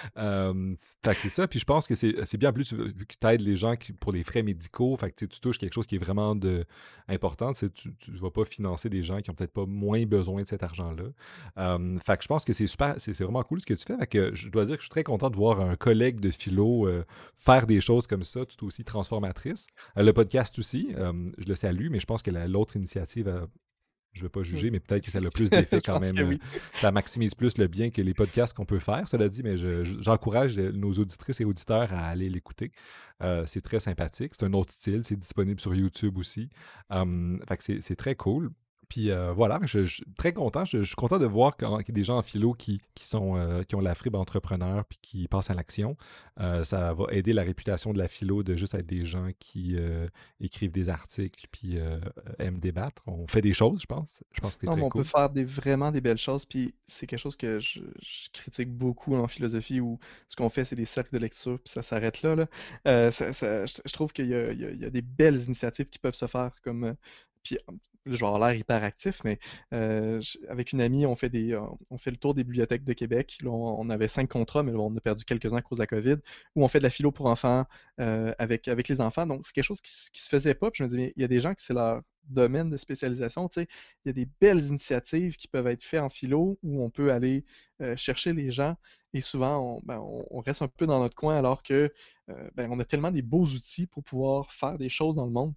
euh, fait que c'est ça, puis je pense que c'est, c'est bien en plus, vu que tu aides les gens qui, pour les frais médicaux, fait que tu touches quelque chose qui est vraiment de, important, c'est, tu ne vas pas financer des gens qui ont peut-être pas moins besoin de cet argent-là. Euh, fait que je pense que c'est super, c'est, c'est vraiment cool ce que tu fais, fait que je dois dire que je suis très content de voir un collègue de philo euh, faire des choses comme ça, tout aussi transformatrices. Euh, le podcast aussi, euh, je le salue, mais je pense que la, l'autre initiative a Je ne veux pas Mm. juger, mais peut-être que ça a plus d'effet Je quand pense même. que euh, oui. Ça maximise plus le bien que les podcasts qu'on peut faire. Cela dit, mais je- je- j'encourage euh, nos auditrices et auditeurs à aller l'écouter. Euh, c'est très sympathique. C'est un autre style. C'est disponible sur YouTube aussi. Hum, fait que c'est c'est très cool. Puis euh, voilà, je, je suis très content. Je, je suis content de voir quand- qu'il y a des gens en philo qui, qui, sont, euh, qui ont la fibre entrepreneur puis qui passent à l'action. Euh, ça va aider la réputation de la philo de juste être des gens qui euh, écrivent des articles puis euh, aiment débattre. On fait des choses, je pense. Je pense que c'est Non, mais très on peut cool. faire des, vraiment des belles choses, puis c'est quelque chose que je, je critique beaucoup en philosophie, où ce qu'on fait, c'est des cercles de lecture, puis ça s'arrête là, là. Euh, ça- ça- je, je trouve qu'il y a, il y a- il y a des belles initiatives qui peuvent se faire, comme, euh, puis euh, je vais avoir l'air hyper actif, mais euh, je- avec une amie, on fait des, euh, on fait le tour des bibliothèques de Québec. Là, on, on avait cinq contrats, mais là, on a perdu quelques-uns à cause de la COVID, où on fait de la philo pour enfants euh, avec, avec les enfants. Donc, c'est quelque chose qui, s- qui se faisait pas, puis je me dis, mais il y a des gens qui c'est leur domaine de spécialisation, tu sais, il y a des belles initiatives qui peuvent être faites en philo où on peut aller euh, chercher les gens et souvent on, ben, on- on reste un peu dans notre coin alors que euh, ben, on a tellement des beaux outils pour pouvoir faire des choses dans le monde.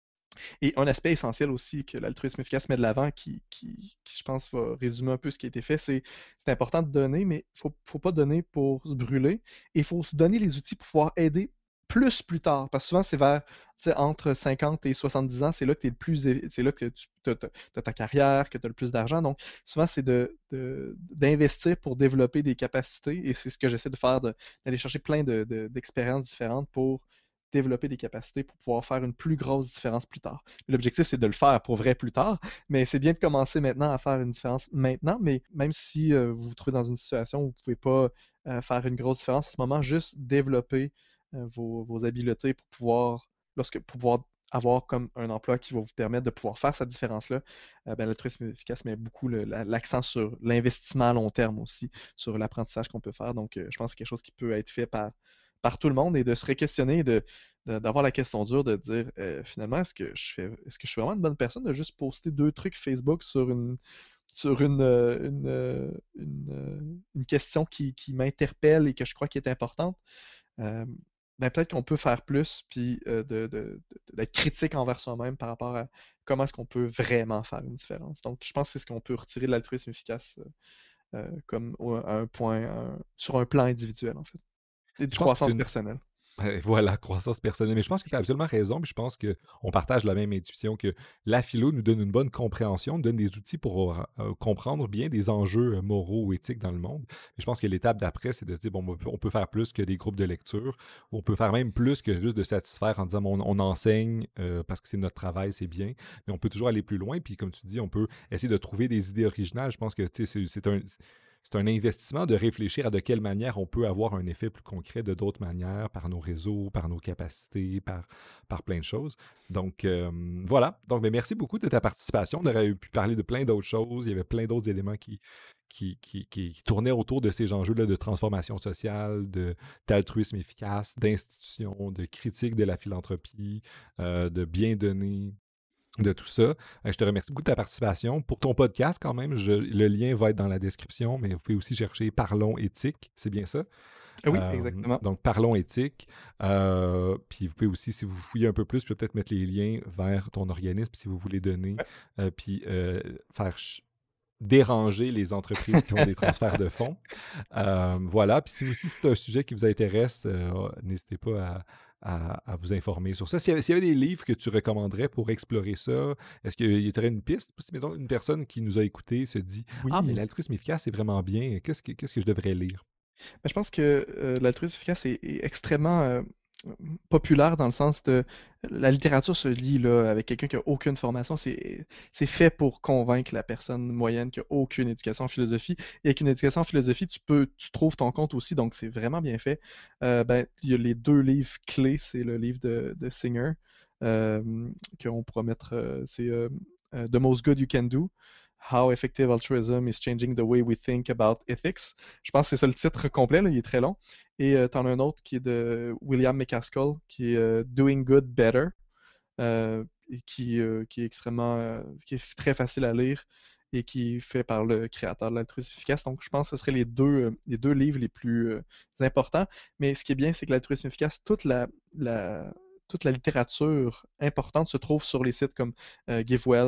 Et un aspect essentiel aussi que l'altruisme efficace met de l'avant, qui, qui, qui, je pense va résumer un peu ce qui a été fait, c'est c'est important de donner, mais il faut, faut pas donner pour se brûler et il faut se donner les outils pour pouvoir aider plus plus tard. Parce que souvent, c'est vers tu sais, entre cinquante et soixante-dix ans, c'est là que tu es le plus, é- c'est là que tu as, ta carrière, que tu as le plus d'argent. Donc, souvent, c'est de, de- d'investir pour développer des capacités et c'est ce que j'essaie de faire, de- d'aller chercher plein de, de- d'expériences différentes pour développer des capacités pour pouvoir faire une plus grosse différence plus tard. L'objectif, c'est de le faire pour vrai plus tard, mais c'est bien de commencer maintenant à faire une différence maintenant, mais même si euh, vous vous trouvez dans une situation où vous ne pouvez pas euh, faire une grosse différence à ce moment, juste développer euh, vos, vos habiletés pour pouvoir, lorsque pouvoir avoir comme un emploi qui va vous permettre de pouvoir faire cette différence-là, euh, ben, l'altruisme efficace met beaucoup le- la- l'accent sur l'investissement à long terme aussi, sur l'apprentissage qu'on peut faire. Donc, euh, je pense que c'est quelque chose qui peut être fait par, par tout le monde et de se réquestionner, de, de- d'avoir la question dure, de dire euh, finalement, est-ce que je fais, est-ce que je suis vraiment une bonne personne de juste poster deux trucs Facebook sur une, sur une, euh, une, euh, une, euh, une question qui, qui m'interpelle et que je crois qui est importante? Euh, ben, peut-être qu'on peut faire plus, puis euh, de, de- de- d'être critique envers soi-même par rapport à comment est-ce qu'on peut vraiment faire une différence. Donc, je pense que c'est ce qu'on peut retirer de l'altruisme efficace euh, euh, comme au- à un point, un- sur un plan individuel, en fait, et de Je pense que c'est croissance une, personnelle. Ouais, voilà, croissance personnelle. Mais je pense que tu as absolument raison. Puis je pense qu'on partage la même intuition que la philo nous donne une bonne compréhension, nous donne des outils pour euh, euh, comprendre bien des enjeux euh, moraux ou éthiques dans le monde. Et je pense que l'étape d'après, c'est de se dire, bon, on peut on peut faire plus que des groupes de lecture, ou on peut faire même plus que juste de satisfaire en disant, bon, on, on enseigne euh, parce que c'est notre travail, c'est bien. Mais on peut toujours aller plus loin. Puis comme tu dis, on peut essayer de trouver des idées originales. Je pense que tu sais, c'est c'est un c'est un investissement de réfléchir à de quelle manière on peut avoir un effet plus concret de d'autres manières, par nos réseaux, par nos capacités, par, par plein de choses. Donc, euh, voilà. Donc, ben, merci beaucoup de ta participation. On aurait pu parler de plein d'autres choses. Il y avait plein d'autres éléments qui, qui, qui, qui, qui tournaient autour de ces enjeux-là de transformation sociale, de, d'altruisme efficace, d'institutions, de critique de la philanthropie, euh, de bien donner, de tout ça. Euh, Je te remercie beaucoup de ta participation. Pour ton podcast, quand même, je- le lien va être dans la description, mais vous pouvez aussi chercher Parlons éthique, c'est bien ça? Ah oui, Euh, exactement. donc, Parlons éthique. Euh, puis vous pouvez aussi, si vous fouillez un peu plus, je peux peut-être mettre les liens vers ton organisme si vous voulez donner, Ouais. euh, puis euh, faire ch- déranger les entreprises qui font des transferts de fonds. Euh, voilà. Puis si aussi c'est un sujet qui vous intéresse, euh, n'hésitez pas à, à- à vous informer sur ça. S'il y, avait, s'il y avait des livres que tu recommanderais pour explorer ça, est-ce qu'il y aurait une piste? Si, mettons, une personne qui nous a écoutés se dit Ah, mais Oui. l'altruisme efficace, c'est vraiment bien. Qu'est-ce que, qu'est-ce que je devrais lire? Ben, je pense que euh, l'altruisme efficace est, est extrêmement euh, populaire dans le sens de la littérature se lit là, avec quelqu'un qui n'a aucune formation. C'est, c'est fait pour convaincre la personne moyenne qui n'a aucune éducation en philosophie. Et avec une éducation en philosophie, tu peux, tu trouves ton compte aussi, donc c'est vraiment bien fait. Euh, ben, il y a les deux livres clés, c'est le livre de, de Singer, euh, qu'on pourra mettre, euh, c'est euh, euh, The Most Good You Can Do. How Effective Altruism is Changing the Way We Think About Ethics. Je pense que c'est ça le titre complet, là, il est très long. Et euh, tu en as un autre qui est de William McCaskill, qui est euh, Doing Good Better, euh, et qui, euh, qui est extrêmement, euh, qui est très facile à lire et qui est fait par le créateur de l'altruisme efficace. Donc, je pense que ce seraient les deux, euh, les deux livres les plus euh, importants. Mais ce qui est bien, c'est que l'altruisme efficace, toute la, la, toute la littérature importante se trouve sur les sites comme euh, GiveWell,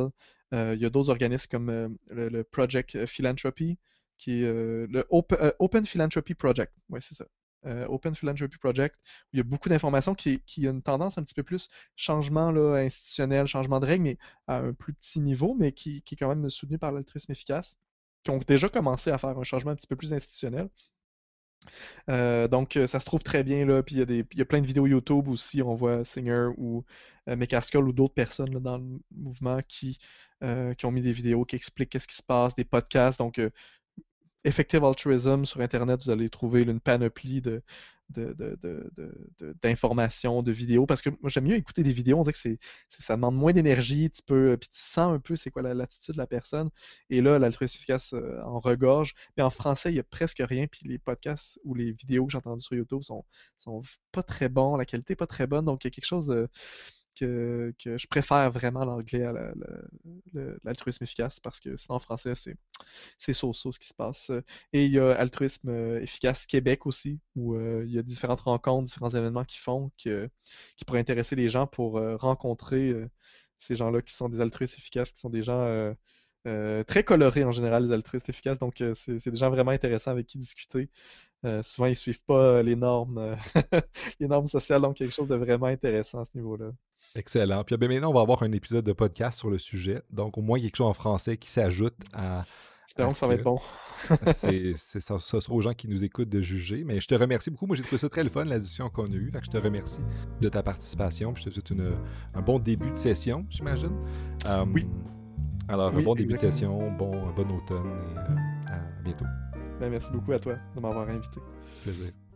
Euh, il y a d'autres organismes comme euh, le, le Project Philanthropy, qui est euh, le Open, euh, Open Philanthropy Project. Oui, c'est ça. Euh, Open Philanthropy Project, où il y a beaucoup d'informations qui, qui a une tendance un petit peu plus changement là, institutionnel, changement de règles, mais à un plus petit niveau, mais qui, qui est quand même soutenu par l'altruisme efficace, qui ont déjà commencé à faire un changement un petit peu plus institutionnel. Euh, donc, euh, ça se trouve très bien là. Puis il y a des, il y a plein de vidéos YouTube aussi. On voit Singer ou euh, McCaskill ou d'autres personnes là, dans le mouvement qui, euh, qui ont mis des vidéos qui expliquent qu'est-ce qui se passe, des podcasts. Donc, euh, Effective Altruism sur Internet, vous allez trouver là, une panoplie de, de, de, de- de- de- d'informations, de vidéos. Parce que moi, j'aime mieux écouter des vidéos. On dirait que c'est, c'est- ça demande moins d'énergie. Tu peux, puis tu sens un peu c'est quoi la- l'attitude de la personne. Et là, l'altruisme efficace euh, en regorge. Mais en français, il n'y a presque rien. Puis les podcasts ou les vidéos que j'ai entendues sur YouTube sont, sont pas très bons. La qualité n'est pas très bonne. Donc, il y a quelque chose de, que, que je préfère vraiment l'anglais à la- la- le- l'altruisme efficace parce que sinon en français, c'est c'est so-so ce qui se passe. Et il y a Altruisme euh, Efficace Québec aussi, où euh, il y a différentes rencontres, différents événements qui font que, qui pourraient intéresser les gens pour euh, rencontrer euh, ces gens-là qui sont des altruistes efficaces, qui sont des gens euh, euh, très colorés en général, les altruistes efficaces. Donc, euh, c'est c'est des gens vraiment intéressants avec qui discuter. Euh, souvent, ils suivent pas les normes, euh, les normes sociales, donc quelque chose de vraiment intéressant à ce niveau-là. Excellent. Puis ben, maintenant, on va avoir un épisode de podcast sur le sujet. Donc, au moins, quelque chose en français qui s'ajoute à, à Espérons que ce ça va être que bon. c'est, c'est, ça, ça sera aux gens qui nous écoutent de juger. Mais je te remercie beaucoup. Moi, j'ai trouvé ça très le fun, la discussion qu'on a eue. Fait que je te remercie de ta participation. Puis je te souhaite une, un bon début de session, j'imagine. Euh, Oui, alors, un oui, bon début de exactement. session, bon, bon automne et euh, à bientôt. Ben, merci beaucoup à toi de m'avoir invité. Plaisir.